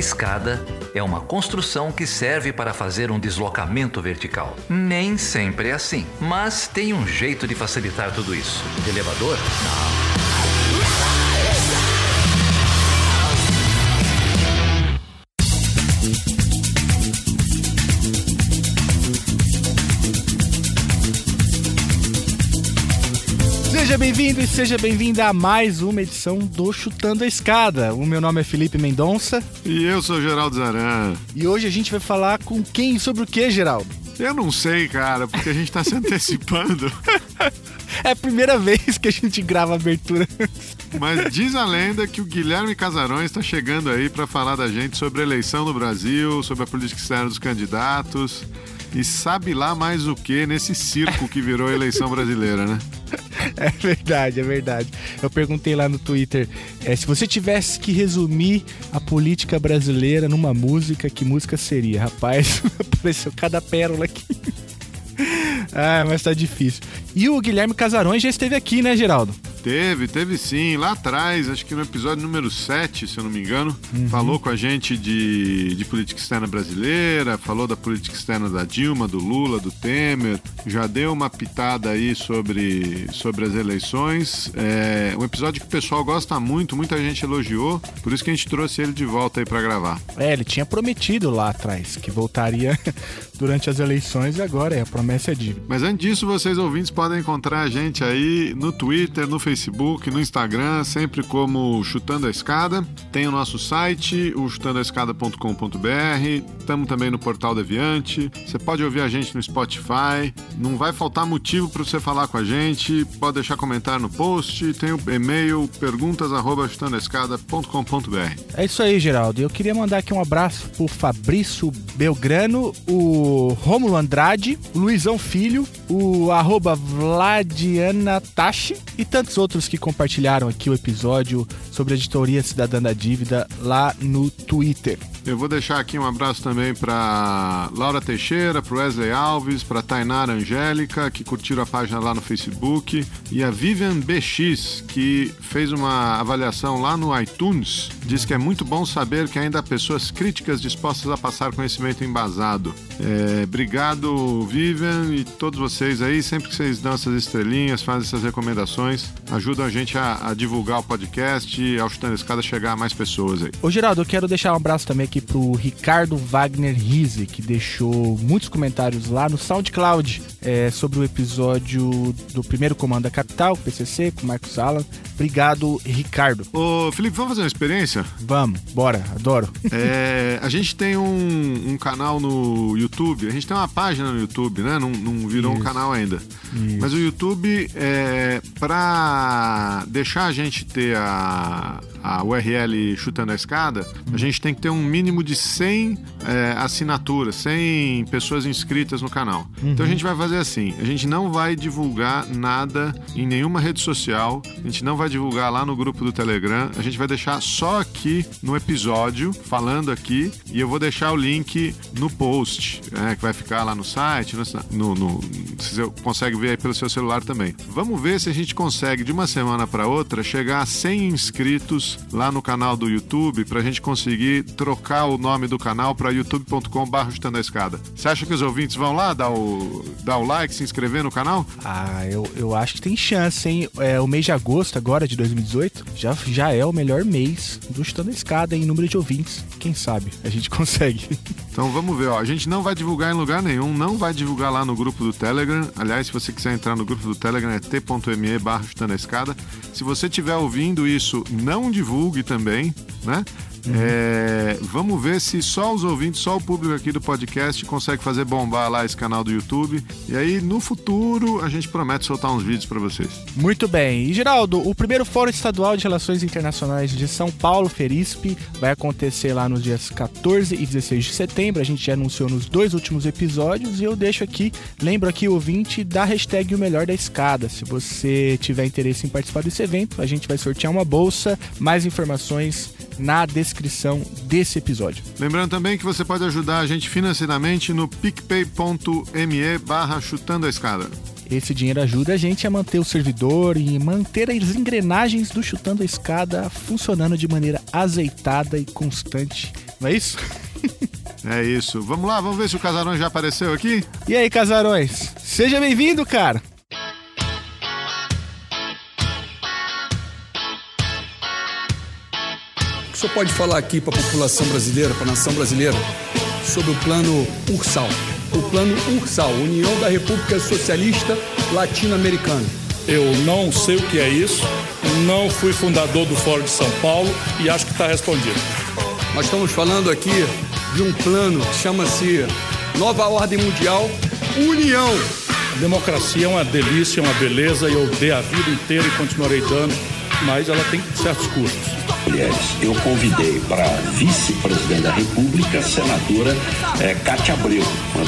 escada é uma construção que serve para fazer um deslocamento vertical. Nem sempre é assim, mas tem um jeito de facilitar tudo isso. Elevador? Não. Seja bem-vindo e seja bem-vinda a mais uma edição do Chutando a Escada. O meu nome é Felipe Mendonça. E eu sou Geraldo Zaran. E hoje a gente vai falar com quem e sobre o que, Geraldo? Eu não sei, cara, porque a gente tá se antecipando. É a primeira vez que a gente grava a abertura. Mas diz a lenda que o Guilherme Casarões está chegando aí para falar da gente sobre a eleição no Brasil, sobre a política externa dos candidatos e sabe lá mais o que nesse circo que virou a eleição brasileira, né? É verdade, é verdade. Eu perguntei lá no Twitter, se você tivesse que resumir a política brasileira numa música, que música seria? Rapaz, apareceu cada pérola aqui. Ah, mas tá difícil. E o Guilherme Casarões já esteve aqui, né, Geraldo? Teve sim, lá atrás, acho que no episódio número 7, se eu não me engano, falou com a gente de política externa brasileira, falou da política externa da Dilma, do Lula, do Temer, já deu uma pitada aí sobre as eleições. É um episódio que o pessoal gosta muito, muita gente elogiou, por isso que a gente trouxe ele de volta aí pra gravar. Ele tinha prometido lá atrás que voltaria durante as eleições e agora a promessa é dívida. Mas antes disso, vocês ouvintes podem encontrar a gente aí no Twitter, no Facebook, no Instagram, sempre como Chutando a Escada. Tem o nosso site, o chutandoaescada.com.br. Estamos também no Portal Deviante. Você pode ouvir a gente no Spotify. Não vai faltar motivo para você falar com a gente. Pode deixar comentário no post. Tem o e-mail perguntas@chutandoaescada.com.br. É isso aí, Geraldo. Eu queria mandar aqui um abraço pro Fabrício Belgrano, o Rômulo Andrade, o Luizão Filho, o @Vladianatashi e tantos outros que compartilharam aqui o episódio sobre a editoria Cidadã da Dívida lá no Twitter. Eu vou deixar aqui um abraço também para Laura Teixeira, para Wesley Alves, para Tainara Angélica, que curtiram a página lá no Facebook, e a Vivian BX, que fez uma avaliação lá no iTunes, diz que é muito bom saber que ainda há pessoas críticas dispostas a passar conhecimento embasado. Obrigado, Vivian, e todos vocês aí, sempre que vocês dão essas estrelinhas, fazem essas recomendações, ajudam a gente a divulgar o podcast e ao Chutando a Escada chegar a mais pessoas aí. Ô, Geraldo, eu quero deixar um abraço também aqui pro Ricardo Wagner Rize, que deixou muitos comentários lá no SoundCloud sobre o episódio do Primeiro Comando da Capital, PCC, com o Marcos Allan. Obrigado, Ricardo. Ô, Felipe, vamos fazer uma experiência? Vamos, bora, adoro. A gente tem um canal no YouTube, a gente tem uma página no YouTube, né? Não virou um canal ainda. Isso. Mas o YouTube, pra deixar a gente ter a URL Chutando a Escada, a gente tem que ter um mínimo de 100 assinaturas, 100 pessoas inscritas no canal. Então a gente vai fazer assim, a gente não vai divulgar nada em nenhuma rede social, a gente não vai divulgar lá no grupo do Telegram, a gente vai deixar só aqui no episódio, falando aqui, e eu vou deixar o link no post, que vai ficar lá no site, você consegue ver aí pelo seu celular também. Vamos ver se a gente consegue, de uma semana para outra, chegar a 100 inscritos lá no canal do YouTube, pra gente conseguir trocar o nome do canal para youtube.com/chutandoaescada. Você acha que os ouvintes vão lá dar o like, se inscrever no canal? Eu acho que tem chance, hein? O mês de agosto agora, de 2018, já é o melhor mês do Chutando a Escada em número de ouvintes. Quem sabe a gente consegue. Então vamos ver, a gente não vai divulgar em lugar nenhum, não vai divulgar lá no grupo do Telegram. Aliás, se você quiser entrar no grupo do Telegram, é t.me/chutandoaescada. Se você estiver ouvindo isso, não divulgue também, né? Vamos ver se só os ouvintes, só o público aqui do podcast consegue fazer bombar lá esse canal do YouTube. E aí, no futuro, a gente promete soltar uns vídeos para vocês. Muito bem. E, Geraldo, o primeiro Fórum Estadual de Relações Internacionais de São Paulo, FERISP, vai acontecer lá nos dias 14 e 16 de setembro. A gente já anunciou nos 2 últimos episódios e eu lembro aqui o ouvinte da hashtag O Melhor da Escada. Se você tiver interesse em participar desse evento, a gente vai sortear uma bolsa. Mais informações na descrição desse episódio. Lembrando também que você pode ajudar a gente financeiramente no picpay.me/chutando a escada. Esse dinheiro ajuda a gente a manter o servidor e manter as engrenagens do Chutando a Escada funcionando de maneira azeitada e constante não é isso? É isso. Vamos lá, vamos ver se o Casarões já apareceu aqui? E aí, Casarões? Seja bem-vindo, cara. O senhor pode falar aqui para a população brasileira, para a nação brasileira, sobre o plano Ursal? O plano Ursal, União da República Socialista Latino-Americana. Eu não sei o que é isso, não fui fundador do Fórum de São Paulo e acho que está respondido. Nós estamos falando aqui de um plano que chama-se Nova Ordem Mundial União. A democracia é uma delícia, é uma beleza e eu dei a vida inteira e continuarei dando, mas ela tem certos custos. Mulheres, eu convidei para vice-presidente da República a senadora Cátia Abreu,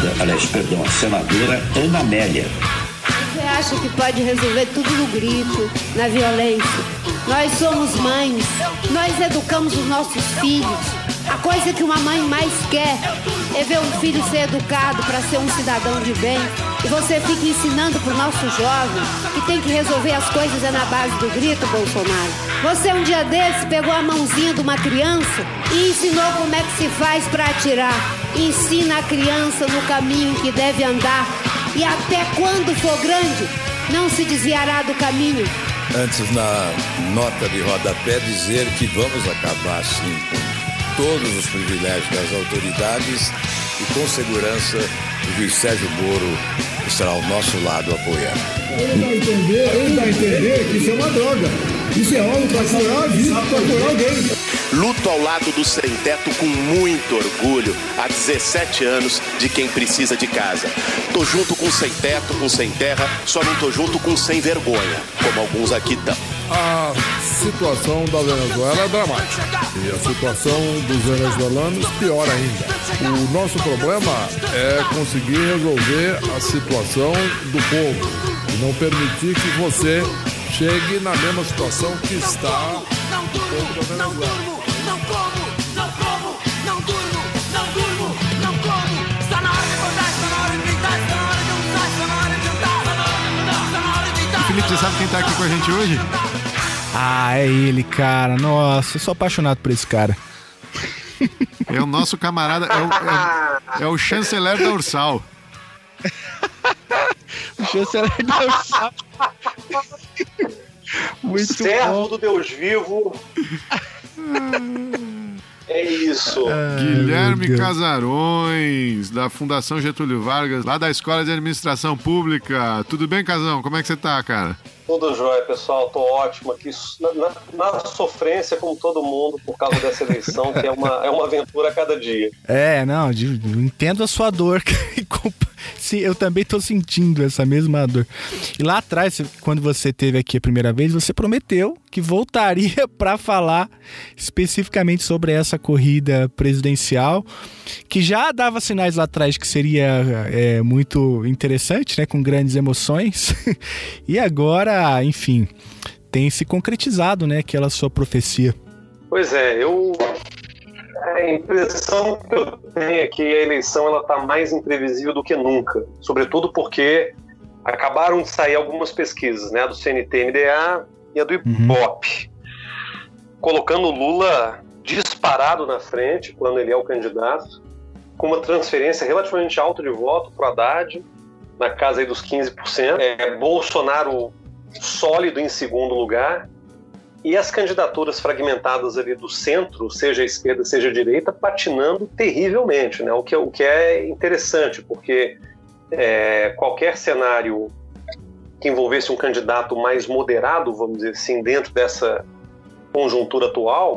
a senadora Ana Amélia. Você acha que pode resolver tudo no grito, na violência? Nós somos mães, nós educamos os nossos filhos. A coisa que uma mãe mais quer é ver um filho ser educado para ser um cidadão de bem. E você fica ensinando para o nosso jovem que tem que resolver as coisas na base do grito, Bolsonaro. Você um dia desse pegou a mãozinha de uma criança e ensinou como é que se faz para atirar. Ensina a criança no caminho que deve andar e até quando for grande não se desviará do caminho. Antes, na nota de rodapé, dizer que vamos acabar, sim, com todos os privilégios das autoridades e, com segurança, o juiz Sérgio Moro estará ao nosso lado apoiando. Ele dá a entender que isso é uma droga. Isso é algo para curar a vida, para curar alguém. Luto ao lado do sem-teto com muito orgulho, há 17 anos, de quem precisa de casa. Tô junto com sem-teto, com sem-terra, só não tô junto com sem-vergonha, como alguns aqui estão. A situação da Venezuela é dramática. E a situação dos venezuelanos pior ainda. O nosso problema é conseguir resolver a situação do povo e não permitir que você chegue na mesma situação que está o povo da Venezuela. Não como, não como, não durmo, não durmo, não como. Está na hora de acordar, está na hora de gritar, está na hora de almoçar, está na hora de jantar, está na hora de mudar, está na hora de deitar. Felipe, você sabe quem tá aqui com a gente hoje? Ah, é ele, cara. Nossa, eu sou apaixonado por esse cara. É o nosso camarada, é o chanceler da Ursal. O chanceler da Ursal. Muito servo bom. do Deus vivo. É isso. Guilherme Casarões, da Fundação Getúlio Vargas, lá da Escola de Administração Pública. Tudo bem, Casão? Como é que você tá, cara? Tudo jóia, pessoal. Tô ótimo aqui. Na sofrência, como todo mundo, por causa dessa eleição, que é uma aventura a cada dia. Não, eu entendo a sua dor. Sim, eu também tô sentindo essa mesma dor. E lá atrás, quando você esteve aqui a primeira vez, você prometeu que voltaria para falar especificamente sobre essa corrida presidencial, que já dava sinais lá atrás que seria muito interessante, né, com grandes emoções. E agora, enfim, tem se concretizado, né, aquela sua profecia. Pois é, a impressão que eu tenho é que a eleição ela está mais imprevisível do que nunca, sobretudo porque acabaram de sair algumas pesquisas, né, do CNT-MDA e a do Ibope, colocando o Lula disparado na frente quando ele é o candidato, com uma transferência relativamente alta de voto para o Haddad, na casa aí dos 15%, Bolsonaro sólido em segundo lugar, e as candidaturas fragmentadas ali do centro, seja a esquerda, seja a direita, patinando terrivelmente, né? O que é interessante, porque qualquer cenário que envolvesse um candidato mais moderado, vamos dizer assim, dentro dessa conjuntura atual,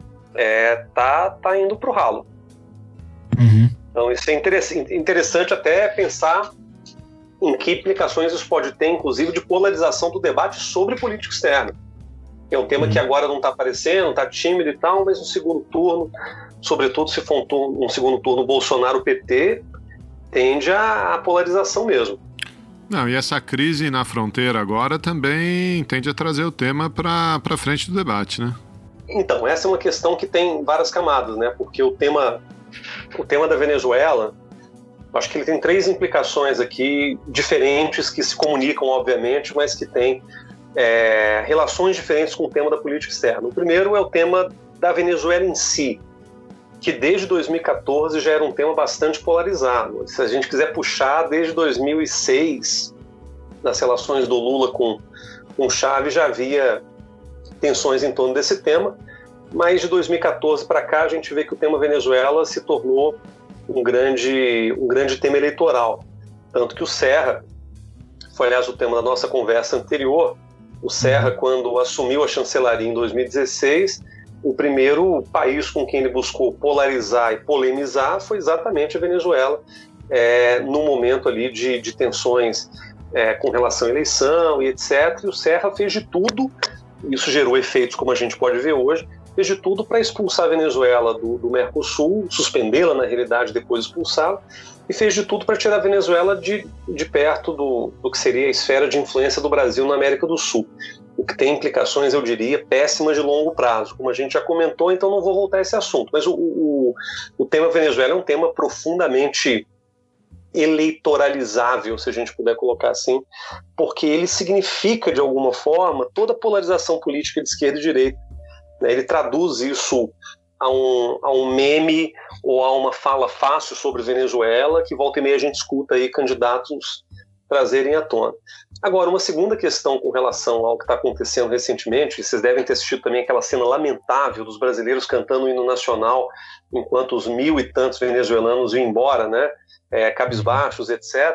tá indo para o ralo. Então isso é interessante até pensar em que implicações isso pode ter, inclusive, de polarização do debate sobre política externa. É um tema que agora não está aparecendo, está tímido e tal, mas no segundo turno, sobretudo se for um segundo turno Bolsonaro-PT, tende à polarização mesmo. Não, e essa crise na fronteira agora também tende a trazer o tema para frente do debate, né? Então, essa é uma questão que tem várias camadas, né? Porque o tema da Venezuela, acho que ele tem 3 implicações aqui diferentes que se comunicam, obviamente, mas que têm relações diferentes com o tema da política externa. O primeiro é o tema da Venezuela em si. que desde 2014 já era um tema bastante polarizado. Se a gente quiser puxar, desde 2006, nas relações do Lula com Chávez, já havia tensões em torno desse tema, mas de 2014 para cá a gente vê que o tema Venezuela se tornou um grande tema eleitoral. Tanto que o Serra, foi aliás o tema da nossa conversa anterior, o Serra, quando assumiu a chancelaria em 2016, o primeiro país com quem ele buscou polarizar e polemizar foi exatamente a Venezuela, no momento ali de tensões com relação à eleição e etc. E o Serra fez de tudo, isso gerou efeitos como a gente pode ver hoje, fez de tudo para expulsar a Venezuela do Mercosul, suspendê-la na realidade, depois expulsá-la, e fez de tudo para tirar a Venezuela de perto do que seria a esfera de influência do Brasil na América do Sul, o que tem implicações, eu diria, péssimas de longo prazo, como a gente já comentou, então não vou voltar a esse assunto, mas o tema Venezuela é um tema profundamente eleitoralizável, se a gente puder colocar assim, porque ele significa, de alguma forma, toda a polarização política de esquerda e direita. Ele traduz isso a um meme ou a uma fala fácil sobre Venezuela, que volta e meia a gente escuta aí candidatos trazerem à tona. Agora, uma segunda questão com relação ao que está acontecendo recentemente, e vocês devem ter assistido também aquela cena lamentável dos brasileiros cantando o hino nacional enquanto os 1.000 e tantos venezuelanos iam embora, né, cabisbaixos, etc.,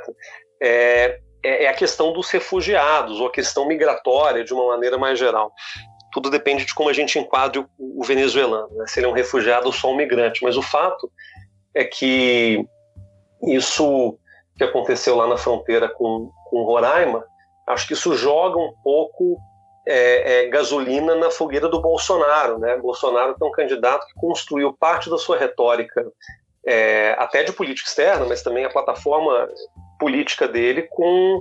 é a questão dos refugiados, ou a questão migratória de uma maneira mais geral. Tudo depende de como a gente enquadre o venezuelano, né? Se ele é um refugiado ou só um migrante. Mas o fato é que isso que aconteceu lá na fronteira com Roraima, acho que isso joga um pouco gasolina na fogueira do Bolsonaro, né? Bolsonaro é um candidato que construiu parte da sua retórica, até de política externa, mas também a plataforma política dele com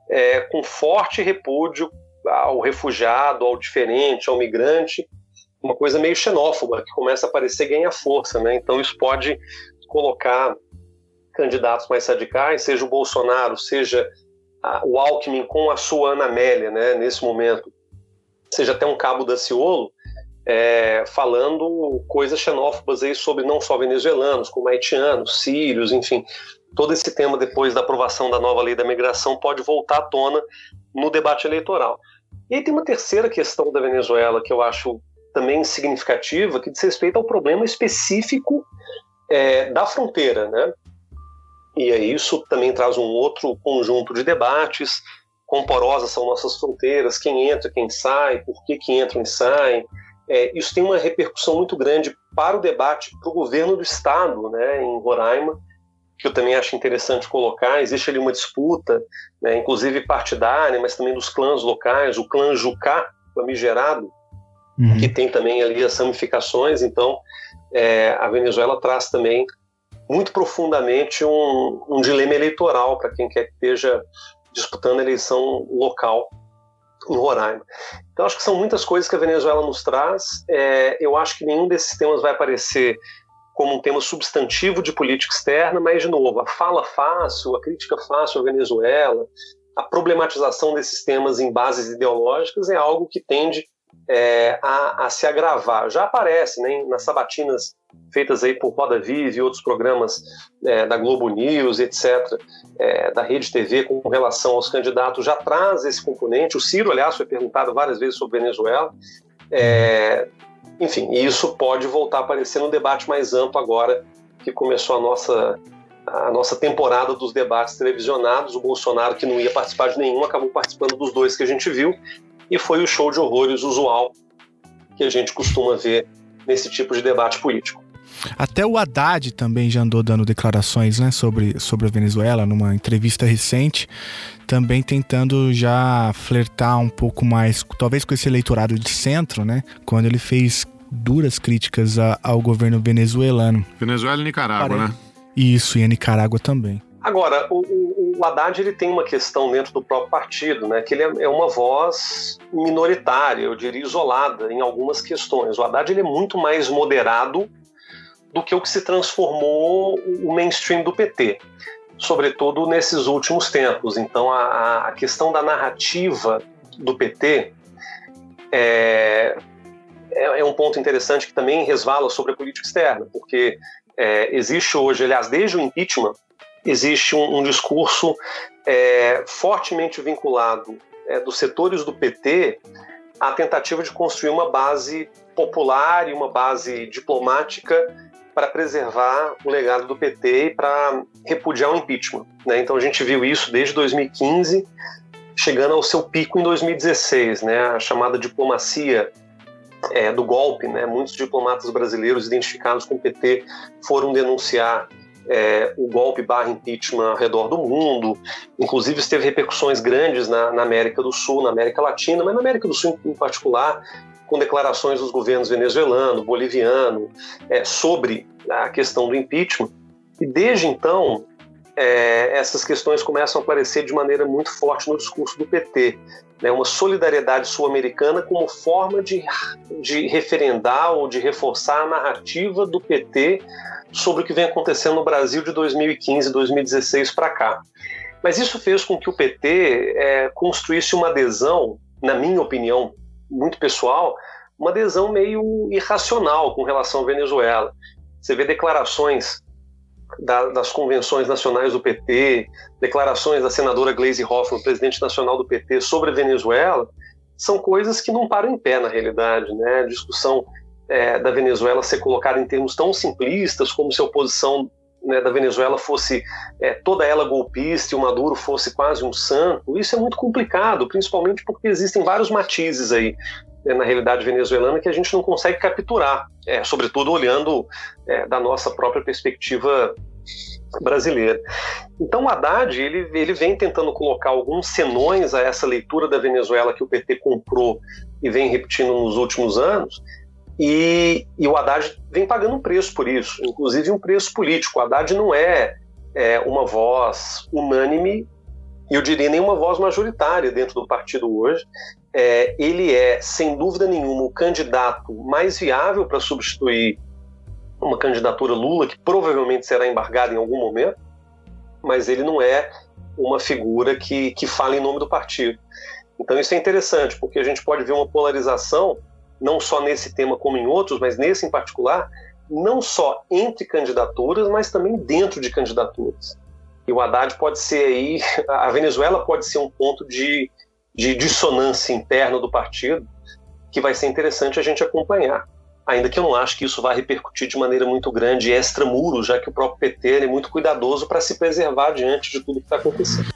forte repúdio ao refugiado, ao diferente, ao migrante, uma coisa meio xenófoba, que começa a aparecer e ganha força, né? Então isso pode colocar candidatos mais radicais, seja o Bolsonaro, seja o Alckmin com a sua Ana Amélia, né, nesse momento, seja até um Cabo Daciolo, falando coisas xenófobas aí sobre não só venezuelanos, como haitianos, sírios, enfim. Todo esse tema, depois da aprovação da nova lei da migração, pode voltar à tona no debate eleitoral. E aí tem uma terceira questão da Venezuela que eu acho também significativa, que diz respeito ao problema específico da fronteira, né? E aí isso também traz um outro conjunto de debates, quão porosas são nossas fronteiras, quem entra, quem sai, por que entram e saem. Isso tem uma repercussão muito grande para o debate, para o governo do Estado, né, em Roraima, que eu também acho interessante colocar. Existe ali uma disputa, né, inclusive partidária, mas também dos clãs locais, o clã Jucá, famigerado, que tem também ali as ramificações. Então, a Venezuela traz também muito profundamente um dilema eleitoral para quem quer que esteja disputando a eleição local em Roraima. Então, acho que são muitas coisas que a Venezuela nos traz. Eu acho que nenhum desses temas vai aparecer como um tema substantivo de política externa, mas, de novo, a fala fácil, a crítica fácil à Venezuela, a problematização desses temas em bases ideológicas é algo que tende a se agravar. Já aparece, né, nas sabatinas feitas aí por Roda Viva e outros programas da Globo News, etc., da Rede TV, com relação aos candidatos, já traz esse componente. O Ciro, aliás, foi perguntado várias vezes sobre Venezuela. Enfim, e isso pode voltar a aparecer no debate mais amplo agora que começou a nossa temporada dos debates televisionados. O Bolsonaro, que não ia participar de nenhum, acabou participando dos dois que a gente viu, e foi o show de horrores usual que a gente costuma ver nesse tipo de debate político. Até o Haddad também já andou dando declarações, né, sobre a Venezuela, numa entrevista recente, também tentando já flertar um pouco mais, talvez com esse eleitorado de centro, né, quando ele fez duras críticas ao governo venezuelano. Venezuela e Nicarágua, né? Isso, e a Nicarágua também. Agora, o Haddad, ele tem uma questão dentro do próprio partido, né, que ele é uma voz minoritária, eu diria isolada em algumas questões. O Haddad, ele é muito mais moderado do que o que se transformou o mainstream do PT, sobretudo nesses últimos tempos. Então, a questão da narrativa do PT é um ponto interessante que também resvala sobre a política externa, porque existe hoje, aliás, desde o impeachment, existe um discurso fortemente vinculado dos setores do PT à tentativa de construir uma base popular e uma base diplomática para preservar o legado do PT e para repudiar o impeachment, né? Então a gente viu isso desde 2015, chegando ao seu pico em 2016, né? A chamada diplomacia do golpe, né? Muitos diplomatas brasileiros identificados com o PT foram denunciar o golpe / impeachment ao redor do mundo. Inclusive isso teve repercussões grandes na América do Sul, na América Latina, mas na América do Sul em particular, com declarações dos governos venezuelano, boliviano, sobre a questão do impeachment. E desde então, essas questões começam a aparecer de maneira muito forte no discurso do PT. Né? Uma solidariedade sul-americana como forma de referendar ou de reforçar a narrativa do PT sobre o que vem acontecendo no Brasil de 2015, 2016 para cá. Mas isso fez com que o PT construísse uma adesão, na minha opinião, muito pessoal, uma adesão meio irracional com relação à Venezuela. Você vê declarações das convenções nacionais do PT, declarações da senadora Gleisi Hoffmann, presidente nacional do PT, sobre a Venezuela, são coisas que não param em pé na realidade, né? A discussão da Venezuela ser colocada em termos tão simplistas, como se a oposição, né, da Venezuela fosse toda ela golpista e o Maduro fosse quase um santo. Isso é muito complicado, principalmente porque existem vários matizes aí na realidade venezuelana que a gente não consegue capturar, sobretudo olhando da nossa própria perspectiva brasileira. Então o Haddad ele vem tentando colocar alguns senões a essa leitura da Venezuela que o PT comprou e vem repetindo nos últimos anos, e o Haddad vem pagando um preço por isso, inclusive um preço político. O Haddad não é uma voz unânime, e eu diria nem uma voz majoritária dentro do partido hoje. Ele é, sem dúvida nenhuma, o candidato mais viável para substituir uma candidatura Lula, que provavelmente será embargada em algum momento, mas ele não é uma figura que fala em nome do partido. Então isso é interessante, porque a gente pode ver uma polarização, não só nesse tema como em outros, mas nesse em particular, não só entre candidaturas, mas também dentro de candidaturas. E o Haddad pode ser aí, a Venezuela pode ser um ponto de dissonância interna do partido, que vai ser interessante a gente acompanhar. Ainda que eu não acho que isso vai repercutir de maneira muito grande extramuros, já que o próprio PT é muito cuidadoso para se preservar diante de tudo que está acontecendo.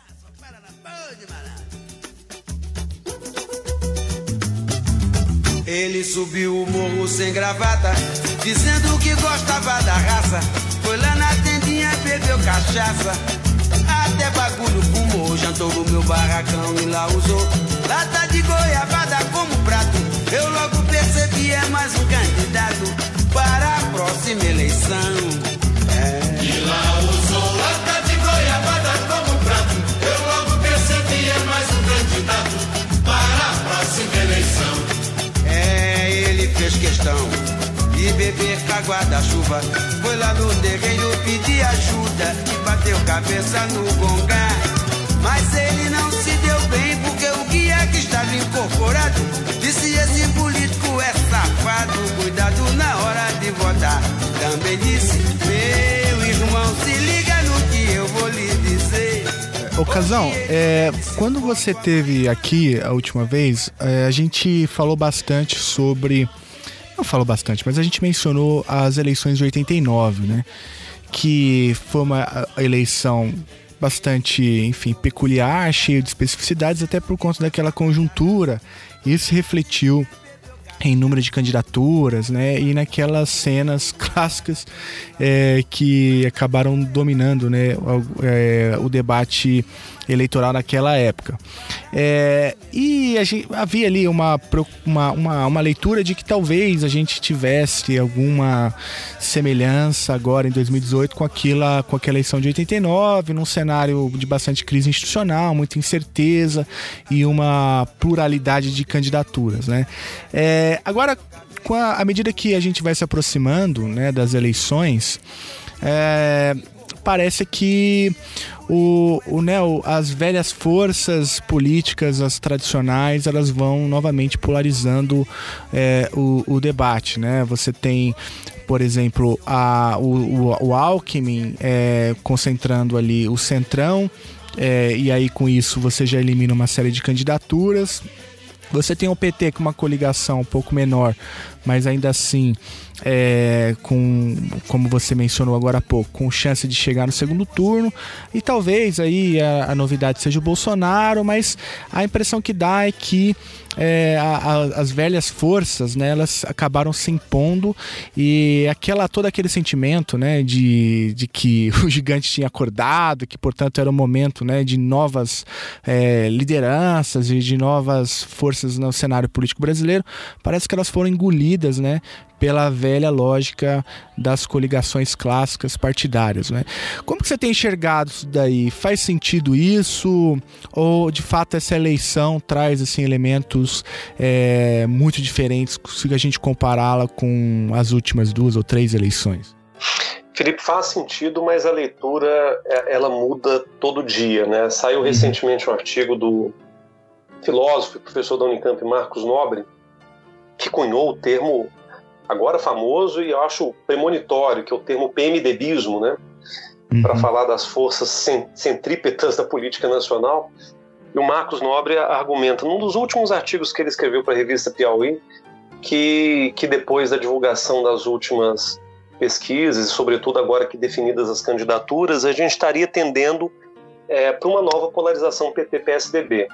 Ele subiu o morro sem gravata, dizendo que gostava da raça. Foi lá na tendinha e bebeu cachaça, até bagulho fumou. Jantou no meu barracão e lá usou lata de goiabada como prato. Eu logo percebi, é mais um candidato para a próxima eleição. E lá usou lata de goiabada como prato. Eu logo percebi, é mais um candidato para a próxima eleição. Ele fez questão de beber água da chuva. Foi lá no terreiro pedir ajuda e bateu cabeça no gongá. Mas ele não se deu bem, porque o guia que estava incorporado disse: esse político é safado, cuidado na hora de votar. Também disse: meu irmão, se liga no que eu vou lhe dizer. Ô Casão, quando você teve aqui a última vez, a gente falou bastante sobre... Não falou bastante, mas a gente mencionou as eleições de 89, né? Que foi uma eleição bastante, enfim, peculiar, cheia de especificidades, até por conta daquela conjuntura. Isso se refletiu em número de candidaturas, né, e naquelas cenas clássicas que acabaram dominando, né, o debate eleitoral naquela época. E havia ali uma leitura de que talvez a gente tivesse alguma semelhança agora em 2018 com aquela eleição de 89, num cenário de bastante crise institucional, muita incerteza e uma pluralidade de candidaturas, né? Agora, à medida que a gente vai se aproximando, né, das eleições, parece que as velhas forças políticas, as tradicionais, elas vão novamente polarizando o debate, né? Você tem, por exemplo, o Alckmin concentrando ali o centrão, e aí com isso você já elimina uma série de candidaturas. Você tem o PT com uma coligação um pouco menor, mas ainda assim, como você mencionou agora há pouco, com chance de chegar no segundo turno. E talvez aí a novidade seja o Bolsonaro, mas a impressão que dá é que as velhas forças, né, elas acabaram se impondo, e todo aquele sentimento, né, de que o gigante tinha acordado, que portanto era o momento, né, de novas lideranças e de novas forças no cenário político brasileiro, parece que elas foram engolidas, né, pela velha lógica das coligações clássicas partidárias, né? Como que você tem enxergado isso daí? Faz sentido isso? Ou de fato essa eleição traz assim, elementos muito diferentes se a gente compará-la com as últimas 2 ou 3 eleições? Felipe, faz sentido, mas a leitura ela muda todo dia, né? Saiu recentemente um artigo do filósofo e professor da Unicamp, Marcos Nobre, que cunhou o termo agora famoso e eu acho premonitório, que é o termo PMDBismo, né? Para falar das forças centrípetas da política nacional. E o Marcos Nobre argumenta, num dos últimos artigos que ele escreveu para a revista Piauí, que depois da divulgação das últimas pesquisas, e sobretudo agora que definidas as candidaturas, a gente estaria tendendo para uma nova polarização PT-PSDB.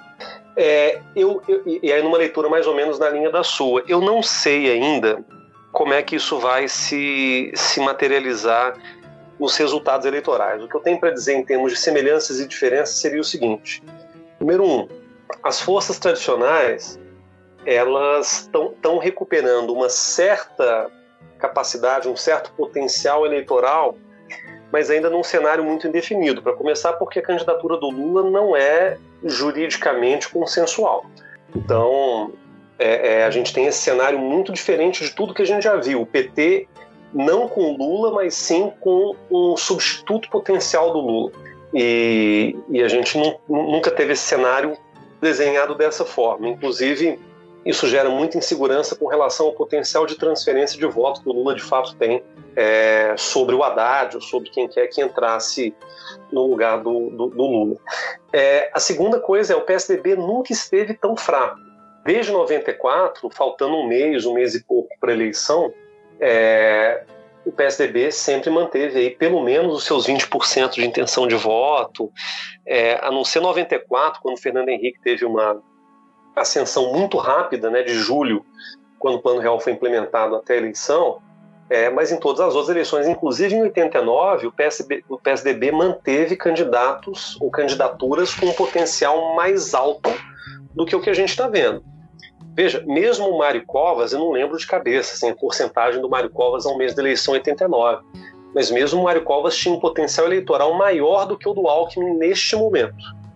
E aí numa leitura mais ou menos na linha da sua. Eu não sei ainda como é que isso vai se materializar nos resultados eleitorais. O que eu tenho para dizer em termos de semelhanças e diferenças seria o seguinte. Número 1, as forças tradicionais, elas estão recuperando uma certa capacidade, um certo potencial eleitoral, mas ainda num cenário muito indefinido. Para começar, porque a candidatura do Lula não é juridicamente consensual. Então, a gente tem esse cenário muito diferente de tudo que a gente já viu. O PT não com Lula, mas sim com um substituto potencial do Lula. E a gente nunca teve esse cenário desenhado dessa forma. Inclusive, isso gera muita insegurança com relação ao potencial de transferência de voto que o Lula de fato tem sobre o Haddad ou sobre quem quer que entrasse no lugar do Lula. A segunda coisa o PSDB nunca esteve tão fraco. Desde 94, faltando um mês e pouco para a eleição, o PSDB sempre manteve aí pelo menos os seus 20% de intenção de voto, a não ser 94, quando o Fernando Henrique teve uma ascensão muito rápida, né, de julho, quando o Plano Real foi implementado até a eleição, mas em todas as outras eleições, inclusive em 89, o PSDB manteve candidatos ou candidaturas com um potencial mais alto do que o que a gente está vendo. Veja, mesmo o Mário Covas, eu não lembro de cabeça assim, a porcentagem do Mário Covas ao mês da eleição 89, mas mesmo o Mário Covas tinha um potencial eleitoral maior do que o do Alckmin neste momento.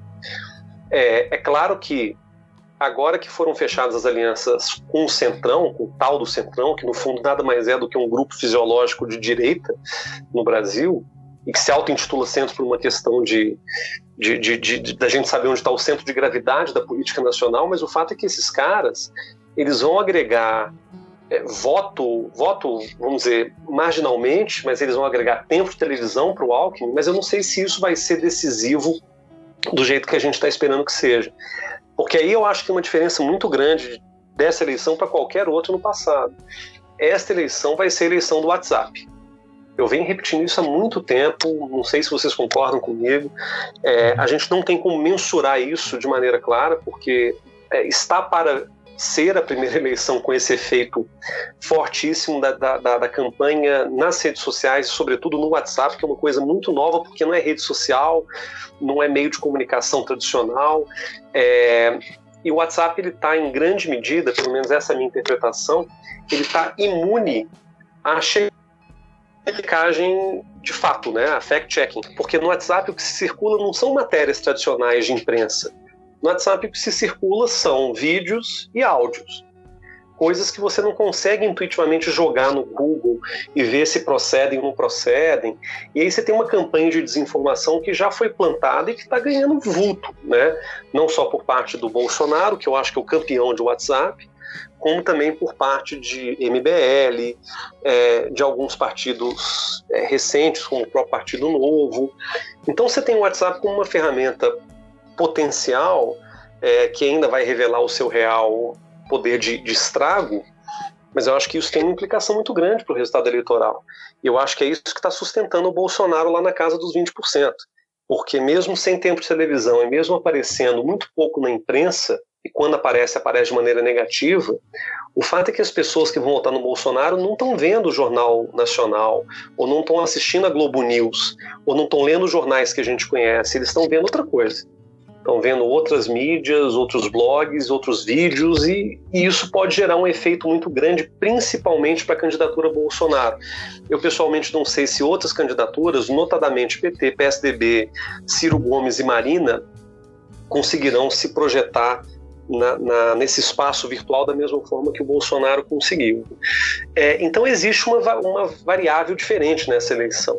É claro que agora que foram fechadas as alianças com o Centrão, com o tal do Centrão, que no fundo nada mais é do que um grupo fisiológico de direita no Brasil, e que se auto-intitula centro por uma questão da gente saber onde está o centro de gravidade da política nacional, mas o fato é que esses caras, eles vão agregar voto, vamos dizer, marginalmente, mas eles vão agregar tempo de televisão para o Alckmin, mas eu não sei se isso vai ser decisivo do jeito que a gente está esperando que seja. Porque aí eu acho que tem uma diferença muito grande dessa eleição para qualquer outra no passado. Esta eleição vai ser a eleição do WhatsApp. Eu venho repetindo isso há muito tempo, não sei se vocês concordam comigo. A gente não tem como mensurar isso de maneira clara, porque está para ser a primeira eleição com esse efeito fortíssimo da campanha nas redes sociais, sobretudo no WhatsApp, que é uma coisa muito nova, porque não é rede social, não é meio de comunicação tradicional. E o WhatsApp está em grande medida, pelo menos essa é a minha interpretação, ele está imune à checagem de fato, né, a fact-checking, porque no WhatsApp o que se circula não são matérias tradicionais de imprensa. No WhatsApp o que se circula são vídeos e áudios. coisas que você não consegue intuitivamente jogar no Google e ver se procedem ou não procedem. E aí você tem uma campanha de desinformação que já foi plantada e que está ganhando vulto, né? Não só por parte do Bolsonaro, que eu acho que é o campeão de WhatsApp, como também por parte de MBL, de alguns partidos recentes, como o próprio Partido Novo. Então você tem o WhatsApp como uma ferramenta potencial, que ainda vai revelar o seu real poder de estrago, mas eu acho que isso tem uma implicação muito grande para o resultado eleitoral. E eu acho que é isso que está sustentando o Bolsonaro lá na casa dos 20%. Porque mesmo sem tempo de televisão e mesmo aparecendo muito pouco na imprensa, e quando aparece de maneira negativa, o fato é que as pessoas que vão votar no Bolsonaro não estão vendo o Jornal Nacional, ou não estão assistindo a Globo News, ou não estão lendo os jornais que a gente conhece, eles estão vendo outra coisa. Estão vendo outras mídias, outros blogs, outros vídeos, e isso pode gerar um efeito muito grande, principalmente para a candidatura Bolsonaro. Eu pessoalmente não sei se outras candidaturas, notadamente PT, PSDB, Ciro Gomes e Marina, conseguirão se projetar nesse espaço virtual da mesma forma que o Bolsonaro conseguiu. Então existe uma variável diferente nessa eleição.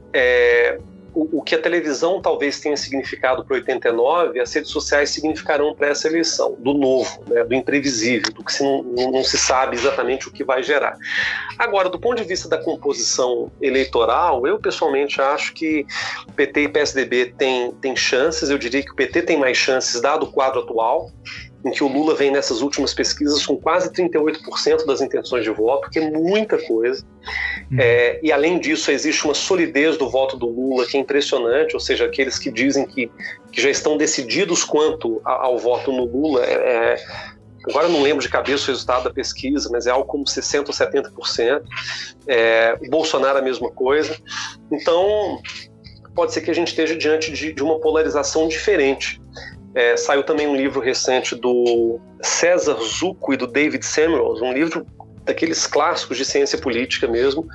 O que a televisão talvez tenha significado para 89, as redes sociais significarão para essa eleição, do novo, né, do imprevisível, do que não se sabe exatamente o que vai gerar. Agora, do ponto de vista da composição eleitoral, eu pessoalmente acho que PT e PSDB têm chances. Eu diria que o PT tem mais chances, dado o quadro atual, em que o Lula vem nessas últimas pesquisas com quase 38% das intenções de voto, que é muita coisa. E além disso, existe uma solidez do voto do Lula que é impressionante, ou seja, aqueles que dizem que já estão decididos quanto ao voto no Lula, agora eu não lembro de cabeça o resultado da pesquisa, mas é algo como 60% ou 70%. O Bolsonaro a mesma coisa. Então, pode ser que a gente esteja diante de uma polarização diferente. Saiu também um livro recente do César Zucco e do David Samuels, um livro daqueles clássicos de ciência política mesmo,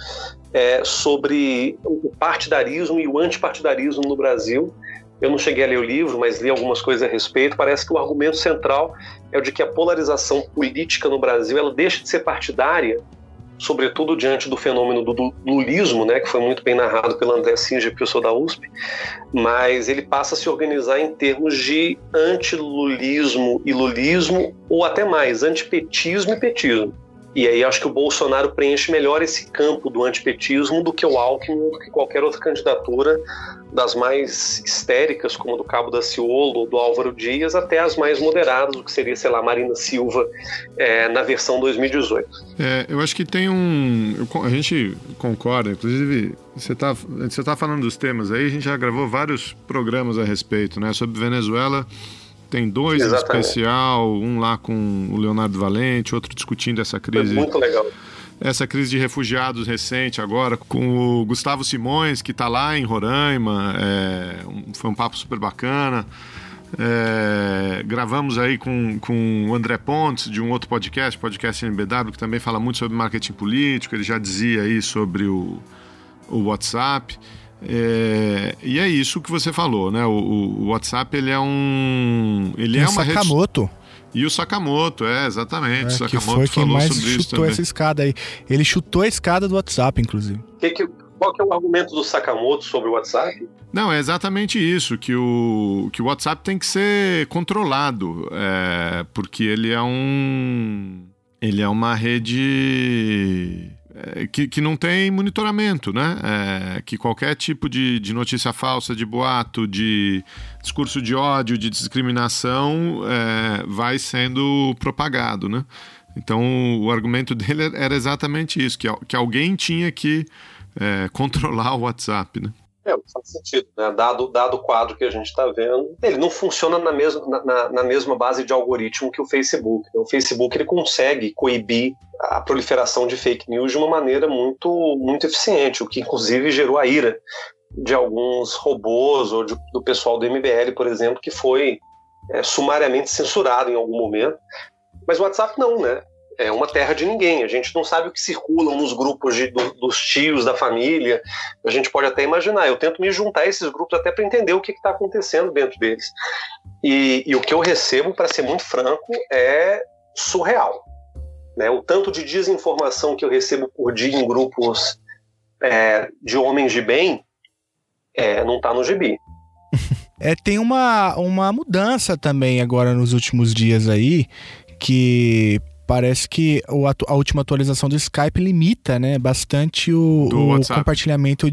sobre o partidarismo e o antipartidarismo no Brasil. Eu não cheguei a ler o livro, mas li algumas coisas a respeito. Parece que o argumento central é o de que a polarização política no Brasil ela deixa de ser partidária, sobretudo diante do fenômeno do lulismo, né, que foi muito bem narrado pelo André Singer, professor da USP, mas ele passa a se organizar em termos de antilulismo e lulismo, ou até mais, antipetismo e petismo. E aí acho que o Bolsonaro preenche melhor esse campo do antipetismo do que o Alckmin, do que qualquer outra candidatura, das mais histéricas, como do Cabo Daciolo, do Álvaro Dias, até as mais moderadas, o que seria, sei lá, Marina Silva, na versão 2018. Eu acho que tem a gente concorda, inclusive, você tá falando dos temas aí, a gente já gravou vários programas a respeito, né, sobre Venezuela. Tem dois em especial, um lá com o Leonardo Valente, outro discutindo essa crise. Foi muito legal. Essa crise de refugiados recente agora, com o Gustavo Simões, que está lá em Roraima. Foi um papo super bacana. Gravamos aí com o André Pontes, de um outro podcast NBW, que também fala muito sobre marketing político. Ele já dizia aí sobre o WhatsApp. E é isso que você falou, né? O WhatsApp, ele é uma Sakamoto. rede... E o Sakamoto, exatamente. O Sakamoto que foi quem falou mais sobre isso chutou também. essa escada aí. Ele chutou a escada do WhatsApp, inclusive. Qual que é o argumento do Sakamoto sobre o WhatsApp? Não, é exatamente isso, que o WhatsApp tem que ser controlado, porque ele é uma rede... Que não tem monitoramento, né? Que qualquer tipo de notícia falsa, de boato, de discurso de ódio, de discriminação vai sendo propagado, né? Então o argumento dele era exatamente isso, que alguém tinha que controlar o WhatsApp, né? Faz sentido, né? Dado o quadro que a gente está vendo, ele não funciona na mesma base de algoritmo que o Facebook. O Facebook ele consegue coibir a proliferação de fake news de uma maneira muito, muito eficiente, o que inclusive gerou a ira de alguns robôs ou do pessoal do MBL, por exemplo, que foi sumariamente censurado em algum momento. Mas o WhatsApp não, né? É uma terra de ninguém, a gente não sabe o que circula nos grupos dos tios da família, a gente pode até imaginar, eu tento me juntar a esses grupos até para entender o que está acontecendo dentro deles. E o que eu recebo, para ser muito franco, é surreal. né? O tanto de desinformação que eu recebo por dia em grupos de homens de bem não está no gibi. Tem uma mudança também agora nos últimos dias aí, que parece que a última atualização do Skype limita, né, bastante o compartilhamento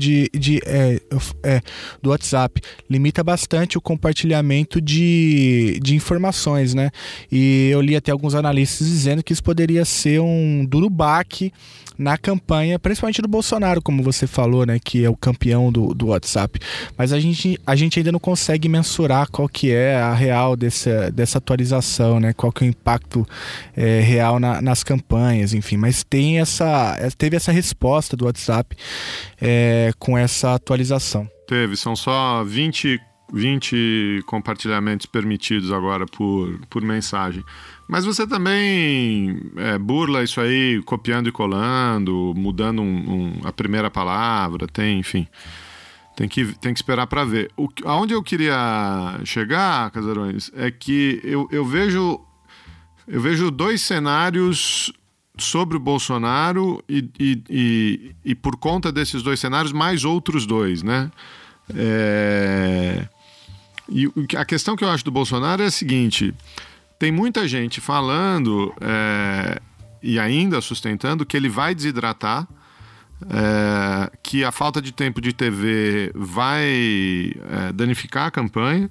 do WhatsApp. Limita bastante o compartilhamento de informações, né? E eu li até alguns analistas dizendo que isso poderia ser um duro baque na campanha, principalmente do Bolsonaro, como você falou, né, que é o campeão do WhatsApp. Mas a gente ainda não consegue mensurar qual que é a real dessa atualização, né, qual que é o impacto real nas campanhas, enfim. Mas teve essa resposta do WhatsApp com essa atualização. São só 20 compartilhamentos permitidos agora por mensagem. Mas você também burla isso aí, copiando e colando, mudando a primeira palavra, enfim. Tem que esperar para ver. Aonde eu queria chegar, Casarões, é que eu vejo 2 cenários sobre o Bolsonaro e por conta desses 2 cenários, mais outros 2, né? E a questão que eu acho do Bolsonaro é a seguinte: tem muita gente falando e ainda sustentando que ele vai desidratar, que a falta de tempo de TV vai danificar a campanha,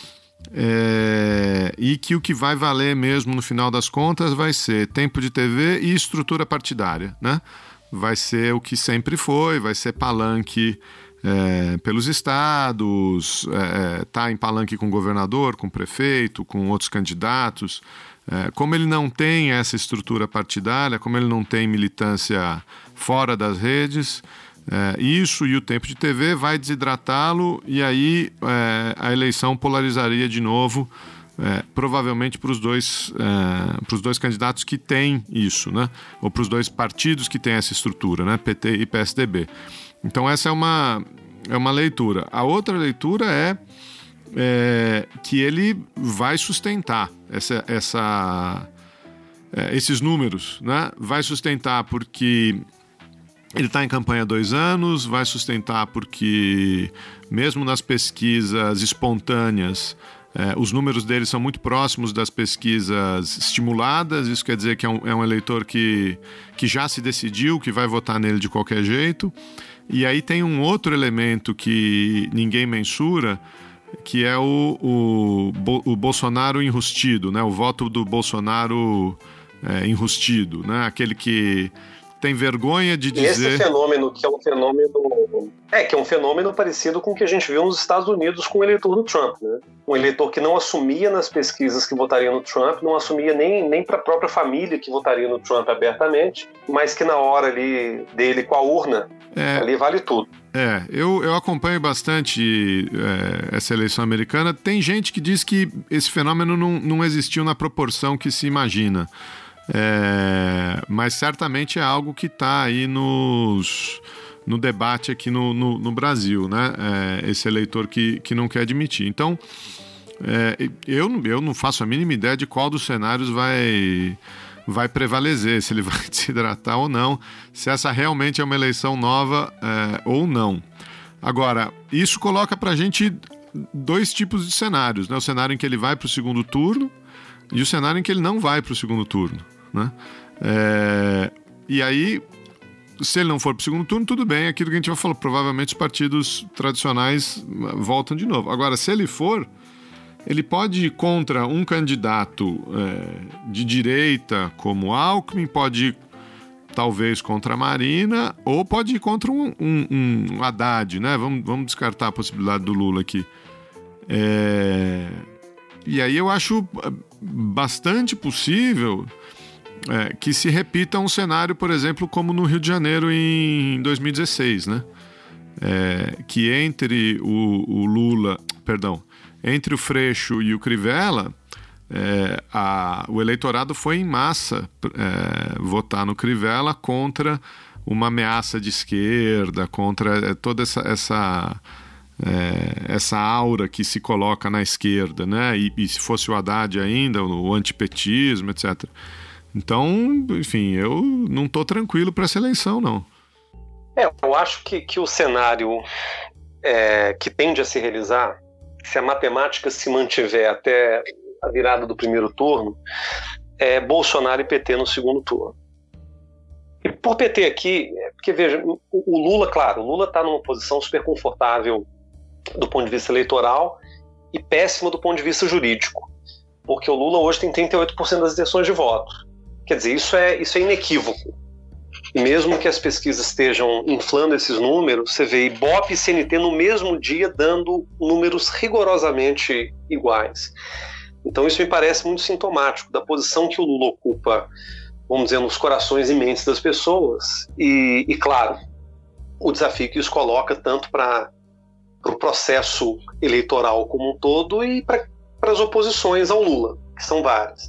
e que o que vai valer mesmo no final das contas vai ser tempo de TV e estrutura partidária, né? Vai ser o que sempre foi, vai ser palanque pelos estados, tá em palanque com o governador, com o prefeito, com outros candidatos. Como ele não tem essa estrutura partidária, como ele não tem militância fora das redes, isso e o tempo de TV vai desidratá-lo, e aí a eleição polarizaria de novo, provavelmente para os dois candidatos que têm isso, né? Ou para os 2 partidos que têm essa estrutura, né? PT e PSDB. Então essa é uma leitura. A outra leitura é que ele vai sustentar esses números, né? Vai sustentar porque ele está em campanha há 2 anos, vai sustentar porque, mesmo nas pesquisas espontâneas, os números dele são muito próximos das pesquisas estimuladas. Isso quer dizer que é um eleitor que já se decidiu, que vai votar nele de qualquer jeito. E aí tem um outro elemento que ninguém mensura, que é o Bolsonaro enrustido, né? O voto do Bolsonaro enrustido, né? Aquele que tem vergonha de dizer... Esse fenômeno, que é um fenômeno parecido com o que a gente viu nos Estados Unidos com o eleitor do Trump, né? Um eleitor que não assumia nas pesquisas que votaria no Trump, não assumia nem para a própria família que votaria no Trump abertamente, mas que na hora ali dele com a urna, ali vale tudo. Eu acompanho bastante essa eleição americana. Tem gente que diz que esse fenômeno não existiu na proporção que se imagina. Mas certamente é algo que está aí no debate aqui no Brasil, né? Esse eleitor que não quer admitir. Então, eu não faço a mínima ideia de qual dos cenários vai prevalecer, se ele vai desidratar ou não, se essa realmente é uma eleição nova ou não. Agora, isso coloca para a gente 2 tipos de cenários, né? O cenário em que ele vai para o segundo turno e o cenário em que ele não vai para o segundo turno, né? E aí, se ele não for para o segundo turno, tudo bem, aquilo que a gente já falou, provavelmente os partidos tradicionais voltam de novo. Agora, se ele for, ele pode ir contra um candidato de direita como Alckmin, pode ir talvez contra a Marina, ou pode ir contra um Haddad, né? Vamos descartar a possibilidade do Lula aqui. E aí eu acho bastante possível que se repita um cenário, por exemplo, como no Rio de Janeiro em 2016, né? Que entre o Lula, entre o Freixo e o Crivella, o eleitorado foi em massa votar no Crivella contra uma ameaça de esquerda, contra toda essa aura que se coloca na esquerda, né? E se fosse o Haddad ainda, o antipetismo, etc. Então, enfim, eu não estou tranquilo para essa eleição, não. Eu acho que o cenário que tende a se realizar, se a matemática se mantiver até a virada do primeiro turno, é Bolsonaro e PT no segundo turno. E por PT aqui, porque veja, o Lula, claro, o Lula está numa posição super confortável do ponto de vista eleitoral e péssima do ponto de vista jurídico, porque o Lula hoje tem 38% das intenções de voto. Quer dizer, isso é inequívoco. E mesmo que as pesquisas estejam inflando esses números, você vê Ibope e CNT no mesmo dia dando números rigorosamente iguais. Então isso me parece muito sintomático da posição que o Lula ocupa, vamos dizer, nos corações e mentes das pessoas. E claro, o desafio que isso coloca tanto para o processo eleitoral como um todo e para as oposições ao Lula, que são várias.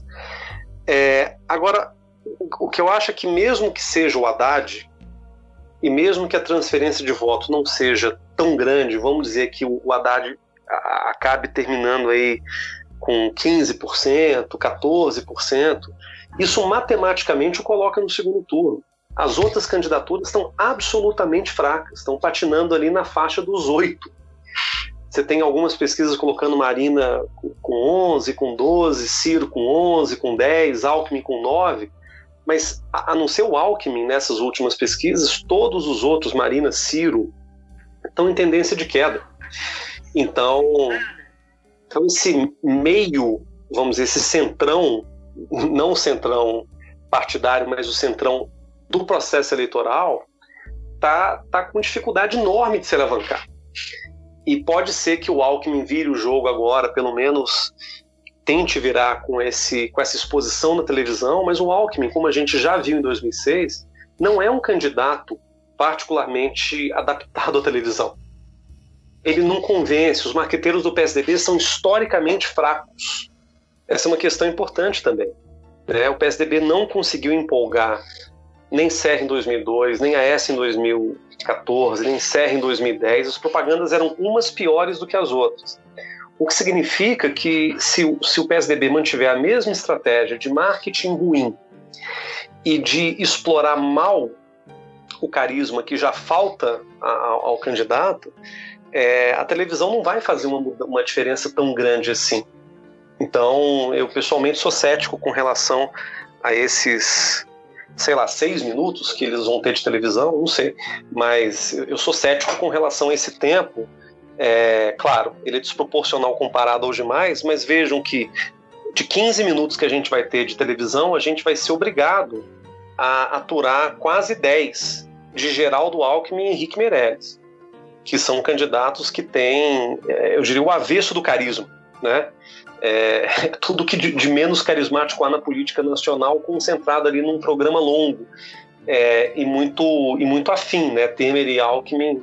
Agora, o que eu acho é que mesmo que seja o Haddad, e mesmo que a transferência de voto não seja tão grande, vamos dizer que o Haddad acabe terminando aí com 15%, 14%, isso matematicamente o coloca no segundo turno. As outras candidaturas estão absolutamente fracas, estão patinando ali na faixa dos 8%. Você tem algumas pesquisas colocando Marina com 11, com 12, Ciro com 11, com 10, Alckmin com 9, mas a não ser o Alckmin nessas últimas pesquisas, todos os outros, Marina, Ciro, estão em tendência de queda. Então esse meio, vamos dizer, esse centrão, não o centrão partidário, mas o centrão do processo eleitoral, tá com dificuldade enorme de se alavancar. E pode ser que o Alckmin vire o jogo agora, pelo menos tente virar com essa exposição na televisão, mas o Alckmin, como a gente já viu em 2006, não é um candidato particularmente adaptado à televisão. Ele não convence, os marqueteiros do PSDB são historicamente fracos. Essa é uma questão importante também. O PSDB não conseguiu empolgar nem Serra em 2002, nem Aécio em 2014, nem Serra em 2010. As propagandas eram umas piores do que as outras. O que significa que se o PSDB mantiver a mesma estratégia de marketing ruim e de explorar mal o carisma que já falta ao candidato, a televisão não vai fazer uma diferença tão grande assim. Então, eu pessoalmente sou cético com relação a esses, 6 minutos que eles vão ter de televisão, não sei, mas eu sou cético com relação a esse tempo. Claro, ele é desproporcional comparado aos demais, mas vejam que de 15 minutos que a gente vai ter de televisão, a gente vai ser obrigado a aturar quase 10 de Geraldo Alckmin e Henrique Meirelles, que são candidatos que têm, eu diria, o avesso do carisma, né? Tudo que de menos carismático há na política nacional, concentrado ali num programa longo e muito afim, né? Temer e Alckmin,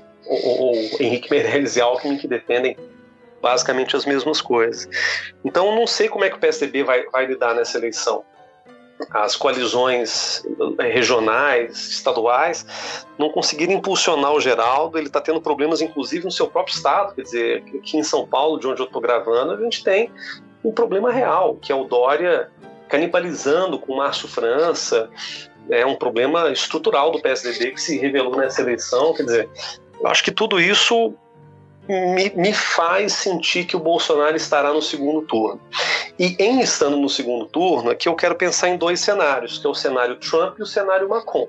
ou Henrique Meirelles e Alckmin, que defendem basicamente as mesmas coisas. Então não sei como é que o PSDB vai lidar nessa eleição. As coalizões regionais, estaduais, não conseguiram impulsionar o Geraldo. Ele está tendo problemas, inclusive, no seu próprio estado. Quer dizer, aqui em São Paulo, de onde eu estou gravando, a gente tem um problema real, que é o Dória canibalizando com o Márcio França. É um problema estrutural do PSDB que se revelou nessa eleição. Quer dizer, eu acho que tudo isso me faz sentir que o Bolsonaro estará no segundo turno. E em estando no segundo turno, aqui eu quero pensar em 2 cenários, que é o cenário Trump e o cenário Macron.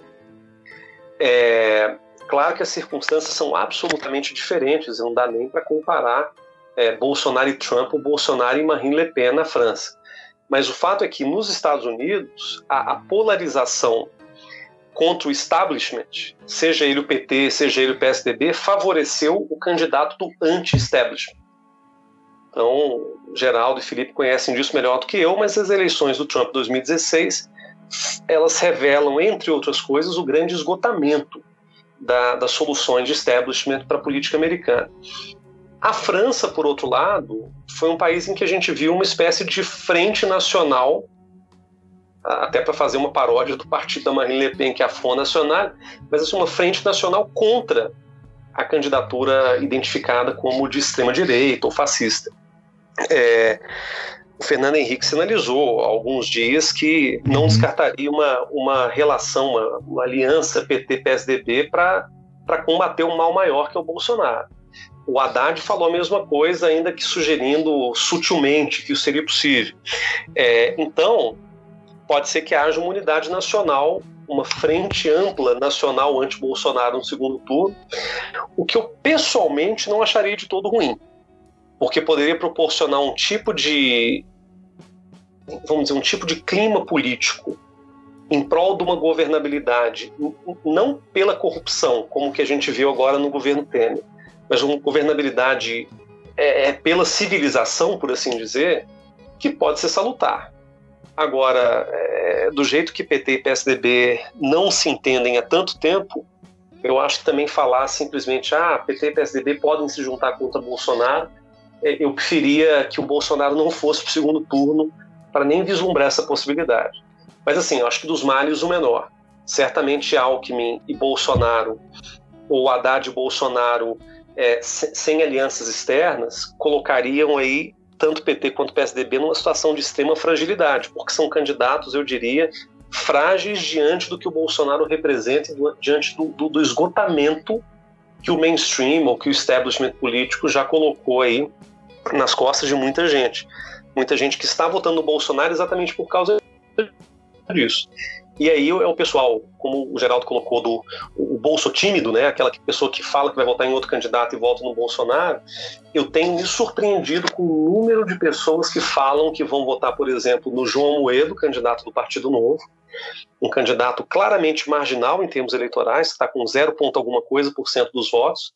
Claro que as circunstâncias são absolutamente diferentes, não dá nem para comparar Bolsonaro e Trump ou Bolsonaro e Marine Le Pen na França. Mas o fato é que nos Estados Unidos, a polarização contra o establishment, seja ele o PT, seja ele o PSDB, favoreceu o candidato do anti-establishment. Então, Geraldo e Felipe conhecem disso melhor do que eu, mas as eleições do Trump 2016, elas revelam, entre outras coisas, o grande esgotamento das soluções de establishment para a política americana. A França, por outro lado, foi um país em que a gente viu uma espécie de frente nacional, até para fazer uma paródia do partido da Marine Le Pen, que é a Front National, mas assim, uma frente nacional contra a candidatura identificada como de extrema-direita ou fascista. o Fernando Henrique sinalizou há alguns dias que não descartaria uma relação, uma aliança PT-PSDB para combater um mal maior que é o Bolsonaro. O Haddad falou a mesma coisa, ainda que sugerindo sutilmente que isso seria possível. Então, pode ser que haja uma unidade nacional, uma frente ampla nacional anti-Bolsonaro no segundo turno, o que eu pessoalmente não acharia de todo ruim, porque poderia proporcionar um tipo de, vamos dizer, um tipo de clima político em prol de uma governabilidade, não pela corrupção, como que a gente viu agora no governo Temer, mas uma governabilidade pela civilização, por assim dizer, que pode ser salutar. Agora, do jeito que PT e PSDB não se entendem há tanto tempo, eu acho que também falar simplesmente PT e PSDB podem se juntar contra Bolsonaro, eu preferia que o Bolsonaro não fosse para o segundo turno para nem vislumbrar essa possibilidade. Mas assim, eu acho que dos males o menor. Certamente Alckmin e Bolsonaro, ou Haddad e Bolsonaro, sem alianças externas, colocariam aí tanto PT quanto PSDB numa situação de extrema fragilidade, porque são candidatos, eu diria, frágeis diante do que o Bolsonaro representa, diante do esgotamento que o mainstream ou que o establishment político já colocou aí nas costas de muita gente. Muita gente que está votando no Bolsonaro exatamente por causa disso. E aí é o pessoal, como o Geraldo colocou, o bolso tímido, né? Aquela pessoa que fala que vai votar em outro candidato e vota no Bolsonaro. Eu tenho me surpreendido com o número de pessoas que falam que vão votar, por exemplo, no João Amoedo, candidato do Partido Novo, um candidato claramente marginal em termos eleitorais, que está com 0, alguma coisa por cento dos votos,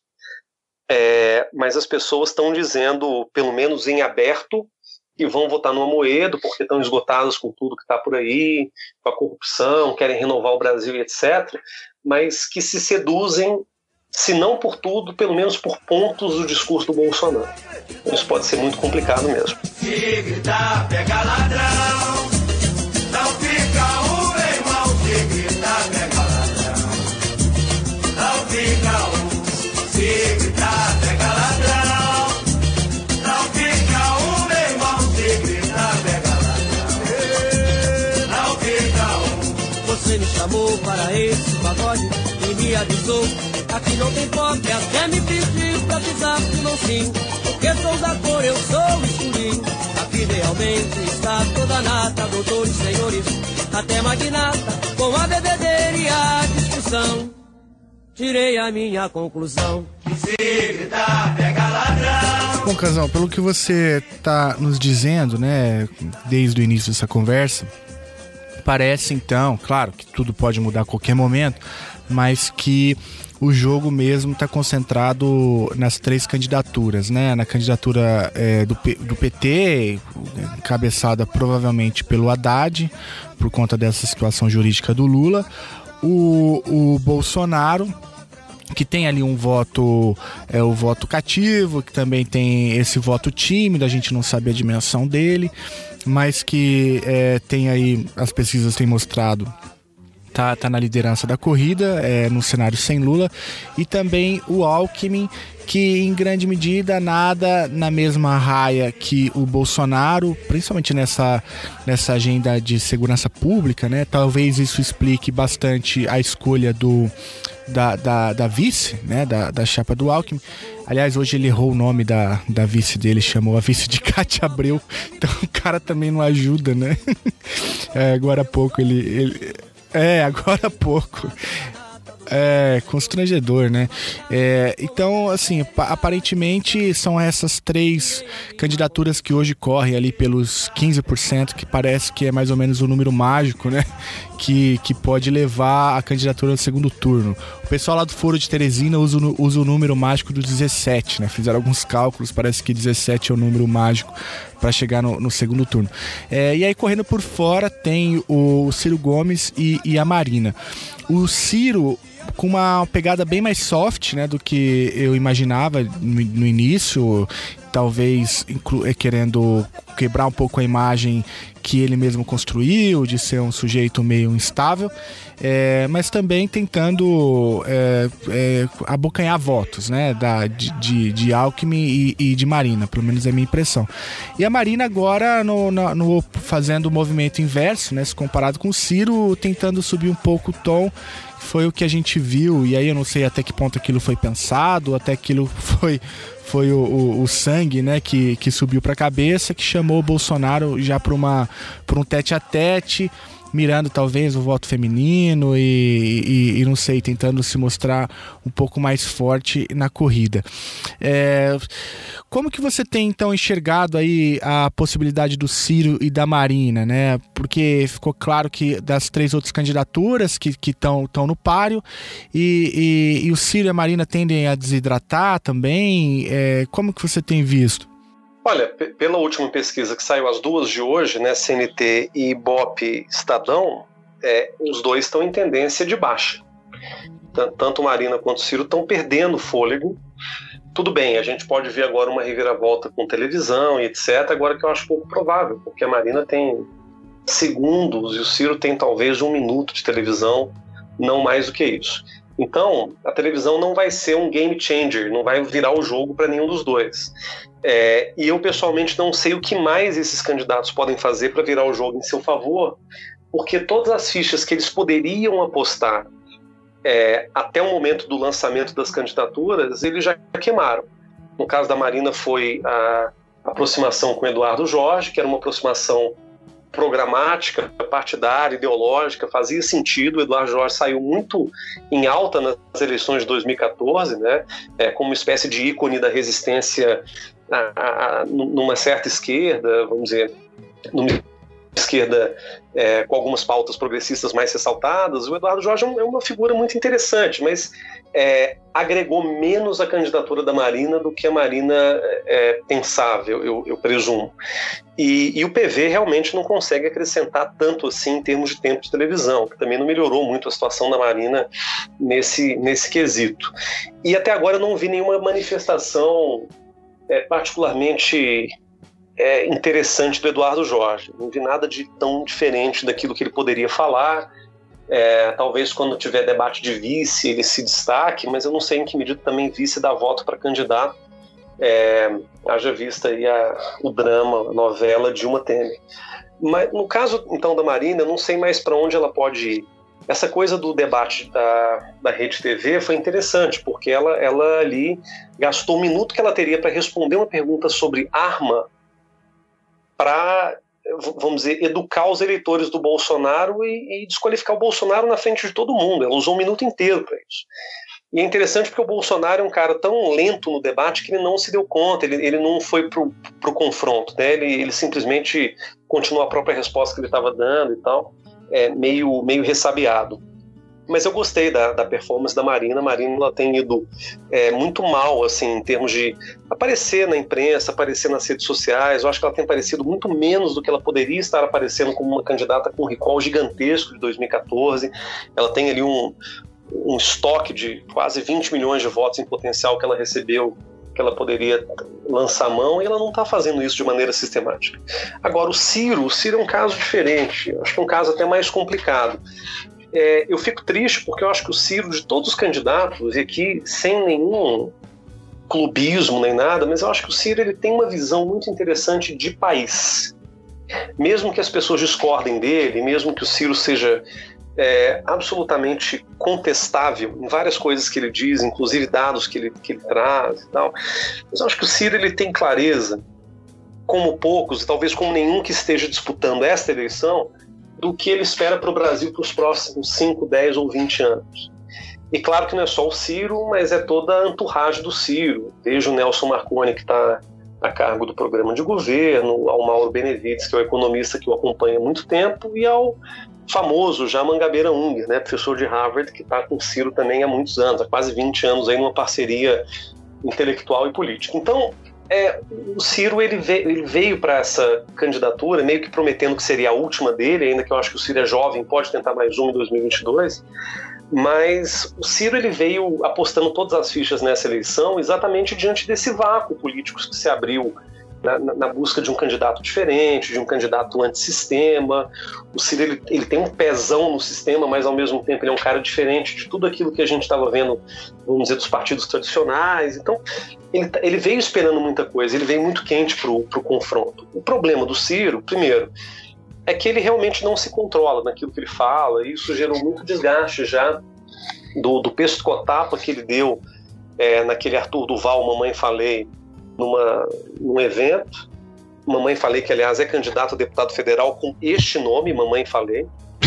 mas as pessoas estão dizendo, pelo menos em aberto, que vão votar no Amoedo porque estão esgotadas com tudo que está por aí, com a corrupção, querem renovar o Brasil e etc., mas que se seduzem, se não por tudo, pelo menos por pontos do discurso do Bolsonaro. Isso pode ser muito complicado mesmo. Se gritar, pega ladrão, não fica meu irmão. Se gritar, pega ladrão, não fica se gritar, pega ladrão. Você me chamou para esse pagode e me avisou. Aqui não tem pop, até me pediu pra avisar que não sim. Porque sou da cor, eu sou escurinho. Aqui realmente está toda a nata, doutores, senhores, até magnata, com a bebedeira e a discussão. Tirei a minha conclusão. Se gritar, pega ladrão. Bom, Casal, pelo que você tá nos dizendo, né, desde o início dessa conversa, parece então, claro que tudo pode mudar a qualquer momento, mas que o jogo mesmo está concentrado nas 3 candidaturas, né? Na candidatura do PT, encabeçada provavelmente pelo Haddad, por conta dessa situação jurídica do Lula, o Bolsonaro, que tem ali um voto, o voto cativo, que também tem esse voto tímido, a gente não sabe a dimensão dele, mas que tem aí, as pesquisas têm mostrado, tá na liderança da corrida, no cenário sem Lula, e também o Alckmin, que em grande medida nada na mesma raia que o Bolsonaro, principalmente nessa agenda de segurança pública, né? Talvez isso explique bastante a escolha da vice, né? Da chapa do Alckmin. Aliás, hoje ele errou o nome da vice dele, chamou a vice de Cátia Abreu, então o cara também não ajuda, né? Agora há pouco agora há pouco. Constrangedor, né? Então, assim, aparentemente são essas 3 candidaturas que hoje correm ali pelos 15%, que parece que é mais ou menos o número mágico, né? Que pode levar a candidatura ao segundo turno. O pessoal lá do Foro de Teresina usa o número mágico do 17, né? Fizeram alguns cálculos, parece que 17 é o número mágico para chegar no segundo turno. E aí, correndo por fora, tem o Ciro Gomes e a Marina. O Ciro, com uma pegada bem mais soft, né, do que eu imaginava no início, talvez querendo quebrar um pouco a imagem que ele mesmo construiu, de ser um sujeito meio instável, mas também tentando abocanhar votos, né, de Alckmin e de Marina, pelo menos é a minha impressão. E a Marina agora fazendo o movimento inverso, né, se comparado com o Ciro, tentando subir um pouco o tom. Foi o que a gente viu, e aí eu não sei até que ponto aquilo foi pensado, até aquilo foi o sangue, né, que subiu para a cabeça, que chamou o Bolsonaro já para um tete-a-tete, mirando talvez o voto feminino e não sei, tentando se mostrar um pouco mais forte na corrida. Como que você tem então enxergado aí a possibilidade do Ciro e da Marina, né? Porque ficou claro que das 3 outras candidaturas que estão no páreo e o Ciro e a Marina tendem a desidratar também. Como que você tem visto? Olha, pela última pesquisa que saiu, as 2 de hoje, né, CNT e Ibope Estadão, os 2 estão em tendência de baixa. Tanto Marina quanto Ciro estão perdendo fôlego. Tudo bem, a gente pode ver agora uma reviravolta com televisão e etc, agora que eu acho pouco provável, porque a Marina tem segundos e o Ciro tem talvez 1 minuto de televisão, não mais do que isso. Então, a televisão não vai ser um game changer, não vai virar o jogo para nenhum dos 2. E eu, pessoalmente, não sei o que mais esses candidatos podem fazer para virar o jogo em seu favor, porque todas as fichas que eles poderiam apostar até o momento do lançamento das candidaturas, eles já queimaram. No caso da Marina foi a aproximação com Eduardo Jorge, que era uma aproximação programática, partidária, ideológica, fazia sentido. O Eduardo Jorge saiu muito em alta nas eleições de 2014, né, como uma espécie de ícone da resistência numa certa esquerda, vamos dizer, numa esquerda com algumas pautas progressistas mais ressaltadas. O Eduardo Jorge é uma figura muito interessante, mas agregou menos a candidatura da Marina do que a Marina pensava, eu presumo. E o PV realmente não consegue acrescentar tanto assim em termos de tempo de televisão, que também não melhorou muito a situação da Marina nesse quesito. E até agora eu não vi nenhuma manifestação particularmente interessante do Eduardo Jorge. Não vi nada de tão diferente daquilo que ele poderia falar. Talvez quando tiver debate de vice ele se destaque, mas eu não sei em que medida também vice dá voto para candidato. Haja vista aí o drama, a novela Dilma Temer. Mas no caso então da Marina, eu não sei mais para onde ela pode ir. Essa coisa do debate da Rede TV foi interessante, porque ela ali gastou 1 minuto que ela teria para responder uma pergunta sobre arma para, vamos dizer, educar os eleitores do Bolsonaro e desqualificar o Bolsonaro na frente de todo mundo. Ela usou 1 minuto inteiro para isso. E é interessante porque o Bolsonaro é um cara tão lento no debate que ele não se deu conta, ele não foi pro confronto, né? Ele simplesmente continuou a própria resposta que ele estava dando e tal, meio ressabiado. Mas eu gostei da performance da Marina. A Marina ela tem ido muito mal assim, em termos de aparecer na imprensa, aparecer nas redes sociais. Eu acho que ela tem aparecido muito menos do que ela poderia estar aparecendo como uma candidata com um recall gigantesco de 2014. Ela tem ali um estoque de quase 20 milhões de votos em potencial que ela recebeu, que ela poderia lançar a mão, e ela não está fazendo isso de maneira sistemática. Agora, o Ciro é um caso diferente. Eu acho que é um caso até mais complicado. Eu fico triste porque eu acho que o Ciro, de todos os candidatos, e aqui sem nenhum clubismo nem nada, mas eu acho que o Ciro ele tem uma visão muito interessante de país. Mesmo que as pessoas discordem dele, mesmo que o Ciro seja absolutamente contestável em várias coisas que ele diz, inclusive dados que ele traz e tal, mas eu acho que o Ciro ele tem clareza, como poucos, e talvez como nenhum que esteja disputando esta eleição, do que ele espera para o Brasil para os próximos 5, 10 ou 20 anos. E claro que não é só o Ciro, mas é toda a entourage do Ciro, desde o Nelson Marconi, que está a cargo do programa de governo, ao Mauro Benevides, que é o economista que o acompanha há muito tempo, e ao famoso já Mangabeira Unger, né, professor de Harvard, que está com o Ciro também há muitos anos, há quase 20 anos, aí numa parceria intelectual e política. Então, o Ciro ele veio para essa candidatura meio que prometendo que seria a última dele, ainda que eu acho que o Ciro é jovem, pode tentar mais uma em 2022, Mas o Ciro ele veio apostando todas as fichas nessa eleição exatamente diante desse vácuo político que se abriu na busca de um candidato diferente, de um candidato antissistema. O Ciro ele tem um pezão no sistema, mas ao mesmo tempo ele é um cara diferente de tudo aquilo que a gente estava vendo, vamos dizer, dos partidos tradicionais. Então ele veio esperando muita coisa, ele veio muito quente para o confronto. O problema do Ciro, primeiro, é que ele realmente não se controla naquilo que ele fala, e isso gerou muito desgaste já do pescotapa que ele deu naquele Arthur Duval, Mamãe Falei, num evento. Mamãe Falei, que aliás é candidato a deputado federal com este nome, Mamãe Falei.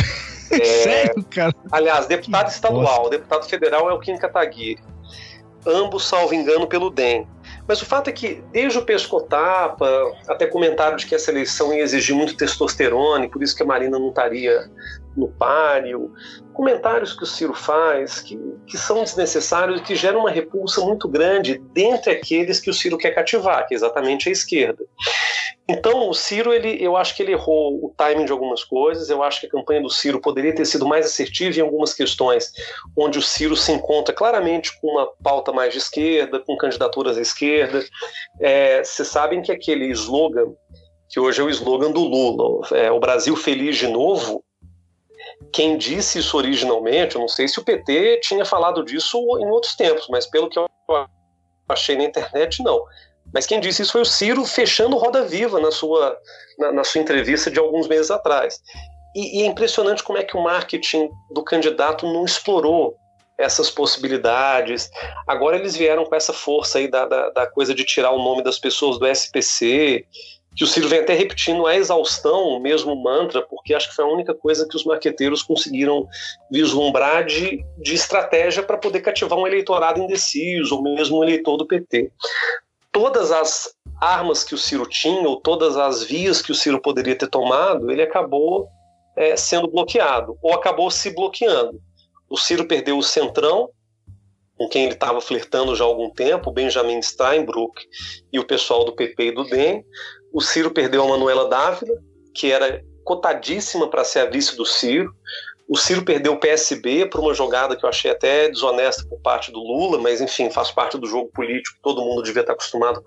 Sério, cara? Aliás, deputado estadual, deputado federal é o Kim Kataguiri. Ambos, salvo engano, pelo DEM. Mas o fato é que, desde o pescotapa, até comentário de que essa eleição ia exigir muito testosterona, e por isso que a Marina não estaria no páreo, comentários que o Ciro faz, que são desnecessários e que geram uma repulsa muito grande dentre aqueles que o Ciro quer cativar, que é exatamente a esquerda. Então, o Ciro, eu acho que ele errou o timing de algumas coisas. Eu acho que a campanha do Ciro poderia ter sido mais assertiva em algumas questões onde o Ciro se encontra claramente com uma pauta mais de esquerda, com candidaturas à esquerda. Vocês sabem que aquele slogan, que hoje é o slogan do Lula, o Brasil Feliz de Novo, quem disse isso originalmente, eu não sei se o PT tinha falado disso em outros tempos, mas pelo que eu achei na internet, não. Mas quem disse isso foi o Ciro, fechando Roda Viva na sua entrevista de alguns meses atrás. E é impressionante como é que o marketing do candidato não explorou essas possibilidades. Agora eles vieram com essa força aí da coisa de tirar o nome das pessoas do SPC, que o Ciro vem até repetindo a exaustão, o mesmo mantra, porque acho que foi a única coisa que os marqueteiros conseguiram vislumbrar de estratégia para poder cativar um eleitorado indeciso, ou mesmo um eleitor do PT. Todas as armas que o Ciro tinha, ou todas as vias que o Ciro poderia ter tomado, ele acabou sendo bloqueado, ou acabou se bloqueando. O Ciro perdeu o Centrão, com quem ele estava flertando já há algum tempo, o Benjamin Steinbrück e o pessoal do PP e do DEM. O Ciro perdeu a Manuela Dávila, que era cotadíssima para ser a vice do Ciro. O Ciro perdeu o PSB por uma jogada que eu achei até desonesta por parte do Lula, mas enfim, faz parte do jogo político, todo mundo devia estar acostumado com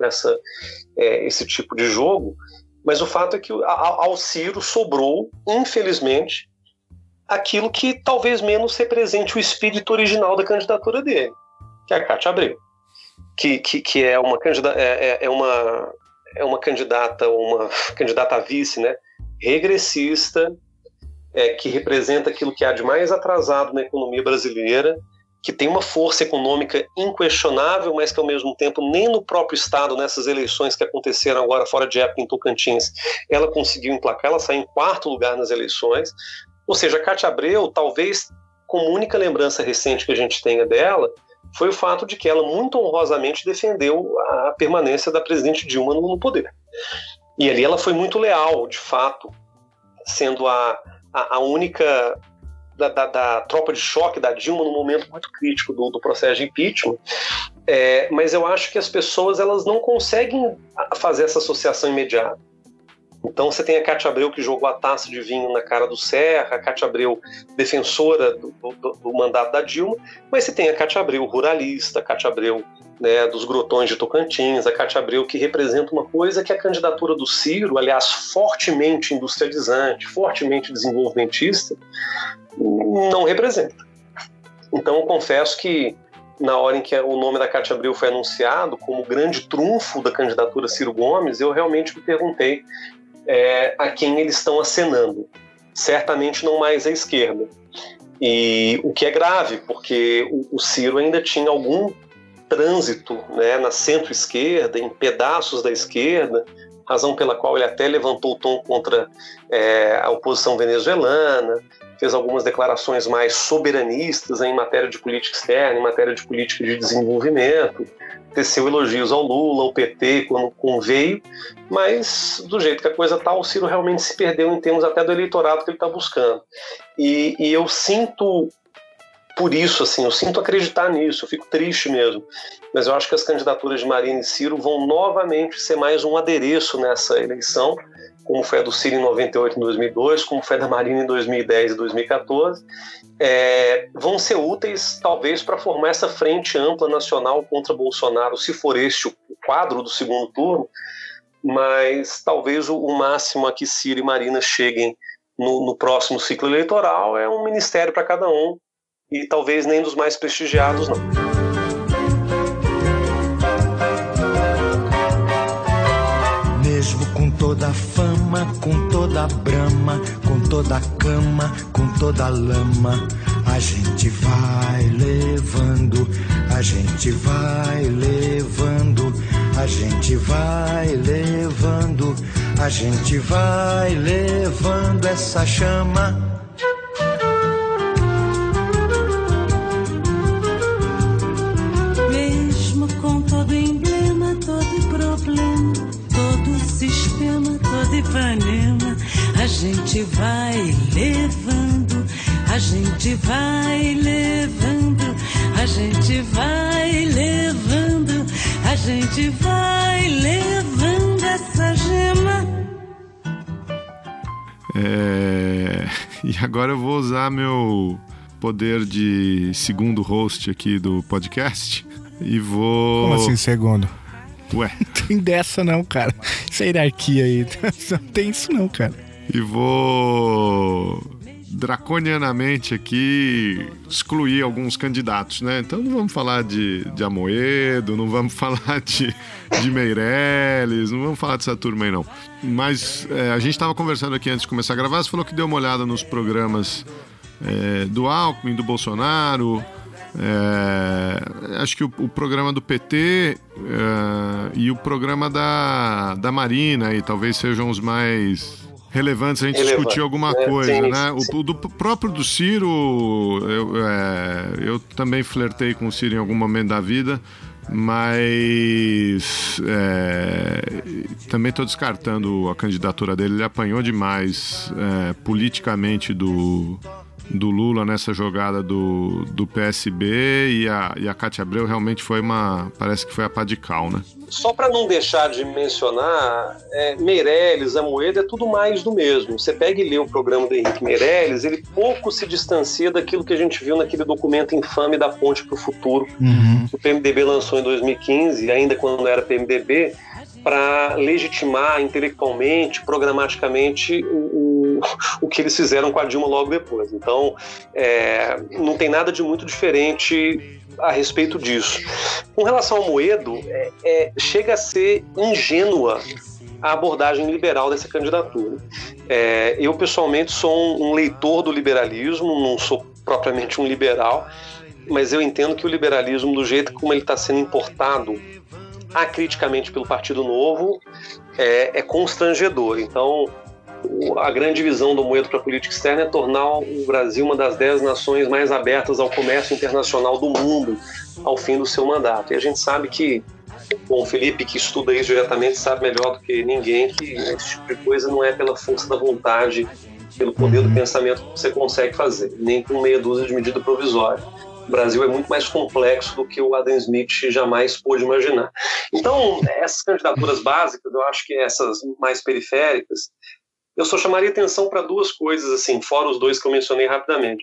esse tipo de jogo. Mas o fato é que ao Ciro sobrou, infelizmente, aquilo que talvez menos represente o espírito original da candidatura dele, que é a Cátia Abreu, que é uma candidata a vice, né, regressista, que representa aquilo que há de mais atrasado na economia brasileira, que tem uma força econômica inquestionável, mas que ao mesmo tempo nem no próprio estado, nessas eleições que aconteceram agora fora de época em Tocantins, ela conseguiu emplacar, ela saiu em 4º lugar nas eleições. Ou seja, a Cátia Abreu, talvez como única lembrança recente que a gente tenha dela, foi o fato de que ela muito honrosamente defendeu a permanência da presidente Dilma no poder. E ali ela foi muito leal, de fato, sendo a única da tropa de choque da Dilma num momento muito crítico do processo de impeachment. Mas eu acho que as pessoas elas não conseguem fazer essa associação imediata. Então você tem a Cátia Abreu que jogou a taça de vinho na cara do Serra, a Cátia Abreu defensora do mandato da Dilma, mas você tem a Cátia Abreu ruralista, a Cátia Abreu, né, dos grotões de Tocantins, a Cátia Abreu que representa uma coisa que a candidatura do Ciro, aliás, fortemente industrializante, fortemente desenvolvimentista, não representa. Então eu confesso que na hora em que o nome da Cátia Abreu foi anunciado como grande trunfo da candidatura Ciro Gomes, eu realmente me perguntei a quem eles estão acenando. Certamente não mais à esquerda. E o que é grave, porque o Ciro ainda tinha algum trânsito, né, na centro-esquerda, em pedaços da esquerda, razão pela qual ele até levantou o tom contra a oposição venezuelana, fez algumas declarações mais soberanistas em matéria de política externa, em matéria de política de desenvolvimento, teceu elogios ao Lula, ao PT, quando conveio, mas do jeito que a coisa está, o Ciro realmente se perdeu em termos até do eleitorado que ele está buscando. E eu sinto, por isso, assim, eu sinto acreditar nisso, eu fico triste mesmo, mas eu acho que as candidaturas de Marina e Ciro vão novamente ser mais um adereço nessa eleição, como foi a do Ciro em 98 e 2002, como foi a da Marina em 2010 e 2014, vão ser úteis, talvez, para formar essa frente ampla nacional contra Bolsonaro, se for este o quadro do segundo turno, mas talvez o máximo a que Ciro e Marina cheguem no próximo ciclo eleitoral é um ministério para cada um, e talvez nem dos mais prestigiados, não. Mesmo com toda a fama, com toda a brama, com toda a cama, com toda a lama, a gente vai levando, a gente vai levando, a gente vai levando, a gente vai levando essa chama. Mesmo com todo emblema, todo problema, todo sistema, todo Ipanema, a gente vai levando, a gente vai levando, a gente vai levando, a gente vai levando essa gema. E agora eu vou usar meu poder de segundo host aqui do podcast e vou... Como assim segundo? Ué. Tem dessa não, cara. Essa hierarquia aí. Não tem isso não, cara. E vou draconianamente aqui excluir alguns candidatos, né? Então não vamos falar de Amoedo, não vamos falar de Meirelles, não vamos falar dessa turma aí não. Mas a gente estava conversando aqui antes de começar a gravar, você falou que deu uma olhada nos programas do Alckmin, do Bolsonaro. Acho que o programa do PT e o programa da Marina aí, talvez sejam os mais relevantes a gente discutir alguma coisa, sim, né? Sim. O do próprio do Ciro, eu também flertei com o Ciro em algum momento da vida, mas também estou descartando a candidatura dele. Ele apanhou demais politicamente do Lula nessa jogada do PSB, e a Cátia Abreu realmente parece que foi a pá de cal, né? Só para não deixar de mencionar, Meirelles, Amoedo, é tudo mais do mesmo. Você pega e lê o programa do Henrique Meirelles, ele pouco se distancia daquilo que a gente viu naquele documento infame da Ponte para o Futuro, que o PMDB lançou em 2015, ainda quando era PMDB, para legitimar intelectualmente, programaticamente, o que eles fizeram com a Dilma logo depois. Então, não tem nada de muito diferente a respeito disso. Com relação ao Amoedo, chega a ser ingênua a abordagem liberal dessa candidatura. Eu, pessoalmente, sou um leitor do liberalismo, não sou propriamente um liberal, mas eu entendo que o liberalismo, do jeito como ele está sendo importado acriticamente pelo Partido Novo, é constrangedor. Então, a grande visão do Amoedo para a política externa é tornar o Brasil uma das 10 nações mais abertas ao comércio internacional do mundo ao fim do seu mandato. E a gente sabe que, bom, o Felipe, que estuda isso diretamente, sabe melhor do que ninguém que esse tipo de coisa não é pela força da vontade, pelo poder do pensamento que você consegue fazer, nem com meia dúzia de medida provisória. O Brasil é muito mais complexo do que o Adam Smith jamais pôde imaginar. Então, essas candidaturas básicas, eu acho que essas mais periféricas, eu só chamaria atenção para duas coisas, assim, fora os dois que eu mencionei rapidamente.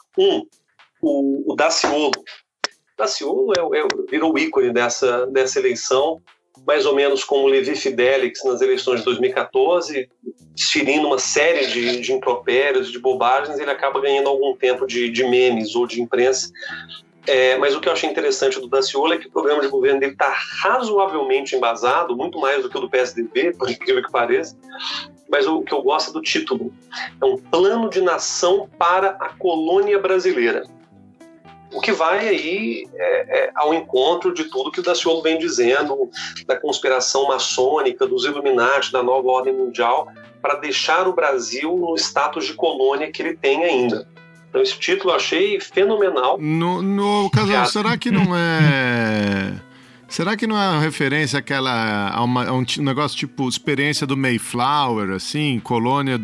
O Daciolo. O Daciolo virou o ícone dessa eleição, mais ou menos como o Levi Fidelix nas eleições de 2014, desferindo uma série de impropérios, de bobagens, ele acaba ganhando algum tempo de memes ou de imprensa. Mas o que eu achei interessante do Daciolo é que o programa de governo dele está razoavelmente embasado, muito mais do que o do PSDB, por incrível que pareça. Mas o que eu gosto é do título. É um plano de nação para a colônia brasileira. O que vai aí ao encontro de tudo que o Daciolo vem dizendo, da conspiração maçônica, dos Illuminati, da nova ordem mundial, para deixar o Brasil no status de colônia que ele tem ainda. Então esse título eu achei fenomenal. No Casal, será que não é... Será que não é uma referência a um negócio tipo experiência do Mayflower, assim, colônia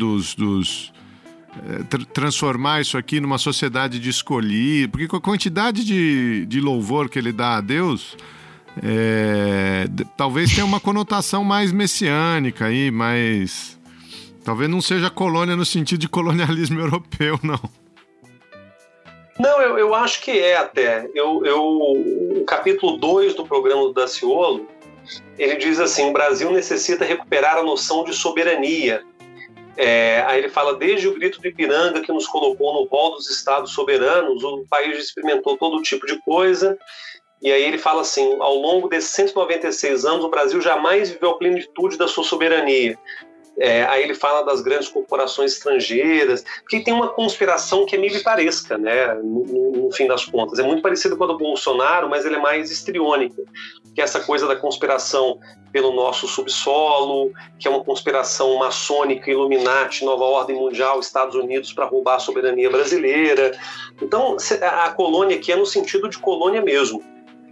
transformar isso aqui numa sociedade de escolhidos? Porque com a quantidade de louvor que ele dá a Deus, talvez tenha uma conotação mais messiânica aí, mais Talvez não seja colônia no sentido de colonialismo europeu, não. Não, eu acho que é até. O capítulo 2 do programa do Daciolo, ele diz assim: o Brasil necessita recuperar a noção de soberania. Aí ele fala: desde o grito do Ipiranga, que nos colocou no rol dos estados soberanos, o país experimentou todo tipo de coisa. E aí ele fala assim: ao longo desses 196 anos, o Brasil jamais viveu a plenitude da sua soberania. Aí ele fala das grandes corporações estrangeiras, porque tem uma conspiração que é militaresca, né, no fim das contas. É muito parecido com a do Bolsonaro, mas ele é mais histriônica, que é essa coisa da conspiração pelo nosso subsolo, que é uma conspiração maçônica, Illuminati, Nova Ordem Mundial, Estados Unidos para roubar a soberania brasileira. Então a colônia aqui é no sentido de colônia mesmo.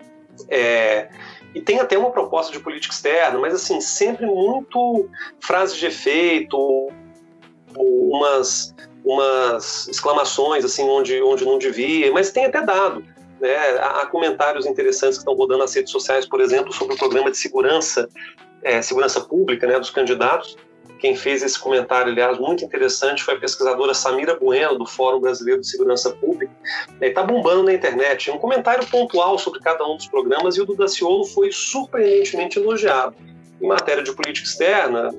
E tem até uma proposta de política externa, mas assim, sempre muito frases de efeito, umas exclamações assim, onde não devia, mas tem até dado, né? Há comentários interessantes que estão rodando nas redes sociais, por exemplo, sobre o programa de segurança pública, né, dos candidatos. Quem fez esse comentário, aliás, muito interessante, foi a pesquisadora Samira Bueno, do Fórum Brasileiro de Segurança Pública. Está bombando na internet. Um comentário pontual sobre cada um dos programas, e o do Daciolo foi surpreendentemente elogiado. Em matéria de política externa,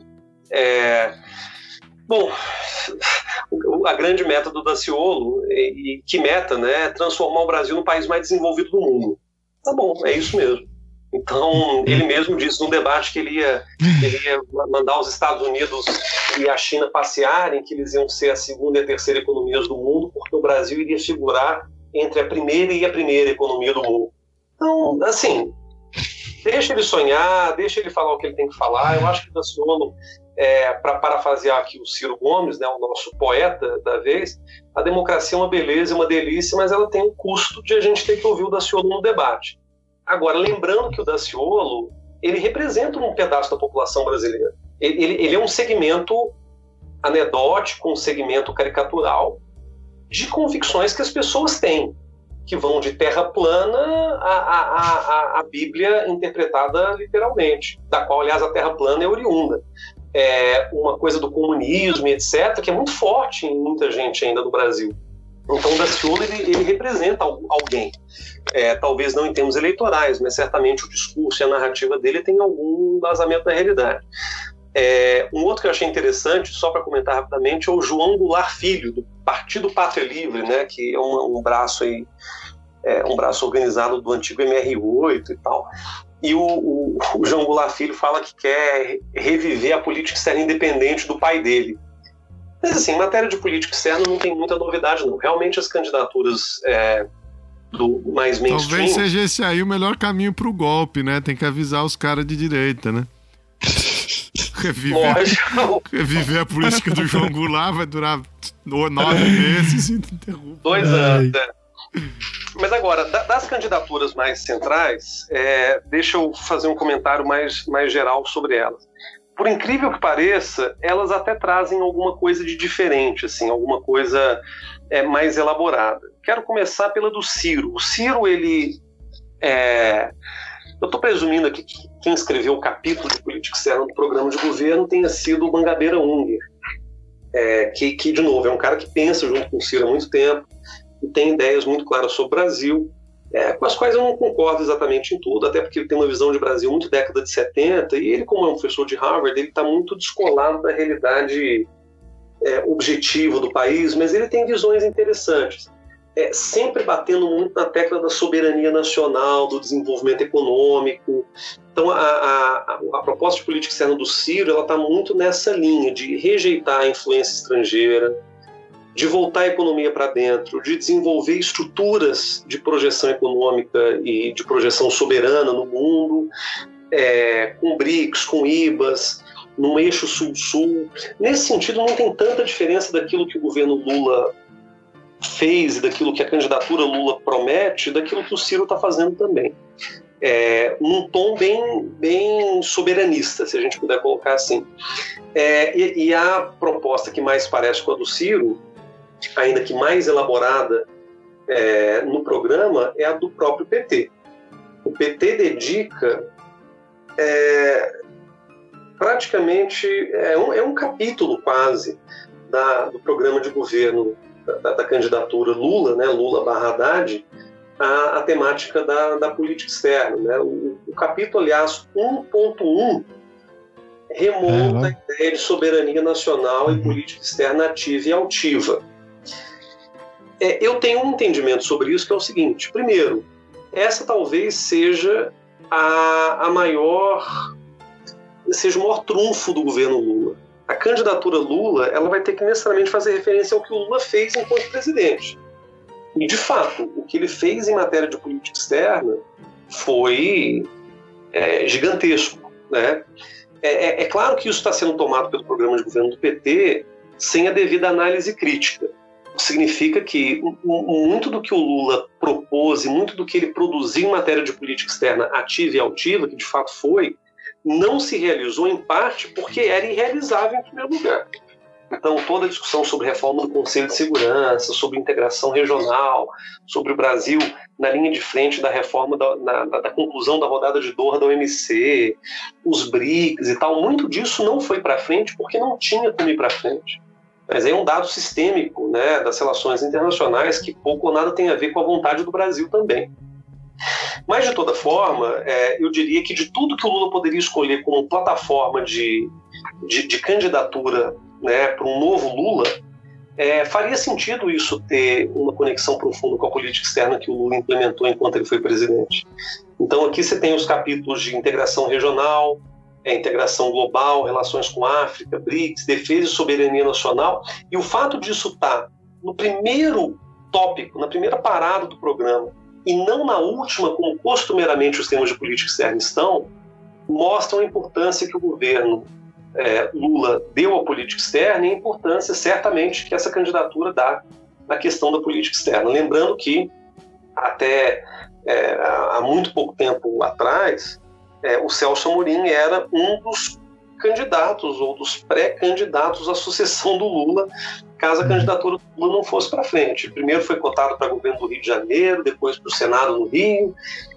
a grande meta do Daciolo, e que meta, né, é transformar o Brasil no país mais desenvolvido do mundo. Tá bom, é isso mesmo. Então, ele mesmo disse no debate que ele ia mandar os Estados Unidos e a China passearem, que eles iam ser a segunda e a terceira economias do mundo, porque o Brasil iria figurar entre a primeira e a primeira economia do mundo. Então, assim, deixa ele sonhar, deixa ele falar o que ele tem que falar. Eu acho que o Daciolo, para parafrasear aqui o Ciro Gomes, né, o nosso poeta da vez, a democracia é uma beleza, é uma delícia, mas ela tem o custo de a gente ter que ouvir o Daciolo no debate. Agora, lembrando que o Daciolo, ele representa um pedaço da população brasileira. Ele é um segmento anedótico, um segmento caricatural de convicções que as pessoas têm, que vão de terra plana à Bíblia interpretada literalmente, da qual, aliás, a terra plana é oriunda. Uma coisa do comunismo, etc., que é muito forte em muita gente ainda no Brasil. Então o Daciolo, ele representa alguém, talvez não em termos eleitorais, mas certamente o discurso e a narrativa dele tem algum embasamento da realidade. Um outro que eu achei interessante, só para comentar rapidamente, é o João Goulart Filho, do Partido Pátria Livre, né, que é um braço organizado do antigo MR8 e tal. E o João Goulart Filho fala que quer reviver a política externa independente do pai dele. Mas assim, em matéria de política externa não tem muita novidade não. Realmente as candidaturas do mais mainstream... Talvez seja esse aí o melhor caminho para o golpe, né? Tem que avisar os caras de direita, né? Reviver a política do João Goulart vai durar 9 meses e interrompe. 2 anos, Mas agora, das candidaturas mais centrais, deixa eu fazer um comentário mais geral sobre elas. Por incrível que pareça, elas até trazem alguma coisa de diferente, assim, alguma coisa mais elaborada. Quero começar pela do Ciro. O Ciro, ele... eu estou presumindo aqui que quem escreveu o capítulo de política externa do programa de governo tenha sido o Mangabeira Unger, que, de novo, é um cara que pensa junto com o Ciro há muito tempo e tem ideias muito claras sobre o Brasil, com as quais eu não concordo exatamente em tudo, até porque ele tem uma visão de Brasil muito década de 70, e ele, como é um professor de Harvard, ele está muito descolado da realidade objetiva do país, mas ele tem visões interessantes, sempre batendo muito na tecla da soberania nacional, do desenvolvimento econômico. Então a proposta de política externa do Ciro está muito nessa linha de rejeitar a influência estrangeira, de voltar a economia para dentro, de desenvolver estruturas de projeção econômica e de projeção soberana no mundo, com BRICS, com IBAs, num eixo sul-sul. Nesse sentido, não tem tanta diferença daquilo que o governo Lula fez e daquilo que a candidatura Lula promete, daquilo que o Ciro está fazendo também. Num tom bem soberanista, se a gente puder colocar assim. E a proposta que mais parece com a do Ciro, ainda que mais elaborada no programa, é a do próprio PT. O PT dedica praticamente é um capítulo quase do programa de governo da candidatura Lula, né, Lula/Haddad, a temática da política externa, né? O capítulo, aliás, 1.1 remonta a ideia de soberania nacional e política externa ativa e altiva. Eu tenho um entendimento sobre isso que é o seguinte: primeiro, essa talvez seja o maior trunfo do governo Lula. A candidatura Lula, ela vai ter que necessariamente fazer referência ao que o Lula fez enquanto presidente. E, de fato, o que ele fez em matéria de política externa foi gigantesco, né? É claro que isso está sendo tomado pelo programa de governo do PT sem a devida análise crítica. Significa que muito do que o Lula propôs e muito do que ele produziu em matéria de política externa ativa e altiva, que de fato foi, não se realizou em parte porque era irrealizável em primeiro lugar. Então, toda a discussão sobre reforma do Conselho de Segurança, sobre integração regional, sobre o Brasil na linha de frente da reforma, da conclusão da rodada de Doha da OMC, os BRICS e tal, muito disso não foi para frente porque não tinha como ir para frente. Mas é um dado sistêmico, né, das relações internacionais que pouco ou nada tem a ver com a vontade do Brasil também. Mas, de toda forma, eu diria que de tudo que o Lula poderia escolher como plataforma de candidatura, né, para um novo Lula, faria sentido isso ter uma conexão profunda com a política externa que o Lula implementou enquanto ele foi presidente. Então aqui você tem os capítulos de integração regional, integração global, relações com a África, BRICS, defesa e soberania nacional, e o fato disso estar no primeiro tópico, na primeira parada do programa, e não na última, como costumeiramente os temas de política externa estão, mostram a importância que o governo Lula deu à política externa e a importância, certamente, que essa candidatura dá na questão da política externa. Lembrando que, até há muito pouco tempo atrás, o Celso Amorim era um dos candidatos ou dos pré-candidatos à sucessão do Lula, caso a candidatura do Lula não fosse para frente. Primeiro foi cotado para governo do Rio de Janeiro, depois para o Senado no Rio,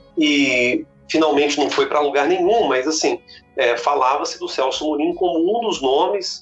e finalmente não foi para lugar nenhum, mas assim, falava-se do Celso Amorim como um dos nomes,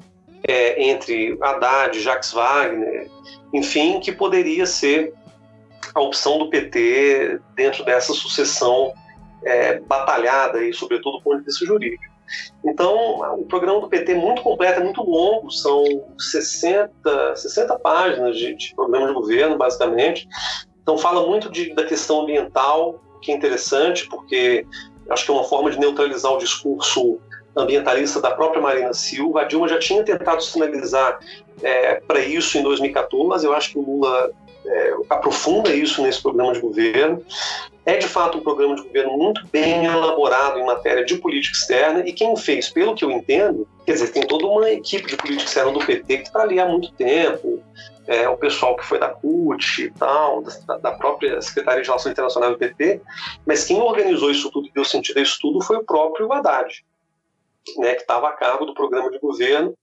entre Haddad, Jacques Wagner, enfim, que poderia ser a opção do PT dentro dessa sucessão batalhada, e sobretudo do ponto de vista jurídico. Então, o programa do PT é muito completo, é muito longo, são 60 páginas de programa de governo, basicamente. Então, fala muito da questão ambiental, que é interessante, porque acho que é uma forma de neutralizar o discurso ambientalista da própria Marina Silva. A Dilma já tinha tentado sinalizar para isso em 2014, eu acho que o Lula aprofunda isso nesse programa de governo. É de fato um programa de governo muito bem elaborado em matéria de política externa, e quem fez, pelo que eu entendo, quer dizer, tem toda uma equipe de política externa do PT que está ali há muito tempo, o pessoal que foi da CUT e tal, da própria Secretaria de Relações Internacionais do PT, mas quem organizou isso tudo e deu sentido a isso tudo foi o próprio Haddad, né, que estava a cargo do programa de governo,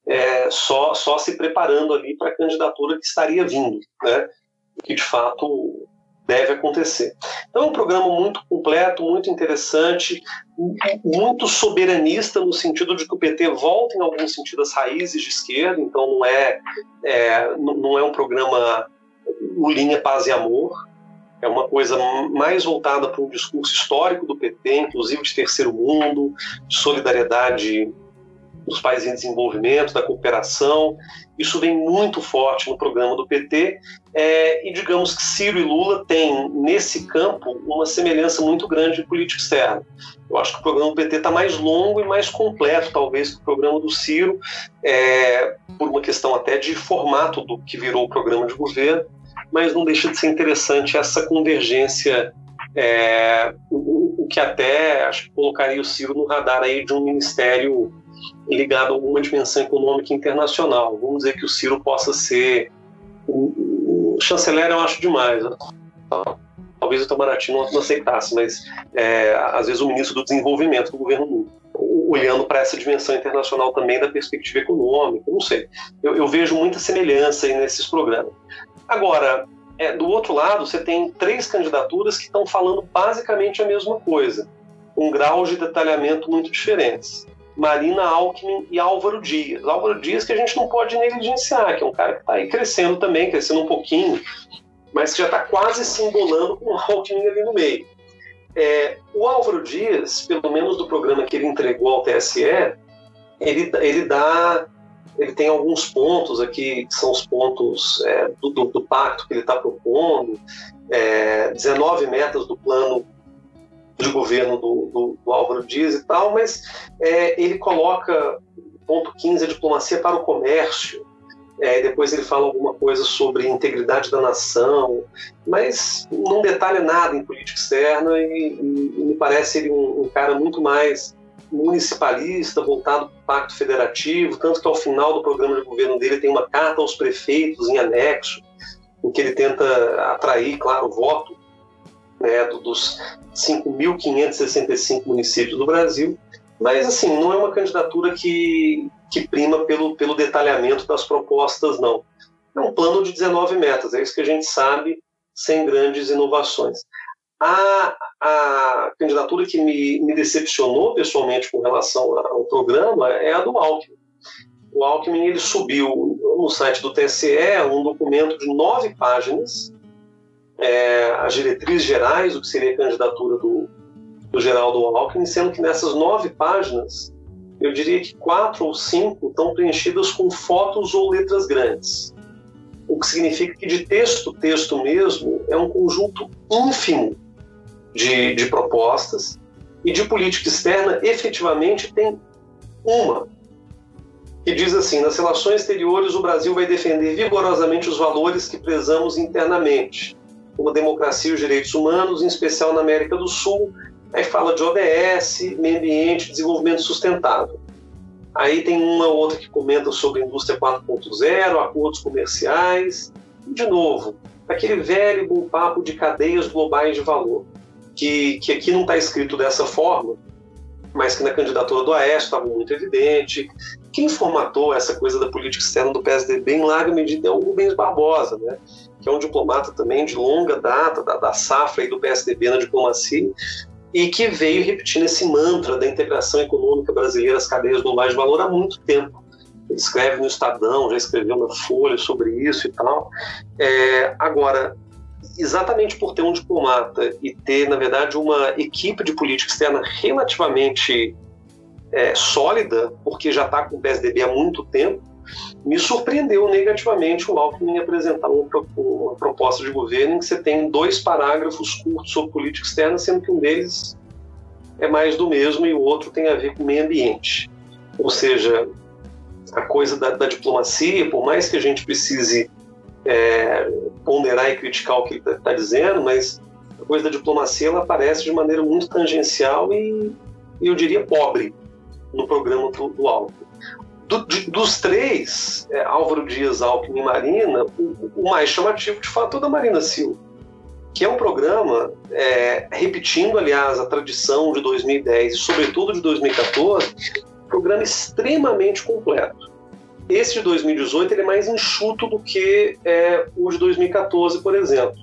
só se preparando ali para a candidatura que estaria vindo, né, que de fato deve acontecer. Então é um programa muito completo, muito interessante, muito soberanista, no sentido de que o PT volta em algum sentido às raízes de esquerda. Então não é um programa linha paz e amor, é uma coisa mais voltada para um discurso histórico do PT, inclusive de terceiro mundo, de solidariedade dos países em desenvolvimento, da cooperação. Isso vem muito forte no programa do PT, e digamos que Ciro e Lula têm, nesse campo, uma semelhança muito grande de política externa. Eu acho que o programa do PT está mais longo e mais completo, talvez, que o programa do Ciro, por uma questão até de formato do que virou o programa de governo, mas não deixa de ser interessante essa convergência, o que até acho que colocaria o Ciro no radar aí de um ministério ligado a alguma dimensão econômica internacional. Vamos dizer que o Ciro possa ser o chanceler, eu acho demais. Talvez o Itamaraty não aceitasse, mas às vezes o ministro do desenvolvimento do governo Lula, olhando para essa dimensão internacional também da perspectiva econômica, não sei. Eu vejo muita semelhança aí nesses programas. Agora, do outro lado, você tem 3 candidaturas que estão falando basicamente a mesma coisa, com graus de detalhamento muito diferentes. Marina, Alckmin e Álvaro Dias. Álvaro Dias que a gente não pode negligenciar, que é um cara que está aí crescendo também, crescendo um pouquinho, mas que já está quase se embolando com o Alckmin ali no meio. O Álvaro Dias, pelo menos do programa que ele entregou ao TSE, ele tem alguns pontos aqui, que são os pontos do pacto que ele está propondo, 19 metas do plano de governo do Álvaro Dias e tal, mas ele coloca ponto 15, a diplomacia para o comércio, depois ele fala alguma coisa sobre integridade da nação, mas não detalha nada em política externa e me parece ele um cara muito mais municipalista, voltado para o pacto federativo, tanto que ao final do programa de governo dele tem uma carta aos prefeitos em anexo, em que ele tenta atrair, claro, o voto dos 5.565 municípios do Brasil, mas assim, não é uma candidatura que prima pelo detalhamento das propostas, não. É um plano de 19 metas, é isso que a gente sabe, sem grandes inovações. A candidatura que me decepcionou pessoalmente com relação ao programa é a do Alckmin. O Alckmin ele subiu no site do TSE um documento de 9 páginas, as diretrizes gerais do que seria a candidatura do Geraldo Alckmin, sendo que nessas 9 páginas, eu diria que 4 ou 5 estão preenchidas com fotos ou letras grandes. O que significa que de texto mesmo é um conjunto ínfimo de propostas, e de política externa efetivamente tem uma que diz assim: nas relações exteriores o Brasil vai defender vigorosamente os valores que prezamos internamente, como a democracia e os direitos humanos, em especial na América do Sul. Aí fala de ODS, meio ambiente, desenvolvimento sustentável. Aí tem uma ou outra que comenta sobre a indústria 4.0, acordos comerciais, e de novo, aquele velho bom papo de cadeias globais de valor, que aqui não está escrito dessa forma, mas que na candidatura do Aécio estava muito evidente. Quem formatou essa coisa da política externa do PSDB em larga medida é o Rubens Barbosa, né? Que é um diplomata também de longa data, da safra aí do PSDB na diplomacia, e que veio repetindo esse mantra da integração econômica brasileira às cadeias globais de valor há muito tempo. Ele escreve no Estadão, já escreveu na Folha sobre isso e tal. Agora, exatamente por ter um diplomata e ter, na verdade, uma equipe de política externa relativamente sólida, porque já está com o PSDB há muito tempo, me surpreendeu negativamente o Alckmin apresentar uma proposta de governo em que você tem 2 parágrafos curtos sobre política externa, sendo que um deles é mais do mesmo e o outro tem a ver com meio ambiente. Ou seja, a coisa da diplomacia, por mais que a gente precise ponderar e criticar o que ele está dizendo, mas a coisa da diplomacia ela aparece de maneira muito tangencial e eu diria pobre no programa do Alckmin. Dos 3, Álvaro Dias, Alckmin e Marina, o mais chamativo de fato é o da Marina Silva, que é um programa, repetindo aliás a tradição de 2010 e sobretudo de 2014, um programa extremamente completo. Esse de 2018 ele é mais enxuto do que o de 2014, por exemplo.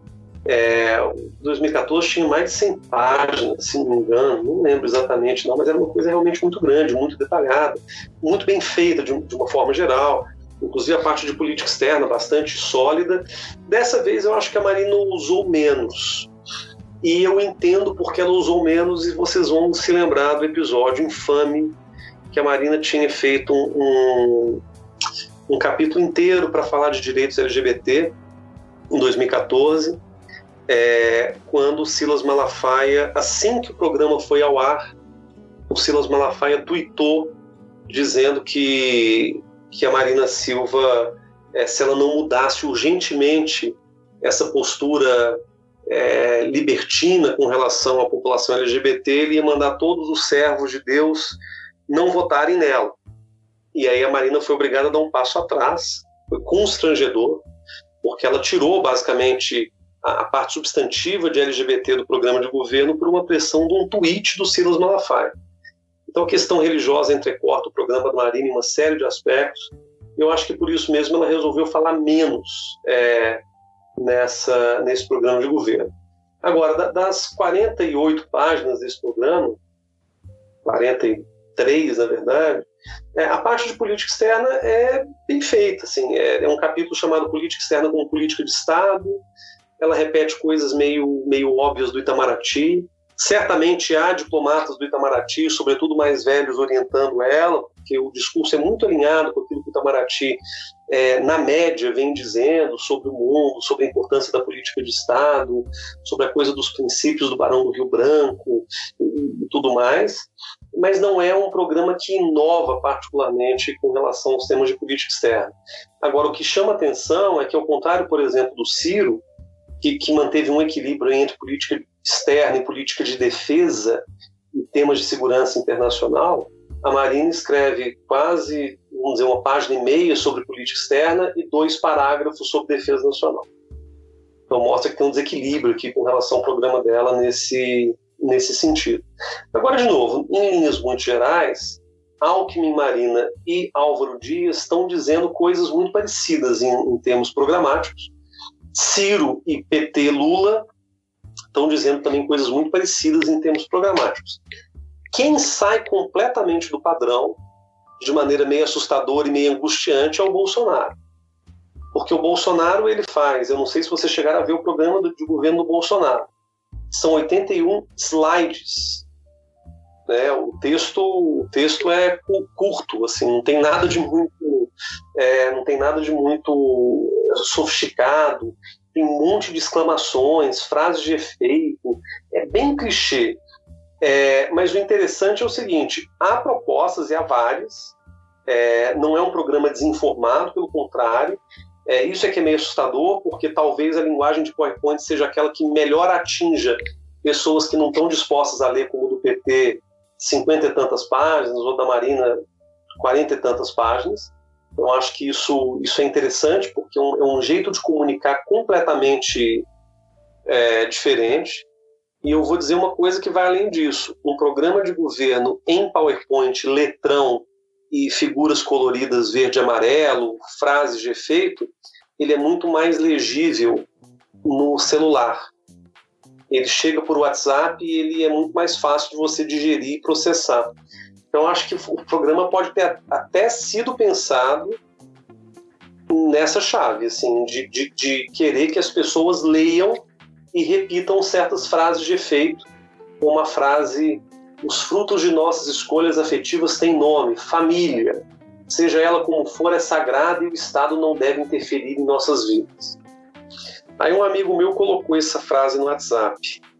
O 2014 tinha mais de 100 páginas, se não me engano, não lembro exatamente não, mas era uma coisa realmente muito grande, muito detalhada, muito bem feita de uma forma geral, inclusive a parte de política externa bastante sólida. Dessa vez eu acho que a Marina usou menos, e eu entendo porque ela usou menos, e vocês vão se lembrar do episódio infame que a Marina tinha feito um capítulo inteiro para falar de direitos LGBT em 2014, quando o Silas Malafaia, assim que o programa foi ao ar, o Silas Malafaia tuitou dizendo que a Marina Silva, se ela não mudasse urgentemente essa postura libertina com relação à população LGBT, ele ia mandar todos os servos de Deus não votarem nela. E aí a Marina foi obrigada a dar um passo atrás, foi constrangedor, porque ela tirou basicamente a parte substantiva de LGBT do programa de governo por uma pressão de um tweet do Silas Malafaia. Então a questão religiosa entrecorta o programa da Marina em uma série de aspectos. Eu acho que por isso mesmo ela resolveu falar menos nesse programa de governo. Agora, das 48 páginas desse programa, 40 e 3, na verdade, a parte de política externa é bem feita, assim, é um capítulo chamado Política Externa como Política de Estado. Ela repete coisas meio óbvias do Itamaraty. Certamente há diplomatas do Itamaraty, sobretudo mais velhos, orientando ela, porque o discurso é muito alinhado com aquilo que o Itamaraty, na média, vem dizendo sobre o mundo, sobre a importância da política de Estado, sobre a coisa dos princípios do Barão do Rio Branco e tudo mais. Mas não é um programa que inova particularmente com relação aos temas de política externa. Agora, o que chama atenção é que, ao contrário, por exemplo, do Ciro, que manteve um equilíbrio entre política externa e política de defesa e temas de segurança internacional, a Marina escreve quase, vamos dizer, 1,5 páginas sobre política externa e 2 parágrafos sobre defesa nacional. Então mostra que tem um desequilíbrio aqui com relação ao programa dela nesse sentido. Agora, de novo, em linhas muito gerais, Alckmin, Marina e Álvaro Dias estão dizendo coisas muito parecidas em termos programáticos. Ciro e PT Lula estão dizendo também coisas muito parecidas em termos programáticos. Quem sai completamente do padrão, de maneira meio assustadora e meio angustiante, é o Bolsonaro. Porque o Bolsonaro, ele faz, eu não sei se vocês chegaram a ver o programa de governo do Bolsonaro, são 81 slides. Né? O texto é curto, assim, não tem nada de muito sofisticado, tem um monte de exclamações, frases de efeito, é bem clichê. Mas o interessante é o seguinte, há propostas e há várias, não é um programa desinformado, pelo contrário, isso é que é meio assustador, porque talvez a linguagem de PowerPoint seja aquela que melhor atinja pessoas que não estão dispostas a ler, como o do PT, 50 e tantas páginas, ou da Marina, 40 e tantas páginas. Então acho que isso é interessante, porque é um jeito de comunicar completamente diferente. E eu vou dizer uma coisa que vai além disso. Um programa de governo em PowerPoint, letrão e figuras coloridas verde e amarelo, frases de efeito, ele é muito mais legível no celular. Ele chega por WhatsApp e ele é muito mais fácil de você digerir e processar. Então acho que o programa pode ter até sido pensado nessa chave, assim, de querer que as pessoas leiam e repitam certas frases de efeito, como a frase: os frutos de nossas escolhas afetivas têm nome, família. Seja ela como for, é sagrada e o Estado não deve interferir em nossas vidas. Aí um amigo meu colocou essa frase no WhatsApp.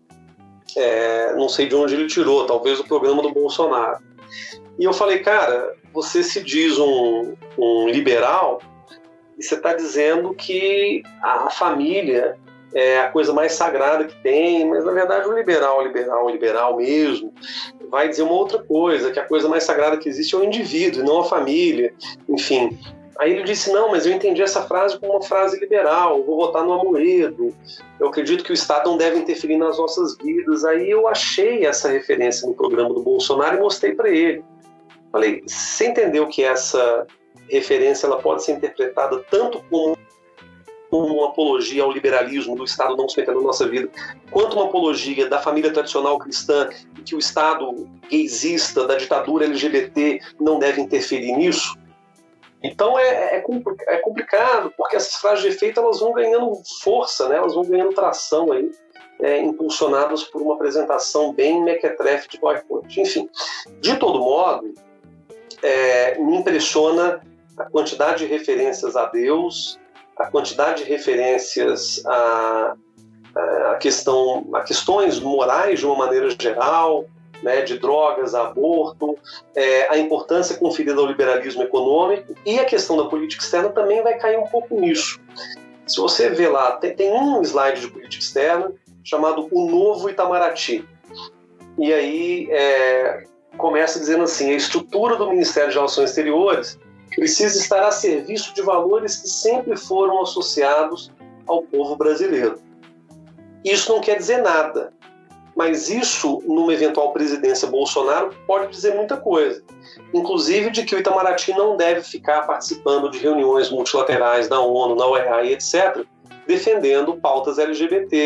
Não sei de onde ele tirou, talvez do programa do Bolsonaro. E eu falei, cara, você se diz um liberal e você está dizendo que a família é a coisa mais sagrada que tem, mas na verdade o liberal mesmo, vai dizer uma outra coisa, que a coisa mais sagrada que existe é o indivíduo e não a família, enfim. Aí ele disse, não, mas eu entendi essa frase como uma frase liberal, eu vou votar no Amoedo, eu acredito que o Estado não deve interferir nas nossas vidas. Aí eu achei essa referência no programa do Bolsonaro e mostrei para ele. Falei, você entendeu que essa referência ela pode ser interpretada tanto como uma apologia ao liberalismo do Estado não se meter na nossa vida, quanto uma apologia da família tradicional cristã, que o Estado gaysista, da ditadura LGBT não deve interferir nisso? Então é complicado, porque essas frases de efeito elas vão ganhando força, né? Elas vão ganhando tração aí, impulsionadas por uma apresentação bem mequetrefe de PowerPoint. Enfim, de todo modo, me impressiona a quantidade de referências a Deus, a quantidade de referências a questões morais de uma maneira geral, né, de drogas, a aborto, a importância conferida ao liberalismo econômico, e a questão da política externa também vai cair um pouco nisso. Se você vê lá, tem um slide de política externa chamado O Novo Itamaraty. E aí começa dizendo assim, a estrutura do Ministério de Relações Exteriores precisa estar a serviço de valores que sempre foram associados ao povo brasileiro. Isso não quer dizer nada, mas isso, numa eventual presidência Bolsonaro, pode dizer muita coisa. Inclusive de que o Itamaraty não deve ficar participando de reuniões multilaterais da ONU, na OEA e etc., defendendo pautas LGBT,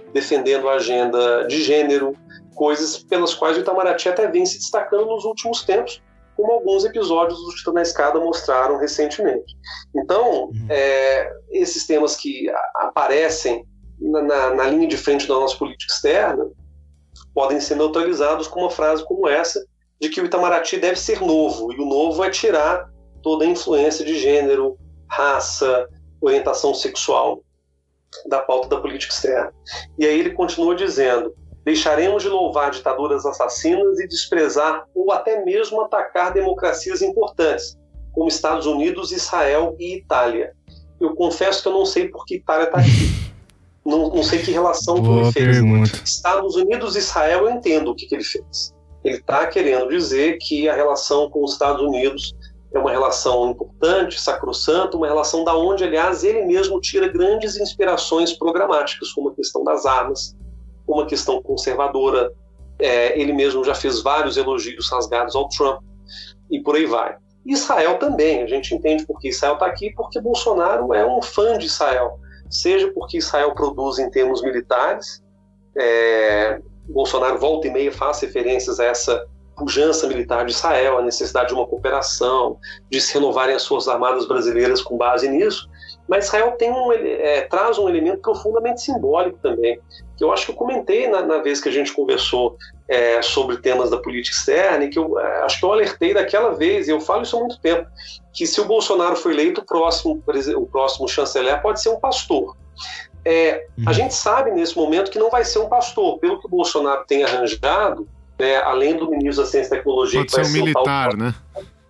defendendo a agenda de gênero, coisas pelas quais o Itamaraty até vem se destacando nos últimos tempos, como alguns episódios do Chutando a Escada mostraram recentemente. Então, esses temas que aparecem na linha de frente da nossa política externa podem ser neutralizados com uma frase como essa, de que o Itamaraty deve ser novo, e o novo é tirar toda a influência de gênero, raça, orientação sexual da pauta da política externa. E aí ele continua dizendo: deixaremos de louvar ditaduras assassinas e desprezar ou até mesmo atacar democracias importantes, como Estados Unidos, Israel e Itália. Eu confesso que eu não sei por que Itália está aqui. Não sei que relação que ele fez. Estados Unidos e Israel, eu entendo o que ele fez. Ele está querendo dizer que a relação com os Estados Unidos é uma relação importante, sacrossanta, uma relação da onde, aliás, ele mesmo tira grandes inspirações programáticas, como a questão das armas, uma questão conservadora. Ele mesmo já fez vários elogios rasgados ao Trump, e por aí vai. Israel também, a gente entende por que Israel está aqui, porque Bolsonaro é um fã de Israel, seja porque Israel produz em termos militares, Bolsonaro volta e meia faz referências a essa pujança militar de Israel, a necessidade de uma cooperação, de se renovarem as forças armadas brasileiras com base nisso, mas Israel traz um elemento profundamente simbólico também, que eu acho que eu comentei na vez que a gente conversou sobre temas da política externa, e que eu acho que eu alertei daquela vez, e eu falo isso há muito tempo, que se o Bolsonaro for eleito, o próximo chanceler pode ser um pastor. A gente sabe nesse momento que não vai ser um pastor, pelo que o Bolsonaro tem arranjado, além do ministro da Ciência e Tecnologia, pode que vai ser um militar, né?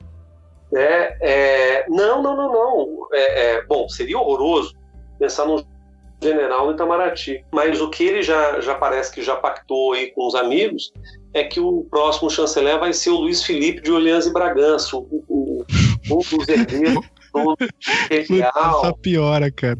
Não. Bom, seria horroroso pensar num general no Itamaraty, mas o que ele já parece que já pactou aí com os amigos é que o próximo chanceler vai ser o Luiz Felipe de Orleans e Bragança, um dos herdeiros do imperial. Essa piora, cara.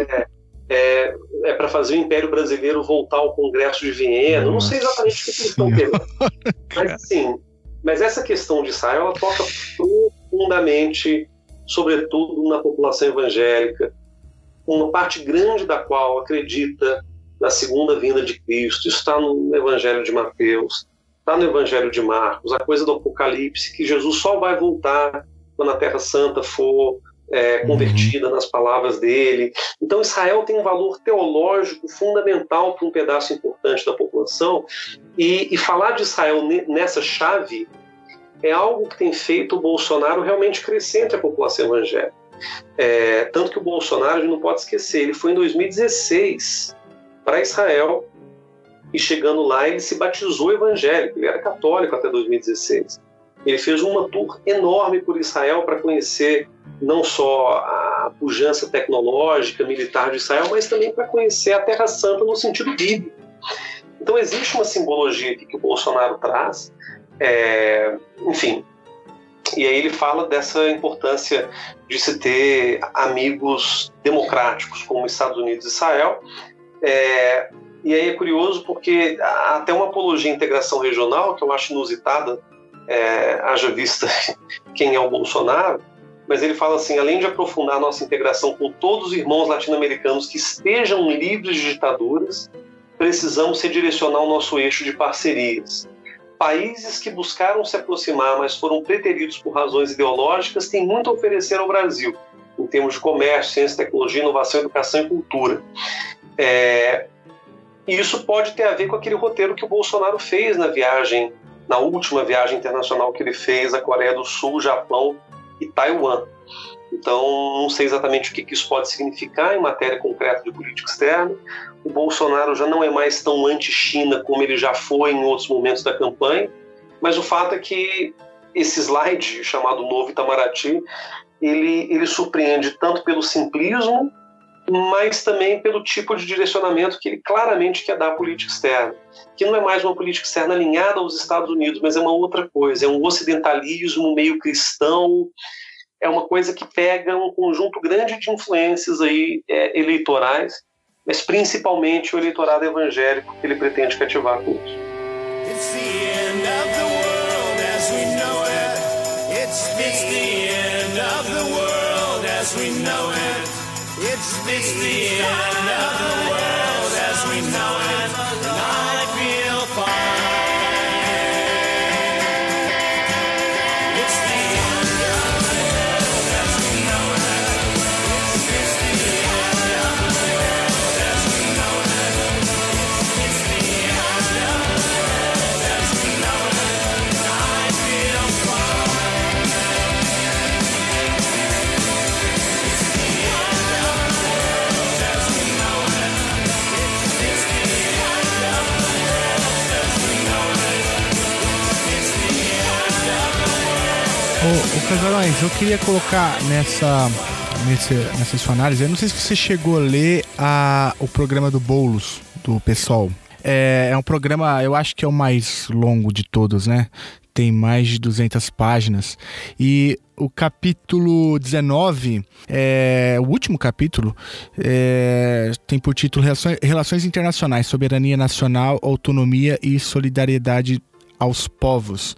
Para fazer o Império Brasileiro voltar ao Congresso de Viena. Eu não sei exatamente o que eles estão querendo. Mas, assim, essa questão de Israel, ela toca profundamente, sobretudo na população evangélica, uma parte grande da qual acredita na segunda vinda de Cristo. Isso está no Evangelho de Mateus, está no Evangelho de Marcos, a coisa do Apocalipse, que Jesus só vai voltar quando a Terra Santa for convertida nas palavras dele. Então Israel tem um valor teológico fundamental para um pedaço importante da população, e falar de Israel nessa chave é algo que tem feito o Bolsonaro realmente crescer entre a população evangélica. Tanto que o Bolsonaro, a gente não pode esquecer, ele foi em 2016 para Israel, e chegando lá ele se batizou evangélico, ele era católico até 2016. Ele fez uma tour enorme por Israel para conhecer não só a pujança tecnológica, militar de Israel, mas também para conhecer a Terra Santa no sentido bíblico. Então existe uma simbologia aqui que o Bolsonaro traz, enfim, e aí ele fala dessa importância de se ter amigos democráticos como os Estados Unidos e Israel, e aí é curioso porque há até uma apologia à integração regional, que eu acho inusitada, haja vista quem é o Bolsonaro, mas ele fala assim: além de aprofundar a nossa integração com todos os irmãos latino-americanos que estejam livres de ditaduras, precisamos redirecionar o nosso eixo de parcerias. Países que buscaram se aproximar, mas foram preteridos por razões ideológicas, têm muito a oferecer ao Brasil, em termos de comércio, ciência, tecnologia, inovação, educação e cultura. E isso pode ter a ver com aquele roteiro que o Bolsonaro fez na última viagem internacional que ele fez à Coreia do Sul, Japão e Taiwan. Então, não sei exatamente o que isso pode significar em matéria concreta de política externa. O Bolsonaro já não é mais tão anti-China como ele já foi em outros momentos da campanha, mas o fato é que esse slide, chamado Novo Itamaraty, ele surpreende tanto pelo simplismo, mas também pelo tipo de direcionamento que ele claramente quer dar à política externa, que não é mais uma política externa alinhada aos Estados Unidos, mas é uma outra coisa, é um ocidentalismo meio cristão, é uma coisa que pega um conjunto grande de influências aí, eleitorais, mas principalmente o eleitorado evangélico que ele pretende cativar com isso. It's the end of the world as we know it. It's the end of the world as we know it. It's the end of the world as we me know it, and I feel fine. It's the end of the world as we know it. It's the end of the world as we know it. It's the end of the world as we know it, and I feel fine. It's the end of the world as we know it. It's the end of the world as we know it. It's the end of the world. Ô Casarões, eu queria colocar nessa sua análise, eu não sei se você chegou a ler o programa do Boulos, do PSOL. É um programa, eu acho que é o mais longo de todos, né? Tem mais de 200 páginas. E o capítulo 19, o último capítulo, tem por título Relações Internacionais, Soberania Nacional, Autonomia e Solidariedade aos Povos.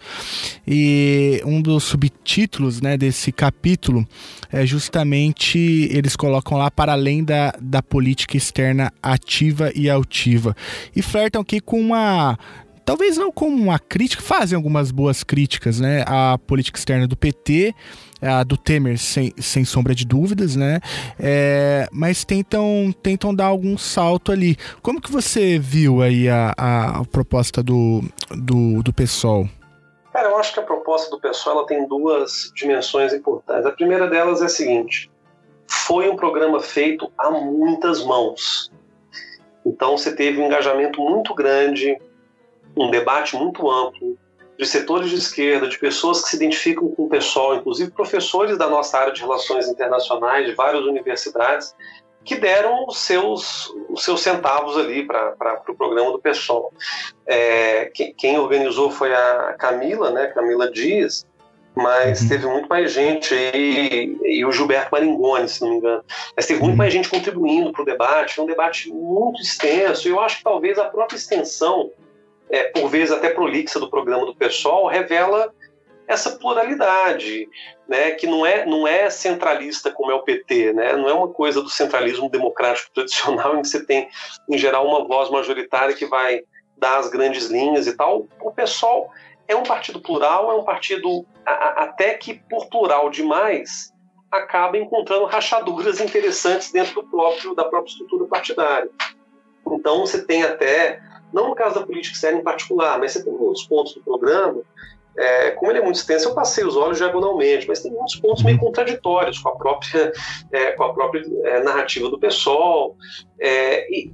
E um dos subtítulos, né, desse capítulo é justamente, eles colocam lá, para além da política externa ativa e altiva. E flertam aqui com talvez não como uma crítica, fazem algumas boas críticas, né, à política externa do PT, a do Temer, sem sombra de dúvidas, né, mas tentam dar algum salto ali. Como que você viu aí a proposta do PSOL? Cara, eu acho que a proposta do PSOL ela tem duas dimensões importantes. A primeira delas é a seguinte: foi um programa feito a muitas mãos. Então você teve um engajamento muito grande, um debate muito amplo, de setores de esquerda, de pessoas que se identificam com o PSOL, inclusive professores da nossa área de relações internacionais, de várias universidades, que deram os seus centavos ali para o programa do PSOL. Quem organizou foi a Camila, né, Camila Dias, mas teve muito mais gente aí, e o Gilberto Maringoni, se não me engano. Mas teve muito mais gente contribuindo para o debate, foi um debate muito extenso, e eu acho que talvez a própria extensão, por vezes até prolixa, do programa do PSOL, revela essa pluralidade, né, que não é centralista como é o PT, né, não é uma coisa do centralismo democrático tradicional em que você tem, em geral, uma voz majoritária que vai dar as grandes linhas e tal. O PSOL é um partido plural, é um partido até que, por plural demais, acaba encontrando rachaduras interessantes dentro da própria estrutura partidária. Então você tem até, não no caso da política externa em particular, mas você tem outros pontos do programa, como ele é muito extenso, eu passei os olhos diagonalmente, mas tem muitos pontos meio contraditórios com a própria narrativa do PSOL, e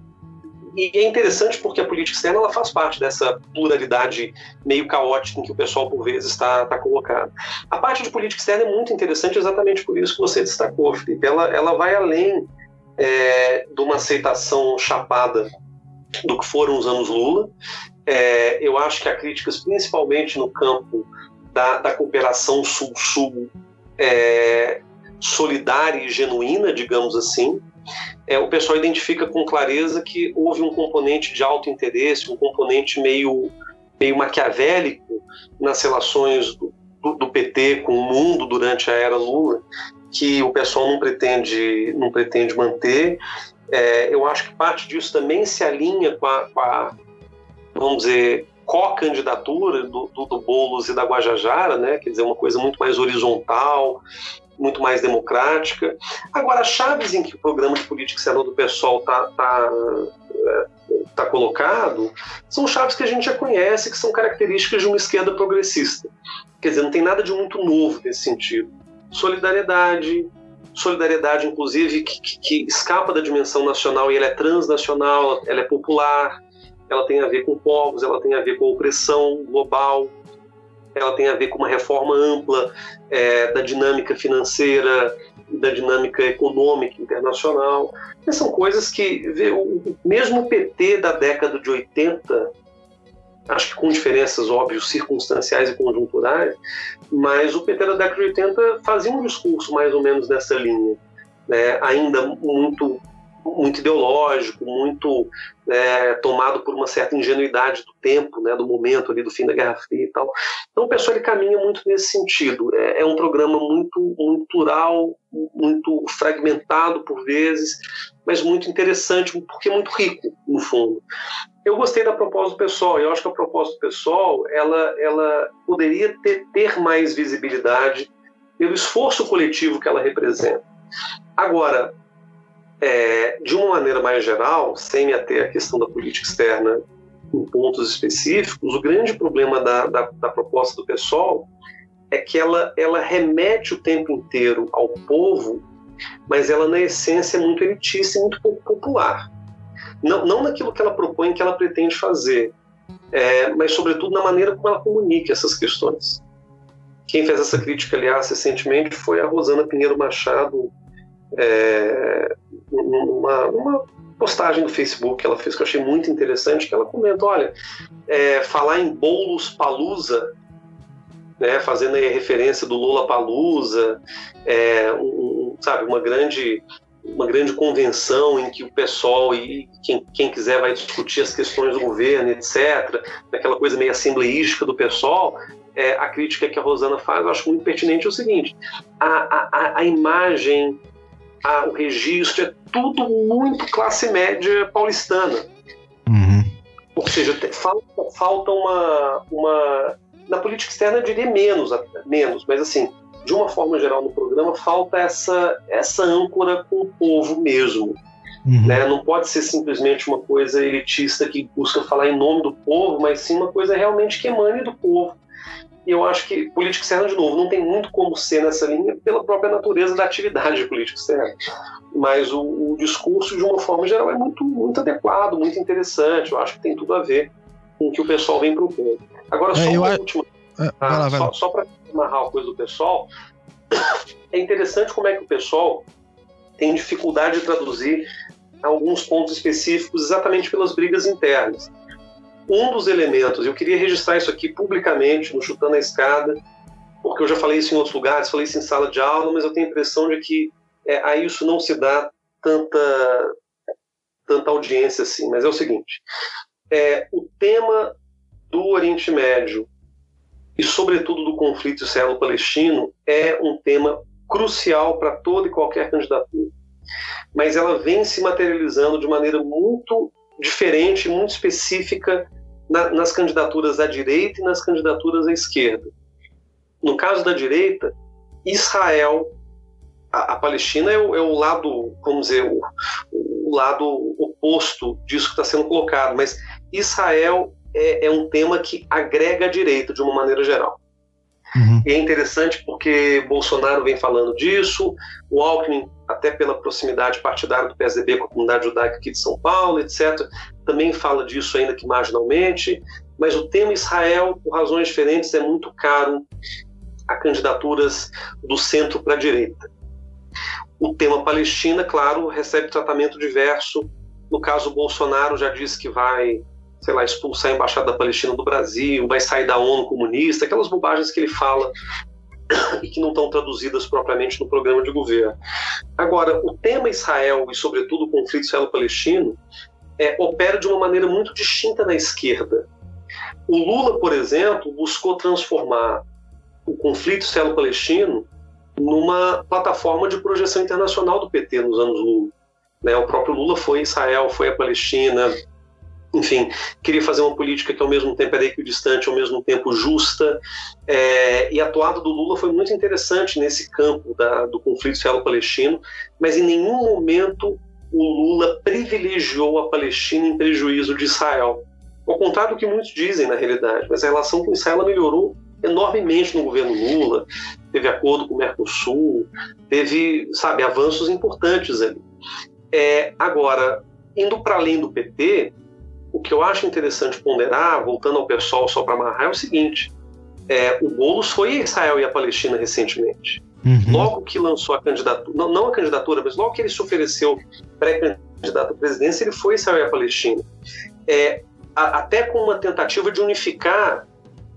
é interessante porque a política externa ela faz parte dessa pluralidade meio caótica em que o PSOL por vezes está colocado. A parte de política externa é muito interessante exatamente por isso que você destacou, Felipe. Ela vai além de uma aceitação chapada do que foram os anos Lula. Eu acho que há críticas principalmente no campo da cooperação sul-sul solidária e genuína, digamos assim. O pessoal identifica com clareza que houve um componente de alto interesse, um componente meio maquiavélico nas relações do PT com o mundo durante a era Lula, que o pessoal não pretende manter. Eu acho que parte disso também se alinha com a vamos dizer, co-candidatura do Boulos e da Guajajara, né? Quer dizer, uma coisa muito mais horizontal, muito mais democrática. Agora, as chaves em que o programa de política externa do PSOL está colocado são chaves que a gente já conhece, que são características de uma esquerda progressista. Quer dizer, não tem nada de muito novo nesse sentido. Solidariedade inclusive, que escapa da dimensão nacional e ela é transnacional, ela é popular, ela tem a ver com povos, ela tem a ver com a opressão global, ela tem a ver com uma reforma ampla da dinâmica financeira, da dinâmica econômica internacional. Essas são coisas que, mesmo o PT da década de 80, acho que com diferenças, óbvio, circunstanciais e conjunturais, mas o PT da década de 80 fazia um discurso mais ou menos nessa linha, né? Ainda muito ideológico, muito tomado por uma certa ingenuidade do tempo, né, do momento ali do fim da Guerra Fria e tal. Então o pessoal ele caminha muito nesse sentido. É um programa muito plural, muito fragmentado por vezes, mas muito interessante, porque muito rico, no fundo. Eu gostei da proposta do PSOL, eu acho que a proposta do PSOL ela poderia ter mais visibilidade pelo esforço coletivo que ela representa. Agora, de uma maneira mais geral, sem me ater à questão da política externa em pontos específicos, o grande problema da proposta do PSOL é que ela remete o tempo inteiro ao povo, mas ela, na essência, é muito elitista e muito pouco popular. Não naquilo que ela propõe, que ela pretende fazer, mas, sobretudo, na maneira como ela comunica essas questões. Quem fez essa crítica, aliás, recentemente, foi a Rosana Pinheiro Machado, numa postagem no Facebook que ela fez, que eu achei muito interessante, que ela comenta, olha, falar em Boulos Palusa, né, fazendo aí a referência do Lula Palusa, sabe, uma grande convenção em que o pessoal e quem quiser vai discutir as questões do governo, etc., aquela coisa meio assembleística do pessoal. A crítica que a Rosana faz, eu acho muito pertinente, é o seguinte: a imagem, o registro, é tudo muito classe média paulistana. Ou seja, falta uma na política externa eu diria menos, mas assim, de uma forma geral no programa, falta essa âncora com o povo mesmo. Né? Não pode ser simplesmente uma coisa elitista que busca falar em nome do povo, mas sim uma coisa realmente que emane do povo. E eu acho que política externa, de novo, não tem muito como ser nessa linha pela própria natureza da atividade de política externa. Mas o discurso, de uma forma geral, é muito, muito adequado, muito interessante. Eu acho que tem tudo a ver com o que o pessoal vem propondo. Agora, só uma última... Só para amarrar a coisa do pessoal, é interessante como é que o pessoal tem dificuldade de traduzir alguns pontos específicos exatamente pelas brigas internas. Um dos elementos, eu queria registrar isso aqui publicamente, no Chutando a Escada, porque eu já falei isso em outros lugares, falei isso em sala de aula, mas eu tenho a impressão de que a isso não se dá tanta audiência assim. Mas é o seguinte, o tema do Oriente Médio e, sobretudo, do conflito israelo-palestino é um tema crucial para toda e qualquer candidatura. Mas ela vem se materializando de maneira muito diferente, muito específica nas candidaturas à direita e nas candidaturas à esquerda. No caso da direita, Israel, a Palestina é o lado, vamos dizer, o lado oposto disso que está sendo colocado, mas Israel é um tema que agrega a direita de uma maneira geral. E é interessante porque Bolsonaro vem falando disso, o Alckmin, até pela proximidade partidária do PSDB com a comunidade judaica aqui de São Paulo, etc., também fala disso ainda que marginalmente, mas o tema Israel, por razões diferentes, é muito caro a candidaturas do centro para a direita. O tema Palestina, claro, recebe tratamento diverso. No caso, Bolsonaro já disse que vai, sei lá, expulsar a Embaixada da Palestina do Brasil, vai sair da ONU comunista, aquelas bobagens que ele fala e que não estão traduzidas propriamente no programa de governo. Agora, o tema Israel e, sobretudo, o conflito israelo-palestino opera de uma maneira muito distinta na esquerda. O Lula, por exemplo, buscou transformar o conflito israelo-palestino numa plataforma de projeção internacional do PT nos anos Lula. O próprio Lula foi a Israel, foi a Palestina, enfim, queria fazer uma política que ao mesmo tempo era equidistante, ao mesmo tempo justa, e a atuada do Lula foi muito interessante nesse campo do conflito israelo-palestino, mas em nenhum momento o Lula privilegiou a Palestina em prejuízo de Israel. Ao contrário do que muitos dizem na realidade, mas a relação com Israel melhorou enormemente no governo Lula, teve acordo com o Mercosul, teve, avanços importantes ali. Agora, indo para além do PT, o que eu acho interessante ponderar, voltando ao pessoal só para amarrar, é o seguinte: o Boulos foi a Israel e a Palestina recentemente. Logo que lançou a candidatura, não a candidatura, mas logo que ele se ofereceu pré-candidato à presidência, ele foi a Israel e a Palestina. Até com uma tentativa de unificar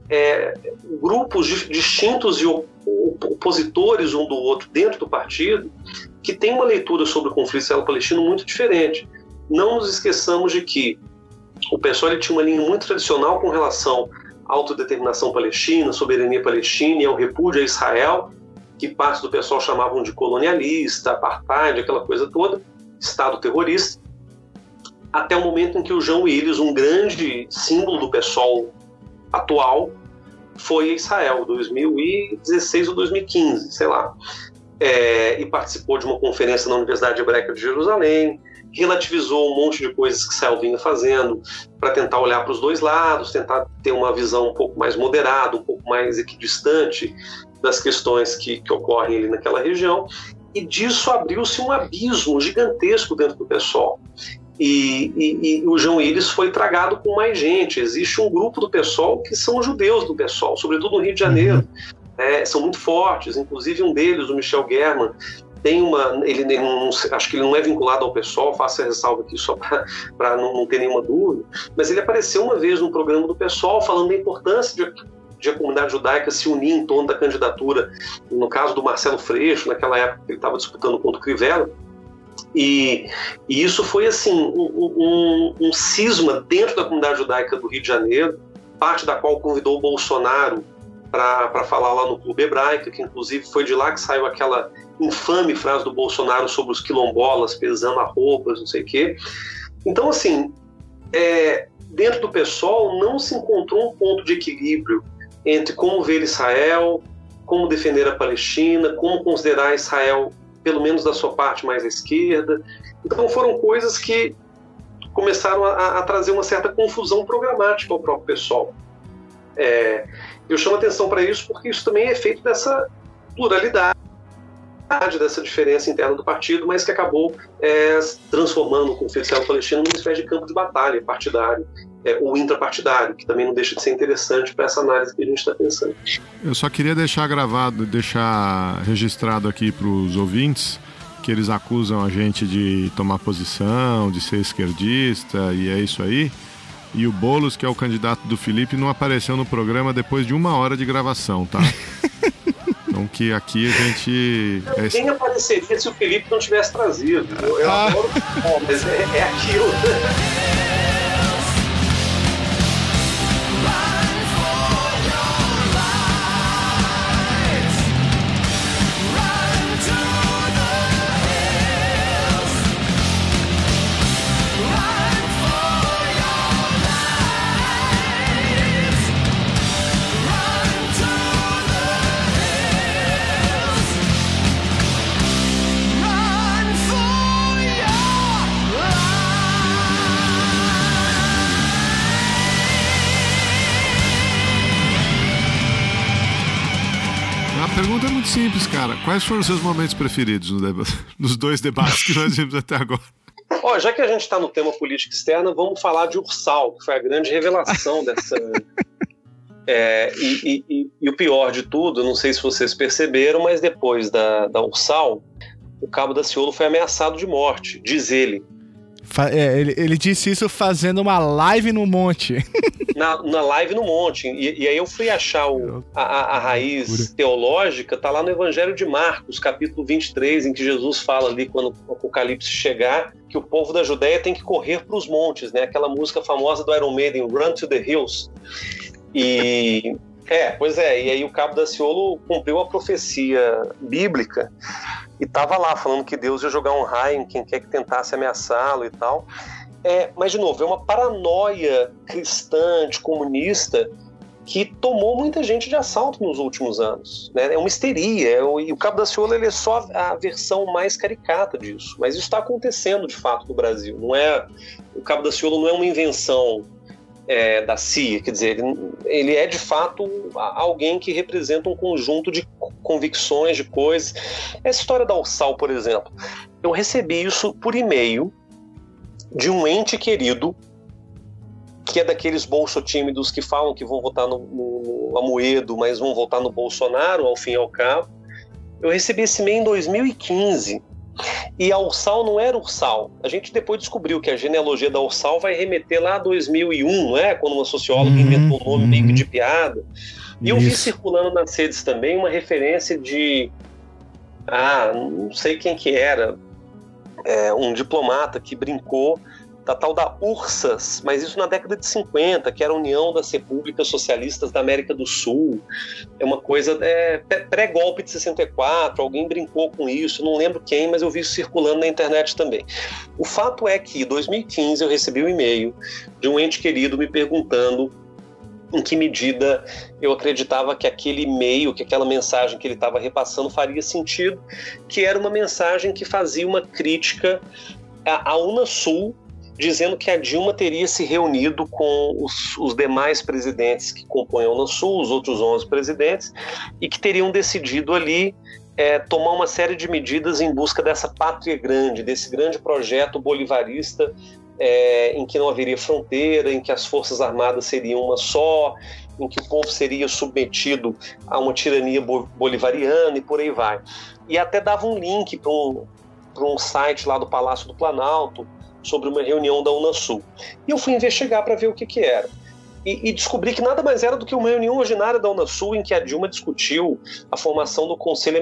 grupos distintos e opositores um do outro dentro do partido, que tem uma leitura sobre o conflito israelo-palestino muito diferente. Não nos esqueçamos de que o PSOL tinha uma linha muito tradicional com relação à autodeterminação palestina, soberania palestina e ao repúdio a Israel, que parte do PSOL chamavam de colonialista, apartheid, aquela coisa toda, Estado terrorista, até o momento em que o Jean Willis, um grande símbolo do PSOL atual, foi a Israel, 2016 ou 2015, sei lá, e participou de uma conferência na Universidade Hebraica de Jerusalém, relativizou um monte de coisas que Israel vinha fazendo para tentar olhar para os dois lados, tentar ter uma visão um pouco mais moderada, um pouco mais equidistante das questões que ocorrem ali naquela região, e disso abriu-se um abismo gigantesco dentro do PSOL. E o Jean Willis foi tragado com mais gente. Existe um grupo do PSOL que são os judeus do PSOL, sobretudo no Rio de Janeiro. São muito fortes, inclusive um deles, o Michel German, tem uma... acho que ele não é vinculado ao PSOL, faço a ressalva aqui só para não ter nenhuma dúvida, mas ele apareceu uma vez no programa do PSOL falando da importância de a comunidade judaica se unir em torno da candidatura, no caso do Marcelo Freixo, naquela época que ele estava disputando contra o Crivella. E isso foi assim um cisma dentro da comunidade judaica do Rio de Janeiro, parte da qual convidou o Bolsonaro para falar lá no Clube Hebraica, que inclusive foi de lá que saiu aquela infame frase do Bolsonaro sobre os quilombolas pesando arrobas, não sei o quê. Então, assim, dentro do PSOL não se encontrou um ponto de equilíbrio entre como ver Israel, como defender a Palestina, como considerar Israel pelo menos da sua parte mais à esquerda. Então foram coisas que começaram a trazer uma certa confusão programática ao próprio PSOL. Eu chamo atenção para isso porque isso também é feito dessa pluralidade, dessa diferença interna do partido, mas que acabou transformando o conflito israelo-palestino numa espécie de campo de batalha partidário, ou intrapartidário, que também não deixa de ser interessante para essa análise que a gente está pensando. Eu só queria deixar registrado aqui para os ouvintes que eles acusam a gente de tomar posição, de ser esquerdista, e é isso aí. E o Boulos, que é o candidato do Felipe, não apareceu no programa depois de 1 hora de gravação, tá? Então que aqui a gente... Quem apareceria se o Felipe não tivesse trazido? Eu adoro, mas é aquilo. A pergunta é muito simples, cara. Quais foram os seus momentos preferidos nos 2 debates que nós vimos até agora? Já que a gente está no tema política externa, vamos falar de Ursal, que foi a grande revelação dessa... E o pior de tudo, não sei se vocês perceberam, mas depois da Ursal, o Cabo Daciolo foi ameaçado de morte, diz ele. Ele disse isso fazendo uma live no monte. Na live no monte. E aí eu fui achar a raiz teológica, tá lá no Evangelho de Marcos, capítulo 23, em que Jesus fala ali, quando o Apocalipse chegar, que o povo da Judéia tem que correr para os montes, né? Aquela música famosa do Iron Maiden, Run to the Hills. E aí o Cabo Daciolo cumpriu a profecia bíblica e estava lá falando que Deus ia jogar um raio em quem quer que tentasse ameaçá-lo e tal. Mas, de novo, é uma paranoia cristã, anticomunista, que tomou muita gente de assalto nos últimos anos, né? É uma histeria, e o Cabo Daciolo ele é só a versão mais caricata disso, mas isso está acontecendo de fato no Brasil. O Cabo Daciolo não é uma invenção da CIA, quer dizer, ele é de fato alguém que representa um conjunto de convicções, de coisas. Essa história da Ursal, por exemplo, eu recebi isso por e-mail de um ente querido, que é daqueles bolsotímidos que falam que vão votar no Amoedo, mas vão votar no Bolsonaro, ao fim e ao cabo. Eu recebi esse e-mail em 2015, e a Ursal não era Ursal. A gente depois descobriu que a genealogia da Ursal vai remeter lá a 2001, não é? Quando uma socióloga inventou o nome meio que de piada. E eu vi circulando nas redes também uma referência de... não sei quem que era, um diplomata que brincou da tal da URSS, mas isso na década de 50, que era a União das Repúblicas Socialistas da América do Sul. É uma coisa pré-golpe de 64, alguém brincou com isso, não lembro quem, mas eu vi isso circulando na internet também. O fato é que em 2015 eu recebi um e-mail de um ente querido me perguntando em que medida eu acreditava que aquele e-mail, que aquela mensagem que ele estava repassando faria sentido, que era uma mensagem que fazia uma crítica à Unasul, dizendo que a Dilma teria se reunido com os demais presidentes que compõem a Unasul, os outros 11 presidentes, e que teriam decidido ali tomar uma série de medidas em busca dessa pátria grande, desse grande projeto bolivarista, em que não haveria fronteira, em que as forças armadas seriam uma só, em que o povo seria submetido a uma tirania bolivariana e por aí vai. E até dava um link para um site lá do Palácio do Planalto sobre uma reunião da Unasul. E eu fui investigar para ver o que era. E descobri que nada mais era do que uma reunião ordinária da Unasul em que a Dilma discutiu a formação do Conselho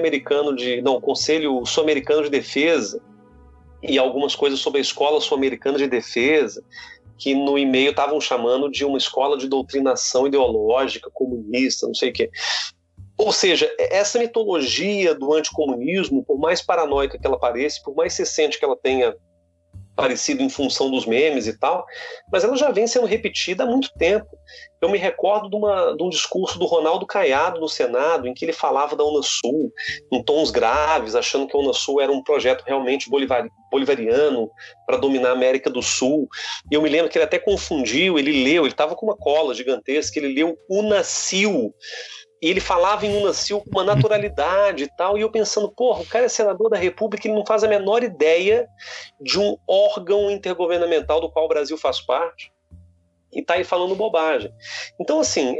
Sul-Americano de Defesa e algumas coisas sobre a Escola Sul-Americana de Defesa, que no e-mail estavam chamando de uma escola de doutrinação ideológica, comunista, não sei o quê. Ou seja, essa mitologia do anticomunismo, por mais paranoica que ela pareça, por mais recente que ela tenha parecido em função dos memes e tal, mas ela já vem sendo repetida há muito tempo. Eu me recordo de um discurso do Ronaldo Caiado no Senado, em que ele falava da Unasul em tons graves, achando que a Unasul era um projeto realmente bolivariano para dominar a América do Sul. E eu me lembro que ele até confundiu, ele estava com uma cola gigantesca, ele leu Unacil, e ele falava em Unacil com uma naturalidade e tal, e eu pensando, porra, o cara é senador da República, ele não faz a menor ideia de um órgão intergovernamental do qual o Brasil faz parte, e tá aí falando bobagem. Então, assim,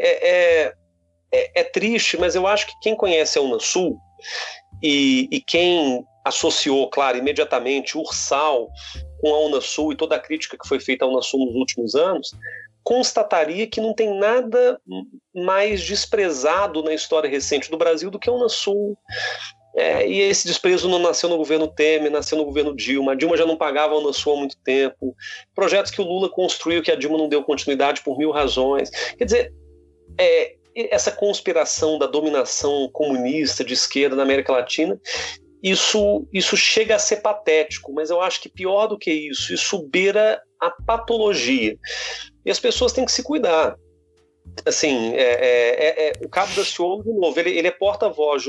é triste, mas eu acho que quem conhece a Unasul, e quem associou, claro, imediatamente o Ursal com a Unasul e toda a crítica que foi feita à Unasul nos últimos anos, constataria que não tem nada mais desprezado na história recente do Brasil do que a Unasul. E esse desprezo não nasceu no governo Temer, nasceu no governo Dilma. A Dilma já não pagava a Unasul há muito tempo. Projetos que o Lula construiu que a Dilma não deu continuidade por 1000 razões. Quer dizer, essa conspiração da dominação comunista de esquerda na América Latina, isso chega a ser patético, mas eu acho que pior do que isso beira a patologia. E as pessoas têm que se cuidar. Assim, o Cabo Daciolo, de novo, ele é porta-voz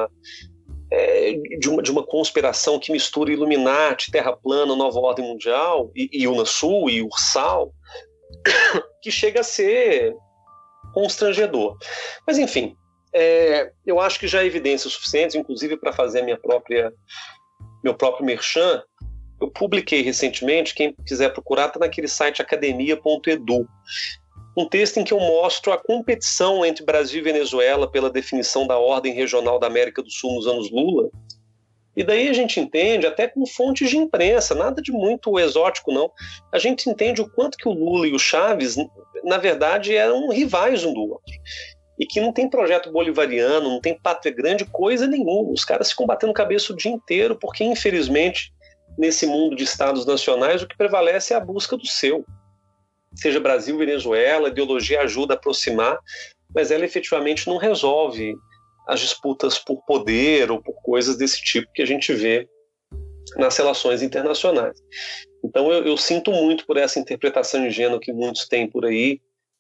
de uma conspiração que mistura Illuminati, Terra Plana, Nova Ordem Mundial, e Unasul e Ursal, que chega a ser constrangedor. Mas, enfim, eu acho que já há evidências suficientes, inclusive para fazer meu próprio merchan. Eu publiquei recentemente, quem quiser procurar, está naquele site academia.edu, um texto em que eu mostro a competição entre Brasil e Venezuela pela definição da ordem regional da América do Sul nos anos Lula. E daí a gente entende, até com fontes de imprensa, nada de muito exótico não, a gente entende o quanto que o Lula e o Chávez, na verdade, eram rivais um do outro. E que não tem projeto bolivariano, não tem pátria grande, coisa nenhuma. Os caras se combatendo cabeça o dia inteiro, porque infelizmente nesse mundo de estados nacionais, o que prevalece é a busca do seu. Seja Brasil, Venezuela, a ideologia ajuda a aproximar, mas ela efetivamente não resolve as disputas por poder ou por coisas desse tipo que a gente vê nas relações internacionais. Então eu sinto muito por essa interpretação ingênua que muitos têm por aí,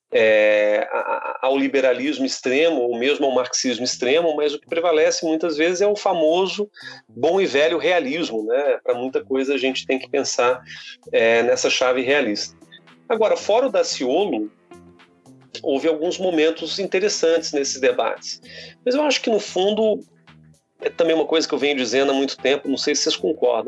ao liberalismo extremo ou mesmo ao marxismo extremo, mas o que prevalece muitas vezes é o famoso bom e velho realismo, né? Para muita coisa a gente tem que pensar nessa chave realista. Agora, fora o Daciolo, houve alguns momentos interessantes nesses debates, mas eu acho que no fundo é também uma coisa que eu venho dizendo há muito tempo, não sei se vocês concordam,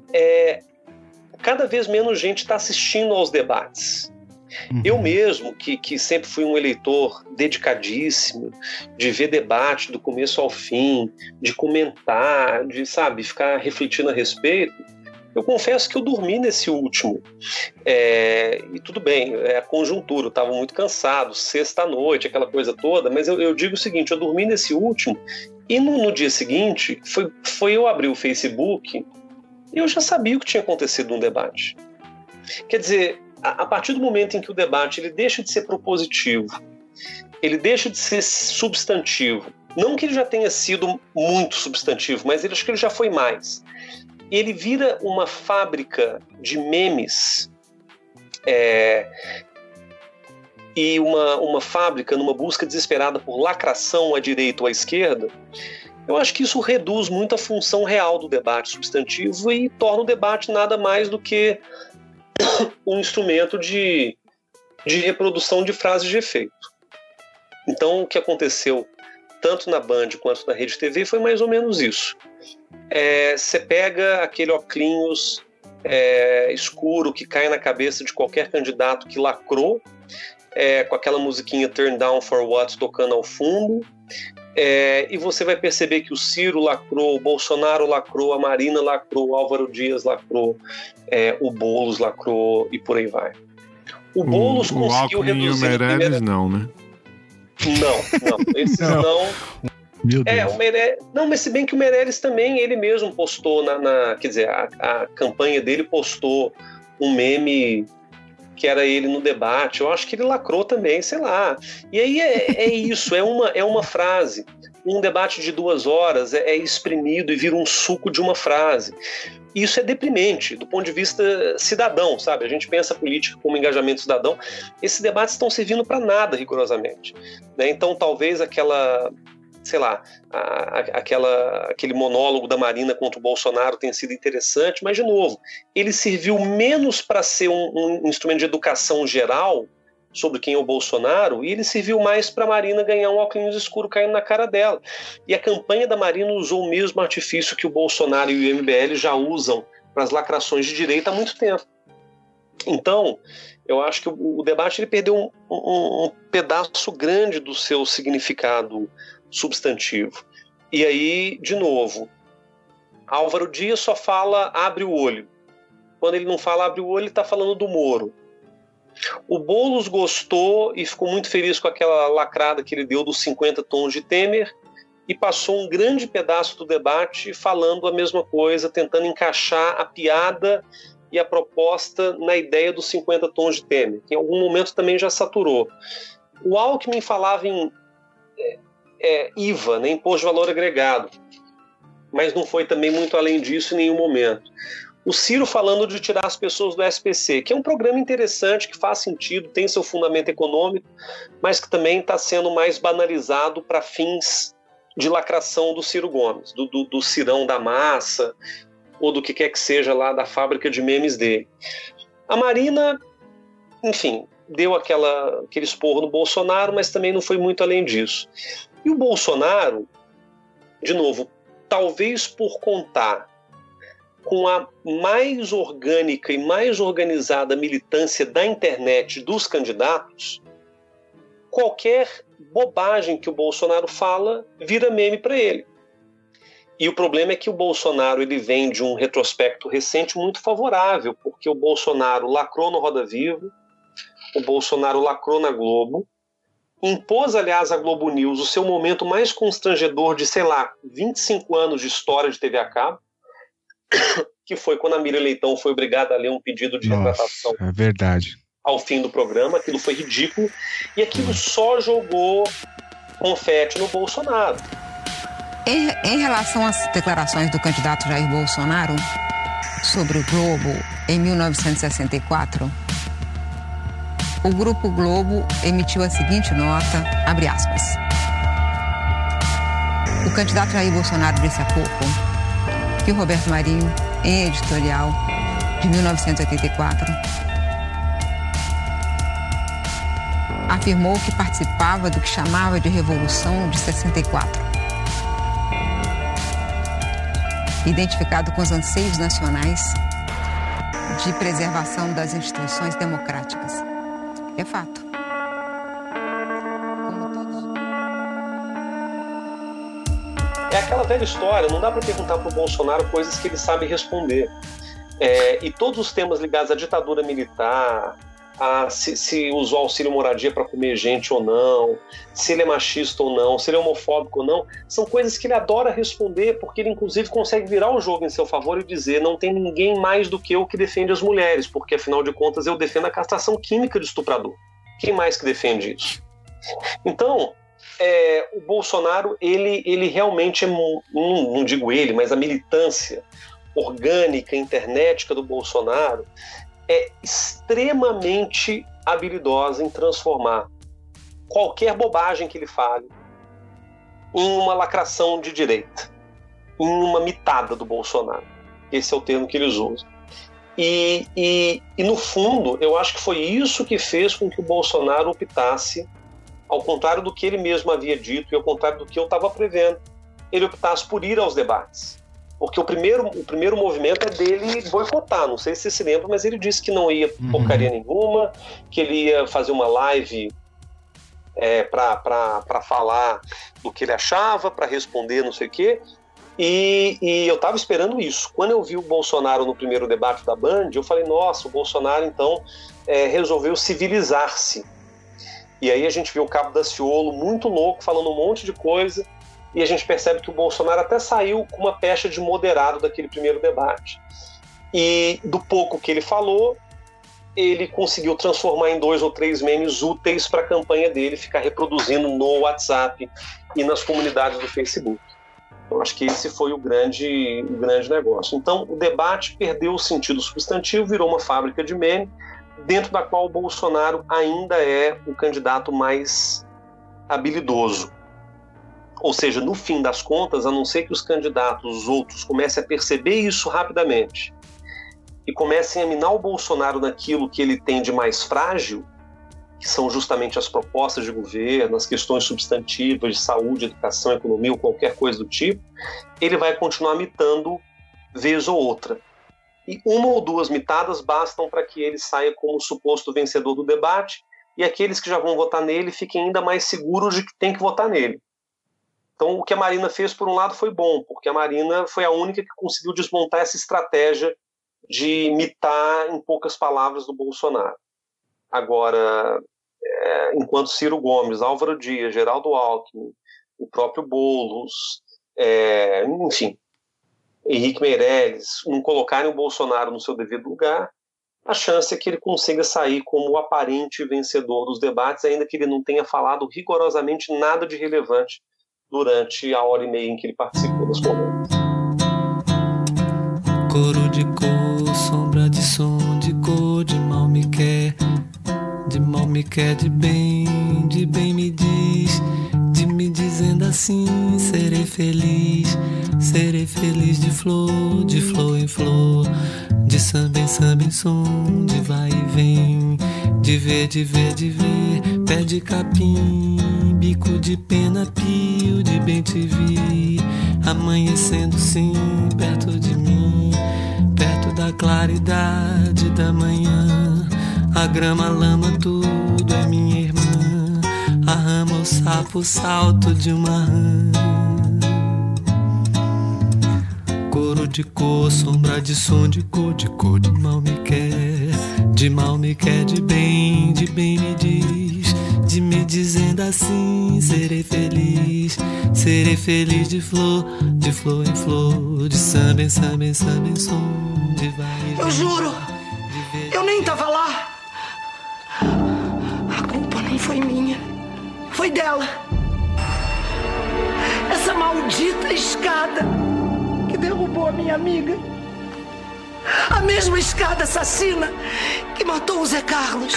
cada vez menos gente está assistindo aos debates. Eu mesmo, que sempre fui um eleitor dedicadíssimo, de ver debate do começo ao fim, de comentar, de, ficar refletindo a respeito, eu confesso que eu dormi nesse último. E tudo bem, é a conjuntura, eu estava muito cansado, sexta-noite, aquela coisa toda, mas eu digo o seguinte, eu dormi nesse último, e no dia seguinte, foi eu abrir o Facebook, e eu já sabia o que tinha acontecido no debate. Quer dizer, a partir do momento em que o debate ele deixa de ser propositivo, ele deixa de ser substantivo, não que ele já tenha sido muito substantivo, mas acho que ele já foi mais. Ele vira uma fábrica de memes e uma fábrica numa busca desesperada por lacração à direita ou à esquerda. Eu acho que isso reduz muito a função real do debate substantivo e torna o debate nada mais do que um instrumento de reprodução de frases de efeito. Então, o que aconteceu tanto na Band quanto na Rede TV foi mais ou menos isso. Você pega aquele óculos escuro que cai na cabeça de qualquer candidato que lacrou, com aquela musiquinha Turn Down for What tocando ao fundo, e você vai perceber que o Ciro lacrou, o Bolsonaro lacrou, a Marina lacrou, o Álvaro Dias lacrou, o Boulos lacrou e por aí vai. O Boulos conseguiu reduzir... O Meirelles não, né? Não. Esses não. Meu Deus. O Meirelles... Não, mas se bem que o Meirelles também, ele mesmo postou quer dizer, a campanha dele postou um meme que era ele no debate. Eu acho que ele lacrou também, sei lá. E aí isso, é uma frase. Um debate de 2 horas é exprimido e vira um suco de uma frase. Isso é deprimente do ponto de vista cidadão, sabe? A gente pensa a política como engajamento cidadão. Esses debates estão servindo para nada, rigorosamente, né? Então, talvez aquele monólogo da Marina contra o Bolsonaro tenha sido interessante, mas, de novo, ele serviu menos para ser um instrumento de educação geral sobre quem é o Bolsonaro, e ele serviu mais para a Marina ganhar um óculos escuro caindo na cara dela. E a campanha da Marina usou o mesmo artifício que o Bolsonaro e o MBL já usam para as lacrações de direita há muito tempo. Então, eu acho que o debate ele perdeu um pedaço grande do seu significado substantivo. E aí, de novo, Álvaro Dias só fala abre o olho. Quando ele não fala abre o olho, ele está falando do Moro. O Boulos gostou e ficou muito feliz com aquela lacrada que ele deu dos 50 tons de Temer e passou um grande pedaço do debate falando a mesma coisa, tentando encaixar a piada e a proposta na ideia dos 50 tons de Temer, que em algum momento também já saturou. O Alckmin falava em IVA, né, Imposto de Valor Agregado, mas não foi também muito além disso em nenhum momento. O Ciro falando de tirar as pessoas do SPC, que é um programa interessante, que faz sentido, tem seu fundamento econômico, mas que também está sendo mais banalizado para fins de lacração do Ciro Gomes, do Cirão da Massa, ou do que quer que seja lá da fábrica de memes dele. A Marina, enfim, deu aquele esporro no Bolsonaro, mas também não foi muito além disso. E o Bolsonaro, de novo, talvez por contar com a mais orgânica e mais organizada militância da internet dos candidatos, qualquer bobagem que o Bolsonaro fala vira meme para ele. E o problema é que o Bolsonaro ele vem de um retrospecto recente muito favorável, porque o Bolsonaro lacrou no Roda Viva, o Bolsonaro lacrou na Globo, impôs, aliás, à Globo News o seu momento mais constrangedor de, 25 anos de história de TV a cabo, que foi quando a Miriam Leitão foi obrigada a ler um pedido de retratação. É verdade. Ao fim do programa, aquilo foi ridículo, e aquilo só jogou confete no Bolsonaro. Em relação às declarações do candidato Jair Bolsonaro sobre o Globo em 1964, o Grupo Globo emitiu a seguinte nota, abre aspas. O candidato Jair Bolsonaro disse há pouco que o Roberto Marinho, em editorial de 1984, afirmou que participava do que chamava de Revolução de 64, identificado com os anseios nacionais de preservação das instituições democráticas. É fato. É aquela velha história, não dá para perguntar para o Bolsonaro coisas que ele sabe responder. E todos os temas ligados à ditadura militar, se usou auxílio moradia para comer gente ou não, se ele é machista ou não, se ele é homofóbico ou não. São coisas que ele adora responder, porque ele inclusive consegue virar o jogo em seu favor e dizer: não tem ninguém mais do que eu que defende as mulheres, porque afinal de contas eu defendo a castração química de estuprador. Quem mais que defende isso? Então, o Bolsonaro, ele realmente não digo ele, mas a militância orgânica, internética do Bolsonaro é extremamente habilidosa em transformar qualquer bobagem que ele fale em uma lacração de direita, em uma mitada do Bolsonaro. Esse é o termo que eles usam. E no fundo, eu acho que foi isso que fez com que o Bolsonaro optasse, ao contrário do que ele mesmo havia dito e ao contrário do que eu estava prevendo, ele optasse por ir aos debates. Porque o primeiro movimento é dele boicotar, não sei se você se lembra, mas ele disse que não ia porcaria nenhuma, que ele ia fazer uma live para falar do que ele achava, para responder não sei o quê, e eu estava esperando isso. Quando eu vi o Bolsonaro no primeiro debate da Band, eu falei: nossa, o Bolsonaro então resolveu civilizar-se. E aí a gente viu o Cabo Daciolo muito louco, falando um monte de coisa, e a gente percebe que o Bolsonaro até saiu com uma pecha de moderado daquele primeiro debate. E do pouco que ele falou, ele conseguiu transformar em 2 ou 3 memes úteis para a campanha dele ficar reproduzindo no WhatsApp e nas comunidades do Facebook. Eu acho que esse foi o grande negócio. Então, o debate perdeu o sentido substantivo, virou uma fábrica de meme, dentro da qual o Bolsonaro ainda é o candidato mais habilidoso. Ou seja, no fim das contas, a não ser que os candidatos, os outros, comecem a perceber isso rapidamente e comecem a minar o Bolsonaro naquilo que ele tem de mais frágil, que são justamente as propostas de governo, as questões substantivas de saúde, educação, economia ou qualquer coisa do tipo, ele vai continuar mitando vez ou outra. E 1 ou 2 mitadas bastam para que ele saia como suposto vencedor do debate e aqueles que já vão votar nele fiquem ainda mais seguros de que tem que votar nele. Então, o que a Marina fez, por um lado, foi bom, porque a Marina foi a única que conseguiu desmontar essa estratégia de imitar, em poucas palavras, do Bolsonaro. Agora, enquanto Ciro Gomes, Álvaro Dias, Geraldo Alckmin, o próprio Boulos, enfim, Henrique Meirelles, não colocarem o Bolsonaro no seu devido lugar, a chance é que ele consiga sair como o aparente vencedor dos debates, ainda que ele não tenha falado rigorosamente nada de relevante durante a hora e meia em que ele participou das conversas. Coro de cor, sombra de som, de cor, de mal me quer, de mal me quer, de bem me diz, de me dizendo assim, serei feliz de flor em flor, de samba em som, de vai e vem, de ver, pé de capim, bico de pena, pio de bem te vi, amanhecendo sim, perto de mim, perto da claridade da manhã, a grama, a lama, tudo é minha irmã, a rama, o sapo, o salto de uma rã. Coro de cor, sombra de som, de cor, de mal me quer, de bem me diz, de me dizendo assim, serei feliz de flor em flor, de samba em som, de vai e vem. Eu juro, eu nem tava lá. A culpa não foi minha, foi dela. Essa maldita escada que derrubou a minha amiga. A mesma escada assassina que matou o Zé Carlos.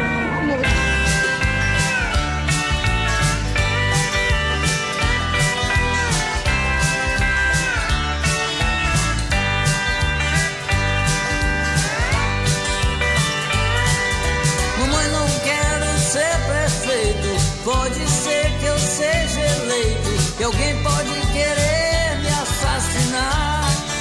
Mamãe, não quero ser prefeito. Pode ser que eu seja eleito, que alguém pode querer me assassinar.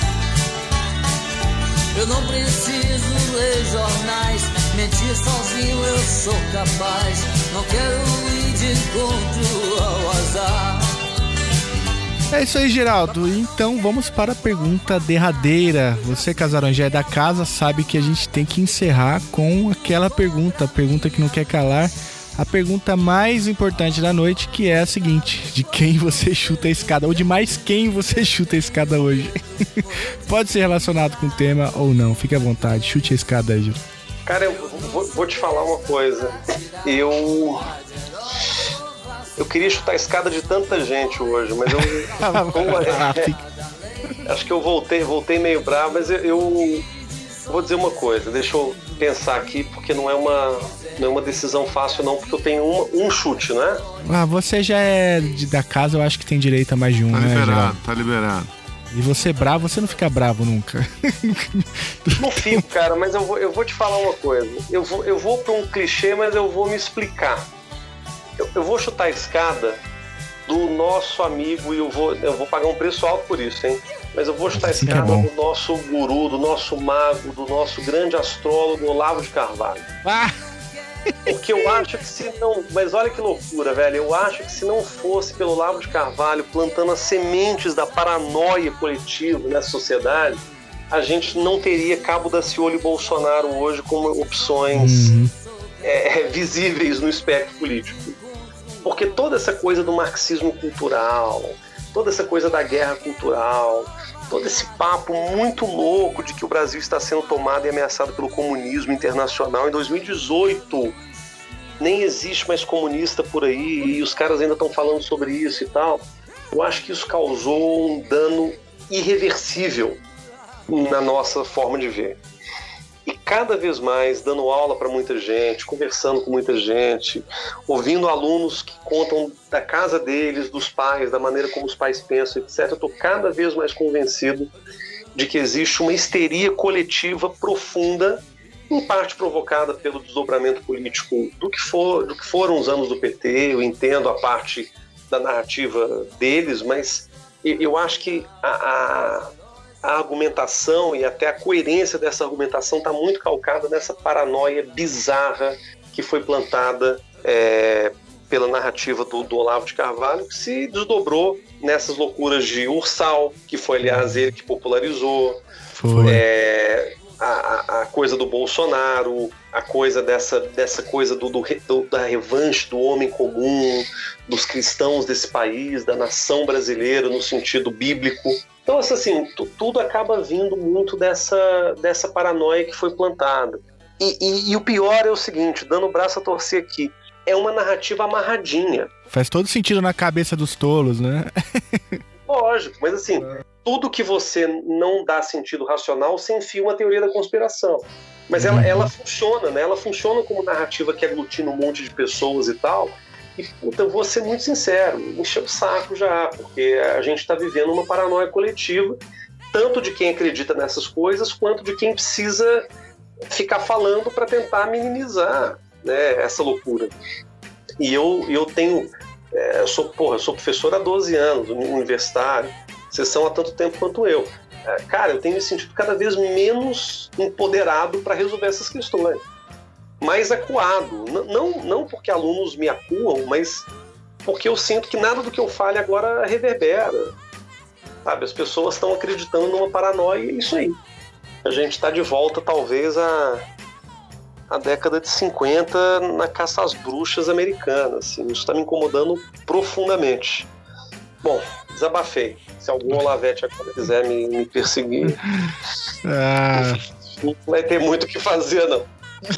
Eu não preciso ler jornais, mentir sozinho eu sou capaz. Não quero ir de encontro ao azar. É isso aí, Geraldo. Então vamos para a pergunta derradeira. Você, Casarões, já é da casa, sabe que a gente tem que encerrar com aquela pergunta, a pergunta que não quer calar. A pergunta mais importante da noite, que é a seguinte: de quem você chuta a escada, ou de mais quem você chuta a escada hoje. Pode ser relacionado com o tema ou não, fique à vontade, chute a escada aí, Gil. Cara, eu vou te falar uma coisa. Eu queria chutar a escada de tanta gente hoje, mas eu acho que eu voltei meio bravo, mas eu vou dizer uma coisa, deixa eu pensar aqui, porque não é uma decisão fácil não, porque eu tenho um chute, né? Você já é da casa, eu acho que tem direito a mais de um, né, Geraldo? Tá liberado. E você bravo, você não fica bravo nunca. Não fico, cara, mas eu vou te falar uma coisa. Eu vou pra um clichê, mas eu vou me explicar. Eu vou chutar a escada do nosso amigo e eu vou pagar um preço alto por isso, hein? Mas eu vou chutar a escada do nosso guru, do nosso mago, do nosso grande astrólogo Olavo de Carvalho. Porque eu acho que se não... Mas olha que loucura, velho. Eu acho que se não fosse pelo Olavo de Carvalho plantando as sementes da paranoia coletiva nessa sociedade, a gente não teria Cabo Daciolo e Bolsonaro hoje como opções visíveis no espectro político. Porque toda essa coisa do marxismo cultural, toda essa coisa da guerra cultural, todo esse papo muito louco de que o Brasil está sendo tomado e ameaçado pelo comunismo internacional. Em 2018 nem existe mais comunista por aí e os caras ainda estão falando sobre isso e tal. Eu acho que isso causou um dano irreversível na nossa forma de ver. E cada vez mais, dando aula para muita gente, conversando com muita gente, ouvindo alunos que contam da casa deles, dos pais, da maneira como os pais pensam, etc., eu estou cada vez mais convencido de que existe uma histeria coletiva profunda, em parte provocada pelo desdobramento político do que foram os anos do PT. Eu entendo a parte da narrativa deles, mas eu acho que a argumentação e até a coerência dessa argumentação está muito calcada nessa paranoia bizarra que foi plantada pela narrativa do Olavo de Carvalho, que se desdobrou nessas loucuras de Ursal, que foi, aliás, ele que popularizou, a coisa do Bolsonaro, a coisa dessa coisa da revanche do homem comum, dos cristãos desse país, da nação brasileira no sentido bíblico. Então, assim, tudo acaba vindo muito dessa paranoia que foi plantada. E o pior é o seguinte, dando o braço a torcer aqui, é uma narrativa amarradinha. Faz todo sentido na cabeça dos tolos, né? Lógico, mas assim, tudo que você não dá sentido racional, você enfia uma teoria da conspiração. Mas ela funciona, né? Ela funciona como narrativa que aglutina um monte de pessoas e tal. E, puta, eu vou ser muito sincero, encheu o saco já, porque a gente está vivendo uma paranoia coletiva, tanto de quem acredita nessas coisas, quanto de quem precisa ficar falando para tentar minimizar, né, essa loucura. E eu tenho... eu sou professor há 12 anos, universitário, vocês são há tanto tempo quanto eu. Cara, eu tenho me sentido cada vez menos empoderado para resolver essas questões. Mais acuado. Não porque alunos me acuam, mas porque eu sinto que nada do que eu fale agora reverbera. Sabe? As pessoas estão acreditando numa paranoia e é isso aí. A gente está de volta, talvez, à década de 50 na caça às bruxas americanas. Assim. Isso está me incomodando profundamente. Bom, desabafei. Se algum Olavete agora quiser me perseguir, não vai ter muito o que fazer, não.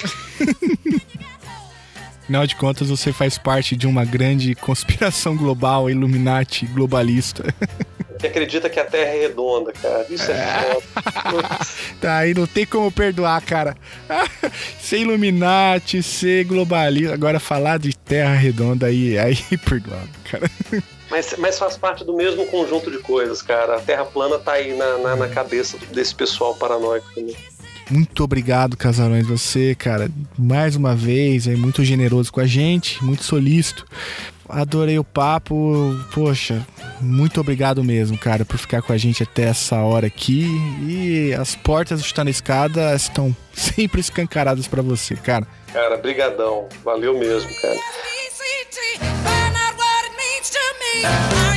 Afinal de contas, você faz parte de uma grande conspiração global, Illuminati globalista. Que acredita que a Terra é redonda, cara. Isso é foda. Tá, aí não tem como perdoar, cara. Ser Illuminati, ser globalista, agora falar de Terra redonda, aí perdoado, cara. Mas faz parte do mesmo conjunto de coisas, cara. A Terra plana tá aí na cabeça desse pessoal paranoico também. Muito obrigado, Casarões. Você, cara, mais uma vez, é muito generoso com a gente, muito solícito. Adorei o papo. Poxa, muito obrigado mesmo, cara, por ficar com a gente até essa hora aqui. E as portas do Chutando a Escada estão sempre escancaradas pra você, cara. Cara, brigadão. Valeu mesmo, cara.